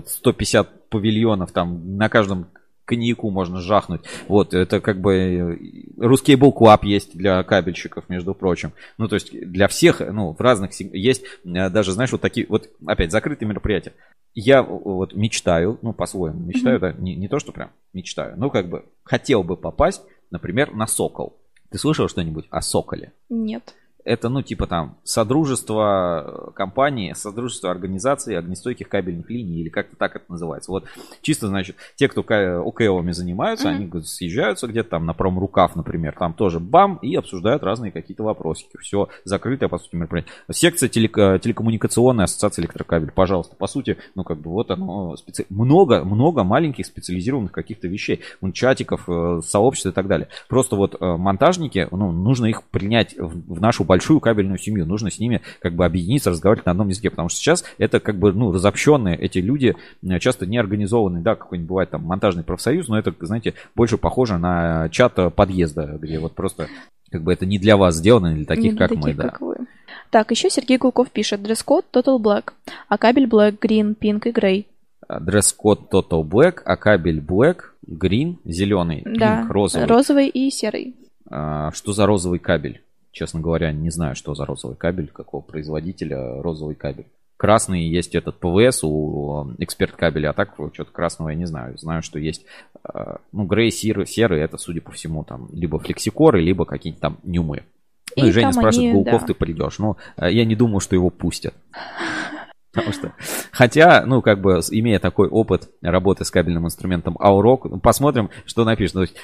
150 павильонов, там на каждом коньяку можно жахнуть. Вот, это как бы Ruscable Club есть для кабельщиков, между прочим. Ну, то есть для всех, ну, в разных есть даже, знаешь, вот такие, вот опять закрытые мероприятия. Я вот мечтаю, ну, по-своему мечтаю, да, не то, что прям мечтаю, но как бы хотел бы попасть, например, на Сокол. Ты слышал что-нибудь о Соколе? Нет. Это, ну, типа там содружество компаний, содружество организаций огнестойких кабельных линий, или как-то так это называется. Вот чисто, значит, те, кто ОКО-ми занимаются, они съезжаются где-то там на промрукав, например, там тоже бам, и обсуждают разные какие-то вопросики. Все закрытое, по сути, мероприятие. Секция телекоммуникационной ассоциации электрокабель, пожалуйста. По сути, ну, как бы вот оно, много маленьких специализированных каких-то вещей, чатиков, сообществ и так далее. Просто вот монтажники, ну, нужно их принять в нашу большую кабельную семью. Нужно с ними как бы объединиться, разговаривать на одном языке, потому что сейчас это как бы, ну, разобщенные эти люди, часто не организованные, да, какой-нибудь бывает там монтажный профсоюз, но это, знаете, больше похоже на чат подъезда, где вот просто как бы это не для вас сделано, не для таких, не для как таких, мы, как вы. Так, еще Сергей Гулков пишет: дресс-код Total Black, а кабель Black, Green, Pink и Grey. Дресс-код Total Black, а кабель Black, Green, зеленый, да, Pink, розовый. Розовый и серый. Что за розовый кабель? Честно говоря, не знаю, что за розовый кабель, какого производителя розовый кабель. Красный есть этот ПВС у Эксперт кабеля, а так что-то красного я не знаю. Знаю, что есть, ну, грей, серый, это, судя по всему, там либо флексикоры, либо какие-то там нюмы. Ну и Женя спрашивает, Гулков, да, ты придешь. Ну, я не думаю, что его пустят. Потому что, хотя, ну, как бы, имея такой опыт работы с кабельным инструментом Aurok, посмотрим, что напишет. То есть,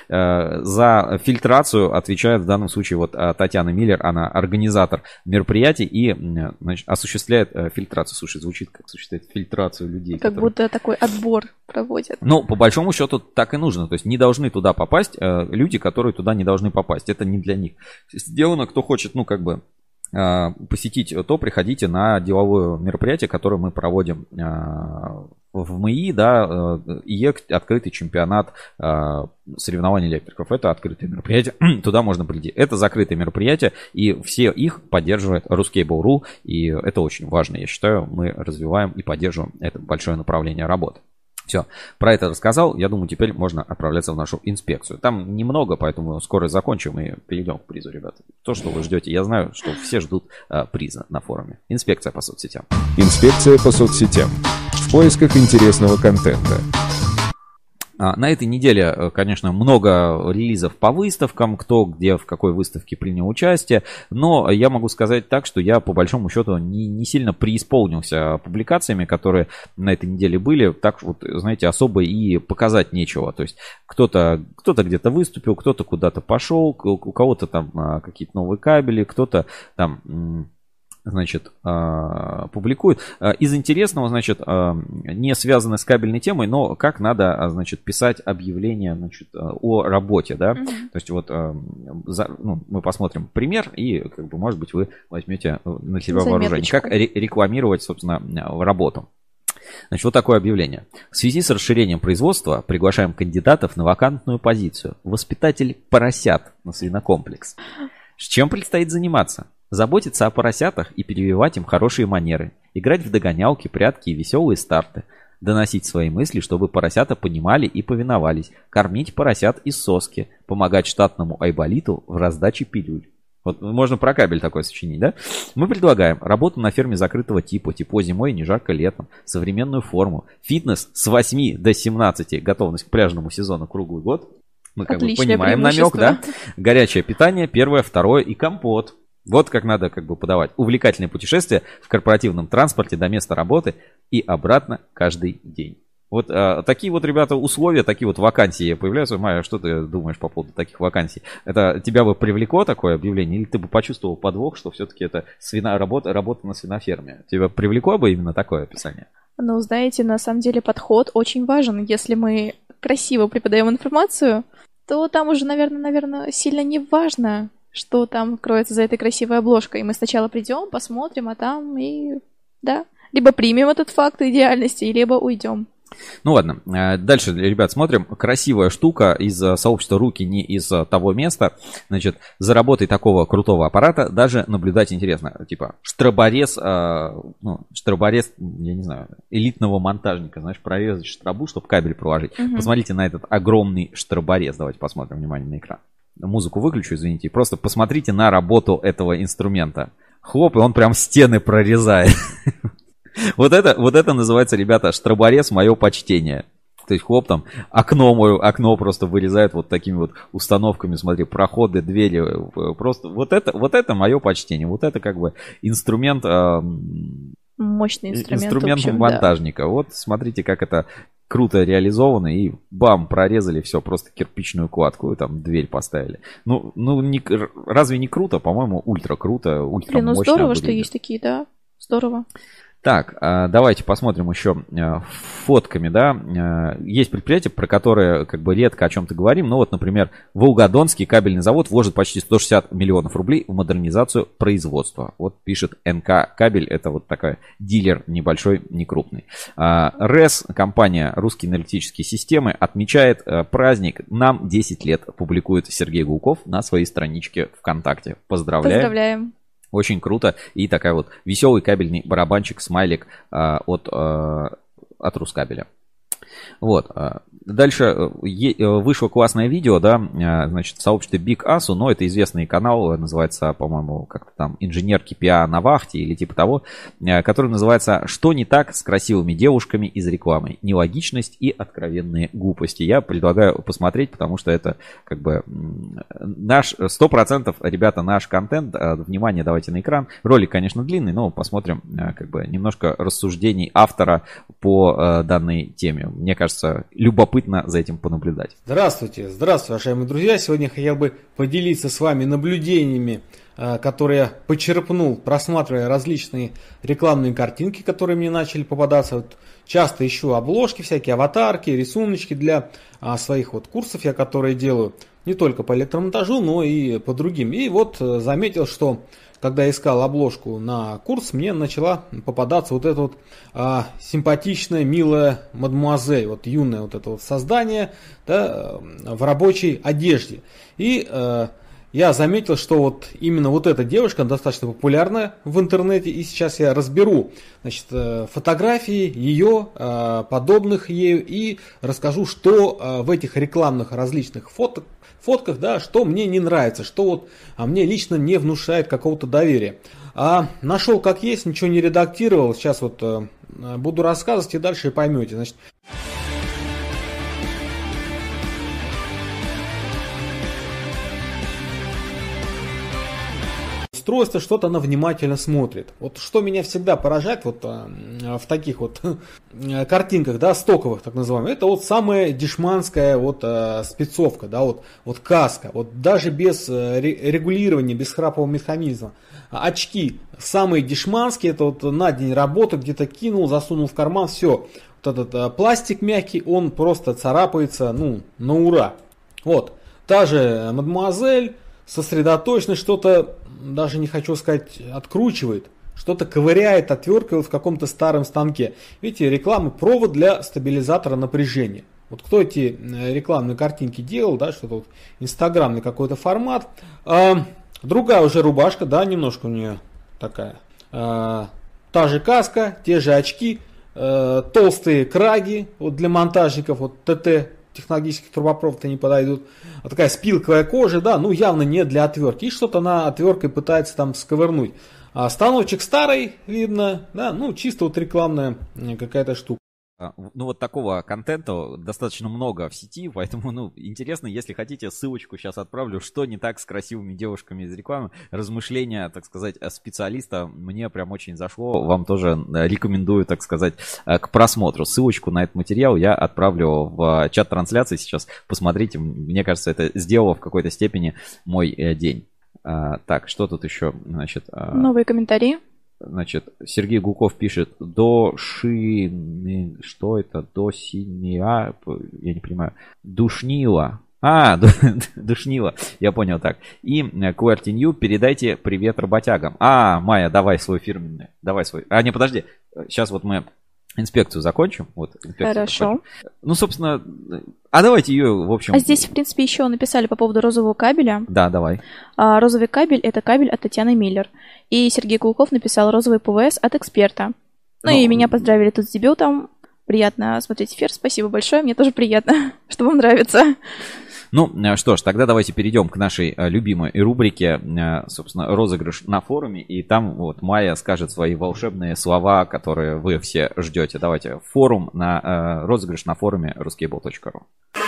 за фильтрацию отвечает в данном случае вот Татьяна Миллер, она организатор мероприятий и, значит, осуществляет фильтрацию. Слушай, звучит как осуществляет фильтрацию людей. Как которые... будто такой отбор проводят. Ну, по большому счету, так и нужно. То есть, не должны туда попасть люди, которые туда не должны попасть. Это не для них. Сделано, кто хочет, ну, как бы, посетить, то приходите на деловое мероприятие, которое мы проводим в МИИ, да, ИЕК — открытый чемпионат соревнований электриков. Это открытое мероприятие, туда можно прийти. Это закрытое мероприятие, и все их поддерживает Ruscable.ru, и это очень важно, я считаю. Мы развиваем и поддерживаем это большое направление работы. Все, про это рассказал. Я думаю, теперь можно отправляться в нашу инспекцию. Там немного, поэтому скоро закончим и перейдем к призу, ребята. То, что вы ждете, я знаю, что все ждут приза на форуме. Инспекция по соцсетям. Инспекция по соцсетям. В поисках интересного контента. На этой неделе, конечно, много релизов по выставкам, кто где в какой выставке принял участие, но я могу сказать так, что я по большому счету не сильно преисполнился публикациями, которые на этой неделе были, так вот, знаете, особо и показать нечего. То есть кто-то где-то выступил, кто-то куда-то пошел, у кого-то там какие-то новые кабели, кто-то там... значит, публикует. Из интересного, значит, не связано с кабельной темой, но как надо, значит, писать объявление, значит, о работе, да. То есть вот мы посмотрим пример, и, как бы, может быть, вы возьмете на себя вооружение. Как рекламировать, собственно, работу. Значит, вот такое объявление. В связи с расширением производства приглашаем кандидатов на вакантную позицию. Воспитатель поросят на свинокомплекс. С чем предстоит заниматься? Заботиться о поросятах и прививать им хорошие манеры. Играть в догонялки, прятки и веселые старты. Доносить свои мысли, чтобы поросята понимали и повиновались. Кормить поросят из соски. Помогать штатному айболиту в раздаче пилюль. Вот можно про кабель такое сочинить, да? Мы предлагаем работу на ферме закрытого типа, тепло зимой, не жарко летом, современную форму, фитнес с 8 до 17, готовность к пляжному сезону круглый год. Мы как бы понимаем намек, да? Горячее питание, первое, второе и компот. Вот как надо как бы подавать. Увлекательное путешествие в корпоративном транспорте до места работы и обратно каждый день. Вот такие вот, ребята, условия, такие вот вакансии появляются. Майя, что ты думаешь по поводу таких вакансий? Это тебя бы привлекло такое объявление? Или ты бы почувствовал подвох, что все-таки это работа на свиноферме? Тебя привлекло бы именно такое описание? Ну, знаете, на самом деле подход очень важен. Если мы красиво преподаем информацию, то там уже, наверное, сильно не важно, что там кроется за этой красивой обложкой. Мы сначала придем, посмотрим, а там и... Да. Либо примем этот факт идеальности, либо уйдем. Ну ладно, дальше, ребят, смотрим. Красивая штука из сообщества «Руки не из того места». Значит, за работой такого крутого аппарата даже наблюдать интересно. Типа штроборез, штроборез, я не знаю, элитного монтажника. Знаешь, прорезать штрабу, чтобы кабель проложить. Посмотрите на этот огромный штроборез. Давайте посмотрим, внимание на экран. Музыку выключу, извините. Просто посмотрите на работу этого инструмента. Хлоп, и он прям стены прорезает. Вот это называется, ребята, штроборез, мое почтение. То есть хлоп, там окно просто вырезает вот такими вот установками, смотри, проходы, двери. Просто вот это мое почтение. Вот это как бы инструмент... Мощный инструмент. Инструмент монтажника. Да. Вот смотрите, как это круто реализовано. И бам, прорезали все, просто кирпичную кладку, и там дверь поставили. Разве не круто? По-моему, ультра круто, ультра мощно. Здорово, выглядит. что есть такие, да. Здорово. Так, давайте посмотрим еще фотками, да. Есть предприятия, про которые как бы редко о чем-то говорим. Ну вот, например, Волгодонский кабельный завод вложит почти 160 миллионов рублей в модернизацию производства. Вот пишет НК Кабель, это вот такой дилер небольшой, не крупный. РЭС, компания «Русские энергетические системы», отмечает праздник «Нам 10 лет», публикует Сергей Гулков на своей страничке ВКонтакте. Поздравляем. Очень круто. И такая вот веселый кабельный барабанчик, смайлик от Рускабеля. Вот. Дальше вышло классное видео, да, значит, в сообществе Big ASU, но это известный канал, называется, по-моему, как-то там «Инженер КПА на вахте» или типа того, который называется «Что не так с красивыми девушками из рекламы? Нелогичность и откровенные глупости». Я предлагаю посмотреть, потому что это как бы наш 100%, ребята, наш контент. Внимание, давайте на экран. Ролик, конечно, длинный, но посмотрим как бы немножко рассуждений автора по данной теме. Мне кажется, любопытно за этим понаблюдать. Здравствуйте, уважаемые друзья. Сегодня я хотел бы поделиться с вами наблюдениями, которые я почерпнул, просматривая различные рекламные картинки, которые мне начали попадаться. Вот часто ищу обложки, всякие аватарки, рисуночки для своих вот курсов, которые делаю не только по электромонтажу, но и по другим. И вот заметил, что когда искал обложку на курс, мне начала попадаться вот эта вот симпатичная, милая мадемуазель, вот юное вот это вот создание, да, в рабочей одежде. И я заметил, что вот именно вот эта девушка достаточно популярна в интернете, и сейчас я разберу, значит, фотографии ее, подобных ею, и расскажу, что в этих рекламных различных фотках, да, что мне не нравится, что вот мне лично не внушает какого-то доверия. Нашел как есть, ничего не редактировал, сейчас вот буду рассказывать, и дальше поймете. Значит, устройство, что-то она внимательно смотрит. Вот что меня всегда поражает вот в таких вот картинках, да, стоковых, так называемых, это вот самая дешманская вот спецовка, да, вот каска, вот даже без регулирования, без храпового механизма. Очки самые дешманские, это вот на день работы, где-то кинул, засунул в карман, все. Вот этот пластик мягкий, он просто царапается, ну, на ура. Вот, та же мадемуазель сосредоточенно что-то, даже не хочу сказать, откручивает, что-то ковыряет отверткой в каком-то старом станке. Видите, реклама, провод для стабилизатора напряжения. Вот кто эти рекламные картинки делал, да, что-то вот инстаграмный какой-то формат. Другая уже рубашка, да, немножко у нее такая. Та же каска, те же очки, толстые краги вот для монтажников, вот ТТ. Технологических трубопроводов не подойдут. Вот такая спилковая кожа, да, ну явно не для отвертки. И что-то она отверткой пытается там сковырнуть. А станочек старый, видно, да, ну чисто вот рекламная какая-то штука. Ну вот такого контента достаточно много в сети, поэтому, ну, интересно, если хотите, ссылочку сейчас отправлю, что не так с красивыми девушками из рекламы. Размышления, так сказать, специалиста мне прям очень зашло, вам тоже рекомендую, так сказать, к просмотру. Ссылочку на этот материал я отправлю в чат трансляции сейчас, посмотрите, мне кажется, это сделало в какой-то степени мой день. Так, что тут еще, значит... Новые комментарии. Значит, Сергей Гуков пишет что это? Досиния, я не понимаю. Душнила. Душнила, я понял так. И QWERTY New, передайте привет работягам. Майя, давай свой фирменный. Давай свой. Не, подожди. Сейчас вот мы инспекцию закончим. Вот, Хорошо. Закончим. Ну, собственно, давайте ее, в общем... здесь, в принципе, еще написали по поводу розового кабеля. Да, давай. Розовый кабель — это кабель от Татьяны Миллер. И Сергей Кулков написал розовый ПВС от эксперта. Ну и меня поздравили тут с дебютом. Приятно смотреть эфир. Спасибо большое. Мне тоже приятно, что вам нравится. Ну, что ж, тогда давайте перейдем к нашей любимой рубрике, собственно, розыгрыш на форуме. И там вот Майя скажет свои волшебные слова, которые вы все ждете. Давайте форум на розыгрыш на форуме ruscable.ru.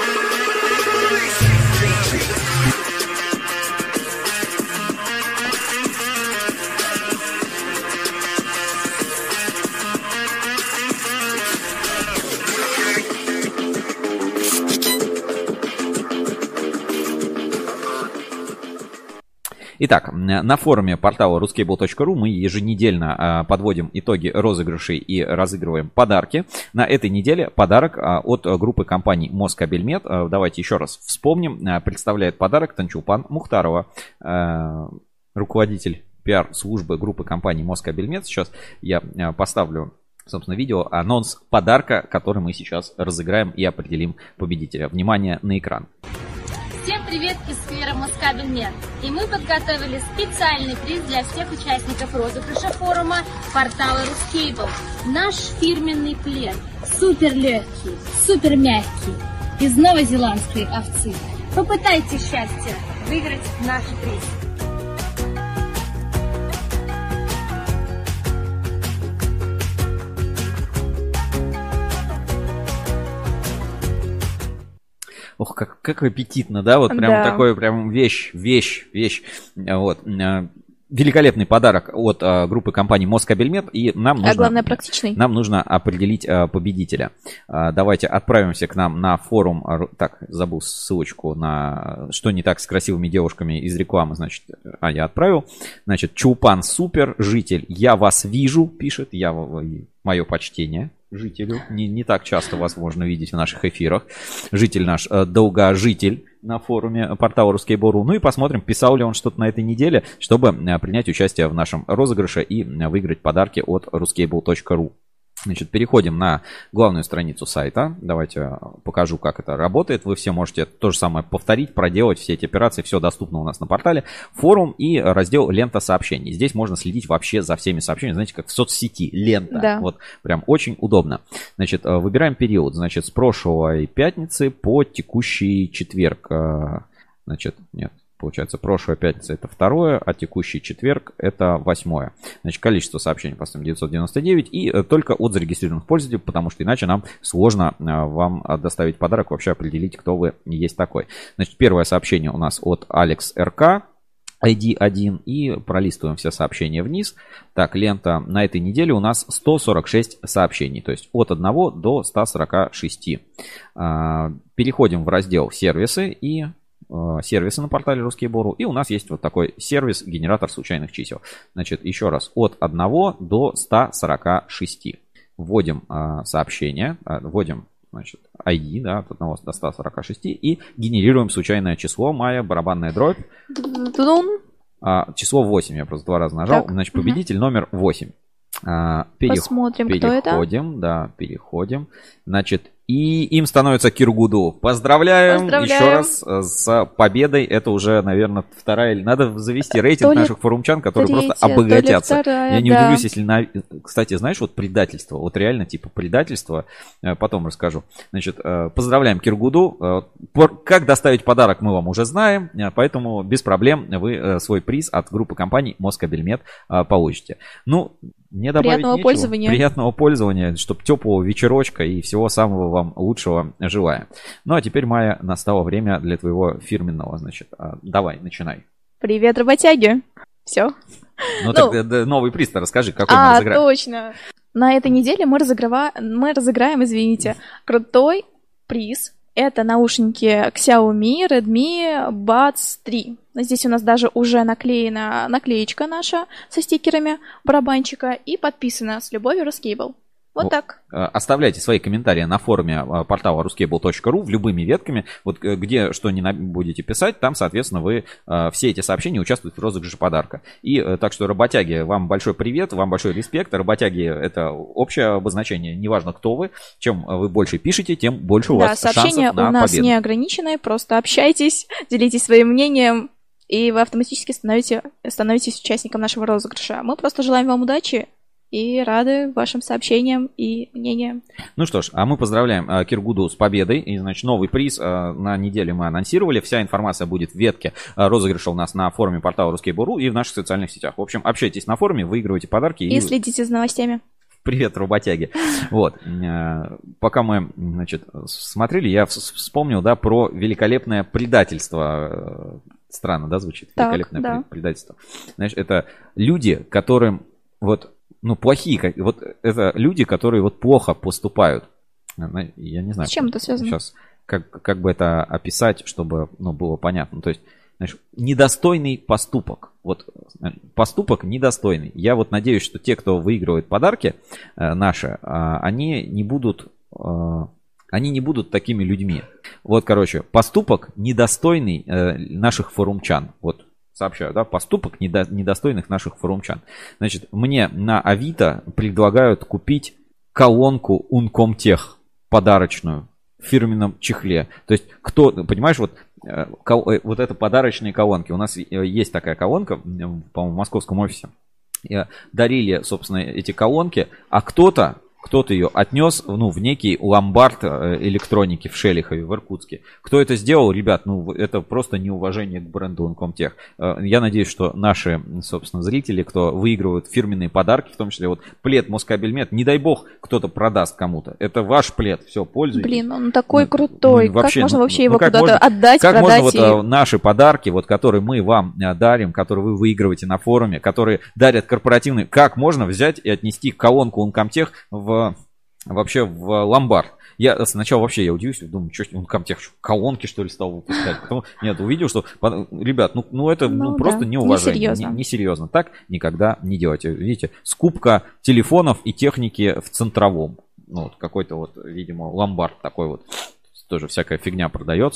Итак, на форуме портала ruscable.ru мы еженедельно подводим итоги розыгрышей и разыгрываем подарки. На этой неделе подарок от группы компаний Москабельмет. Давайте еще раз вспомним. Представляет подарок Танчулпан Мухтарова, руководитель пиар-службы группы компаний Москабельмет. Сейчас я поставлю, собственно, видео, анонс подарка, который мы сейчас разыграем и определим победителя. Внимание на экран. Всем привет из сферы Москабельмет. И мы подготовили специальный приз для всех участников розыгрыша форума портала Ruscable. Наш фирменный плед. Супер легкий, супер мягкий. Из новозеландской овцы. Попытайте счастье выиграть наш приз. Ох, как аппетитно, да? Вот прям такой прям вещь. Вот. Великолепный подарок от группы компаний Москабельмет. И нам нужно, главное, практичный. Нам нужно определить победителя. Давайте отправимся к нам на форум. Так, забыл ссылочку на что не так с красивыми девушками из рекламы. Значит, я отправил. Значит, Чулпан Супер, житель, я вас вижу, пишет. Мое почтение жителю. Не так часто вас можно видеть в наших эфирах. Житель наш долгожитель на форуме портала Ruskable.ru. Ну и посмотрим, писал ли он что-то на этой неделе, чтобы принять участие в нашем розыгрыше и выиграть подарки от ruskable.ru. Значит, переходим на главную страницу сайта. Давайте покажу, как это работает. Вы все можете то же самое повторить, проделать все эти операции. Все доступно у нас на портале. Форум и раздел «Лента сообщений». Здесь можно следить вообще за всеми сообщениями. Знаете, как в соцсети. Лента. Да. Вот прям очень удобно. Значит, выбираем период. Значит, с прошлой пятницы по текущий четверг. Значит, нет. Получается, прошлая пятница это 2, а текущий четверг это 8. Значит, количество сообщений поставим 999 и только от зарегистрированных пользователей, потому что иначе нам сложно вам доставить подарок, вообще определить, кто вы есть такой. Значит, первое сообщение у нас от Алекс РК, ID 1, и пролистываем все сообщения вниз. Так, лента на этой неделе у нас 146 сообщений, то есть от 1 до 146. Переходим в раздел «Сервисы» и сервисы на портале Ruskable.ru, и у нас есть вот такой сервис генератор случайных чисел. Значит, еще раз, от 1 до 146. Вводим сообщение, вводим, значит, ID, да, от 1 до 146 и генерируем случайное число. Майя, барабанная дробь. Число 8, я просто 2 раза нажал. Так, значит, победитель номер 8. Посмотрим, кто это. Переходим. Значит, и им становится Киргуду. Поздравляем еще раз с победой. Это уже, наверное, 2 или... Надо завести рейтинг наших форумчан, которые 3, просто обогатятся. 2, я не удивлюсь, если... Кстати, знаешь, вот предательство. Вот реально типа предательство. Потом расскажу. Значит, поздравляем Киргуду. Как доставить подарок, мы вам уже знаем. Поэтому без проблем вы свой приз от группы компаний Москабельмет получите. Ну, мне добавить приятного нечего. Пользования. Приятного пользования, чтобы теплого вечерочка и всего самого вам лучшего желаю. Ну а теперь, Майя, настало время для твоего фирменного, значит, давай, начинай. Привет, работяги. Все. Ну так новый приз-то расскажи, какой мы разыграем. Точно. На этой неделе мы разыграем, извините, крутой приз. Это наушники Xiaomi Redmi Buds 3. Здесь у нас даже уже наклеена наклеечка наша со стикерами барабанчика и подписана «С любовью, Ruskable». Вот так. Оставляйте свои комментарии на форуме портала ruskable.ru в любыми ветками. Вот где что не будете писать, там, соответственно, вы все эти сообщения участвуете в розыгрыше подарка. И так что, работяги, вам большой привет, вам большой респект. Работяги — это общее обозначение. Неважно, кто вы. Чем вы больше пишете, тем больше у вас шансов на победу. Сообщения у нас не ограниченные. Просто общайтесь, делитесь своим мнением, и вы автоматически становитесь участником нашего розыгрыша. Мы просто желаем вам удачи и рады вашим сообщениям и мнениям. Ну что ж, а мы поздравляем Киргуду с победой. И, значит, новый приз на неделе мы анонсировали. Вся информация будет в ветке розыгрыша у нас на форуме портала Ruskable.ru и в наших социальных сетях. В общем, общайтесь на форуме, выигрывайте подарки. И следите за новостями. Привет, работяги. Вот. Пока мы, значит, смотрели, я вспомнил, да, про великолепное предательство. Странно, да, звучит? Так, великолепное предательство. Значит, это люди, которым вот... Ну, плохие, вот это люди, которые вот плохо поступают. Я не знаю. С чем это связано? Сейчас, как бы это описать, чтобы, ну, было понятно. То есть, знаешь, недостойный поступок. Вот поступок недостойный. Я вот надеюсь, что те, кто выигрывает подарки наши, они не будут такими людьми. Вот, короче, поступок недостойный наших форумчан. Вот. Сообщаю, да, поступок недостойных наших форумчан. Значит, мне на Авито предлагают купить колонку Uncomtech подарочную в фирменном чехле. То есть, понимаешь, вот это подарочные колонки. У нас есть такая колонка, по-моему, в московском офисе. Дарили, собственно, эти колонки, а кто-то ее отнес, ну, в некий ломбард электроники в Шелихове, в Иркутске. Кто это сделал, ребят, ну, это просто неуважение к бренду Uncomtech. Я надеюсь, что наши, собственно, зрители, кто выигрывают фирменные подарки, в том числе вот плед Москабельмет, не дай бог кто-то продаст кому-то. Это ваш плед, все, пользуйтесь. Блин, он такой крутой. Вообще, как можно вообще его куда-то отдать, как продать? Как можно вот наши подарки, вот, которые мы вам дарим, которые вы выигрываете на форуме, которые дарят корпоративные, как можно взять и отнести колонку Uncomtech вообще в ломбард? Я сначала вообще удивился, думаю, что Uncomtech колонки, что ли, стал выпускать. Потом увидел, что, ребят, это просто неуважение. Несерьезно. Так никогда не делайте. Видите, скупка телефонов и техники в Центровом. Ну, вот какой-то вот, видимо, ломбард такой вот. Тоже всякая фигня продается.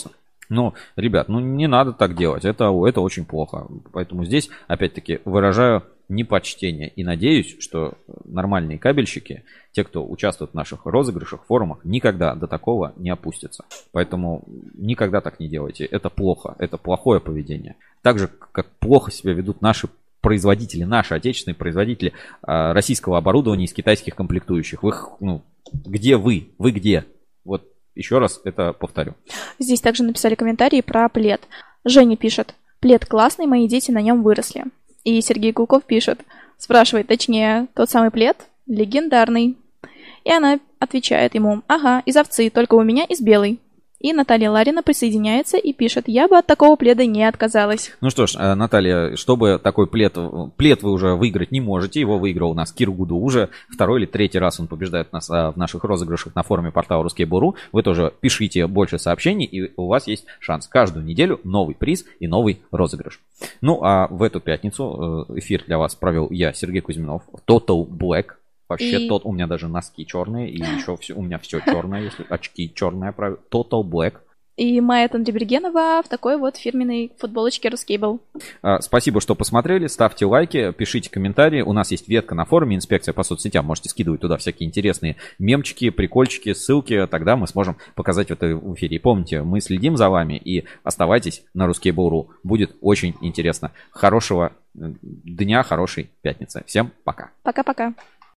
Ну, ребят, ну не надо так делать, это очень плохо. Поэтому здесь, опять-таки, выражаю непочтение и надеюсь, что нормальные кабельщики, те, кто участвует в наших розыгрышах, форумах, никогда до такого не опустятся. Поэтому никогда так не делайте, это плохо, это плохое поведение. Так же, как плохо себя ведут наши производители, наши отечественные производители российского оборудования из китайских комплектующих. Где вы? Вы где? Вот еще раз это повторю. Здесь также написали комментарии про плед. Женя пишет: плед классный, мои дети на нем выросли. И Сергей Кулков пишет, спрашивает, точнее, тот самый плед легендарный. И она отвечает ему: ага, из овцы, только у меня из белой. И Наталья Ларина присоединяется и пишет: я бы от такого пледа не отказалась. Ну что ж, Наталья, чтобы такой плед вы уже выиграть не можете. Его выиграл у нас Кир Гуду уже. 2-й или 3-й раз он побеждает нас в наших розыгрышах на форуме портала Ruskable.ru. Вы тоже пишите больше сообщений, и у вас есть шанс. Каждую неделю новый приз и новый розыгрыш. Ну а в эту пятницу эфир для вас провел я, Сергей Кузьминов, Total Black. Вообще, у меня даже носки черные, и еще у меня все черное, если очки черные, Total Black. И Майя Тандрибергенова в такой вот фирменной футболочке Ruskable. Спасибо, что посмотрели, ставьте лайки, пишите комментарии. У нас есть ветка на форуме «Инспекция по соцсетям». Можете скидывать туда всякие интересные мемчики, прикольчики, ссылки. Тогда мы сможем показать это в эфире. И помните, мы следим за вами, и оставайтесь на Ruskable.ru. Будет очень интересно. Хорошего дня, хорошей пятницы. Всем пока. Пока-пока.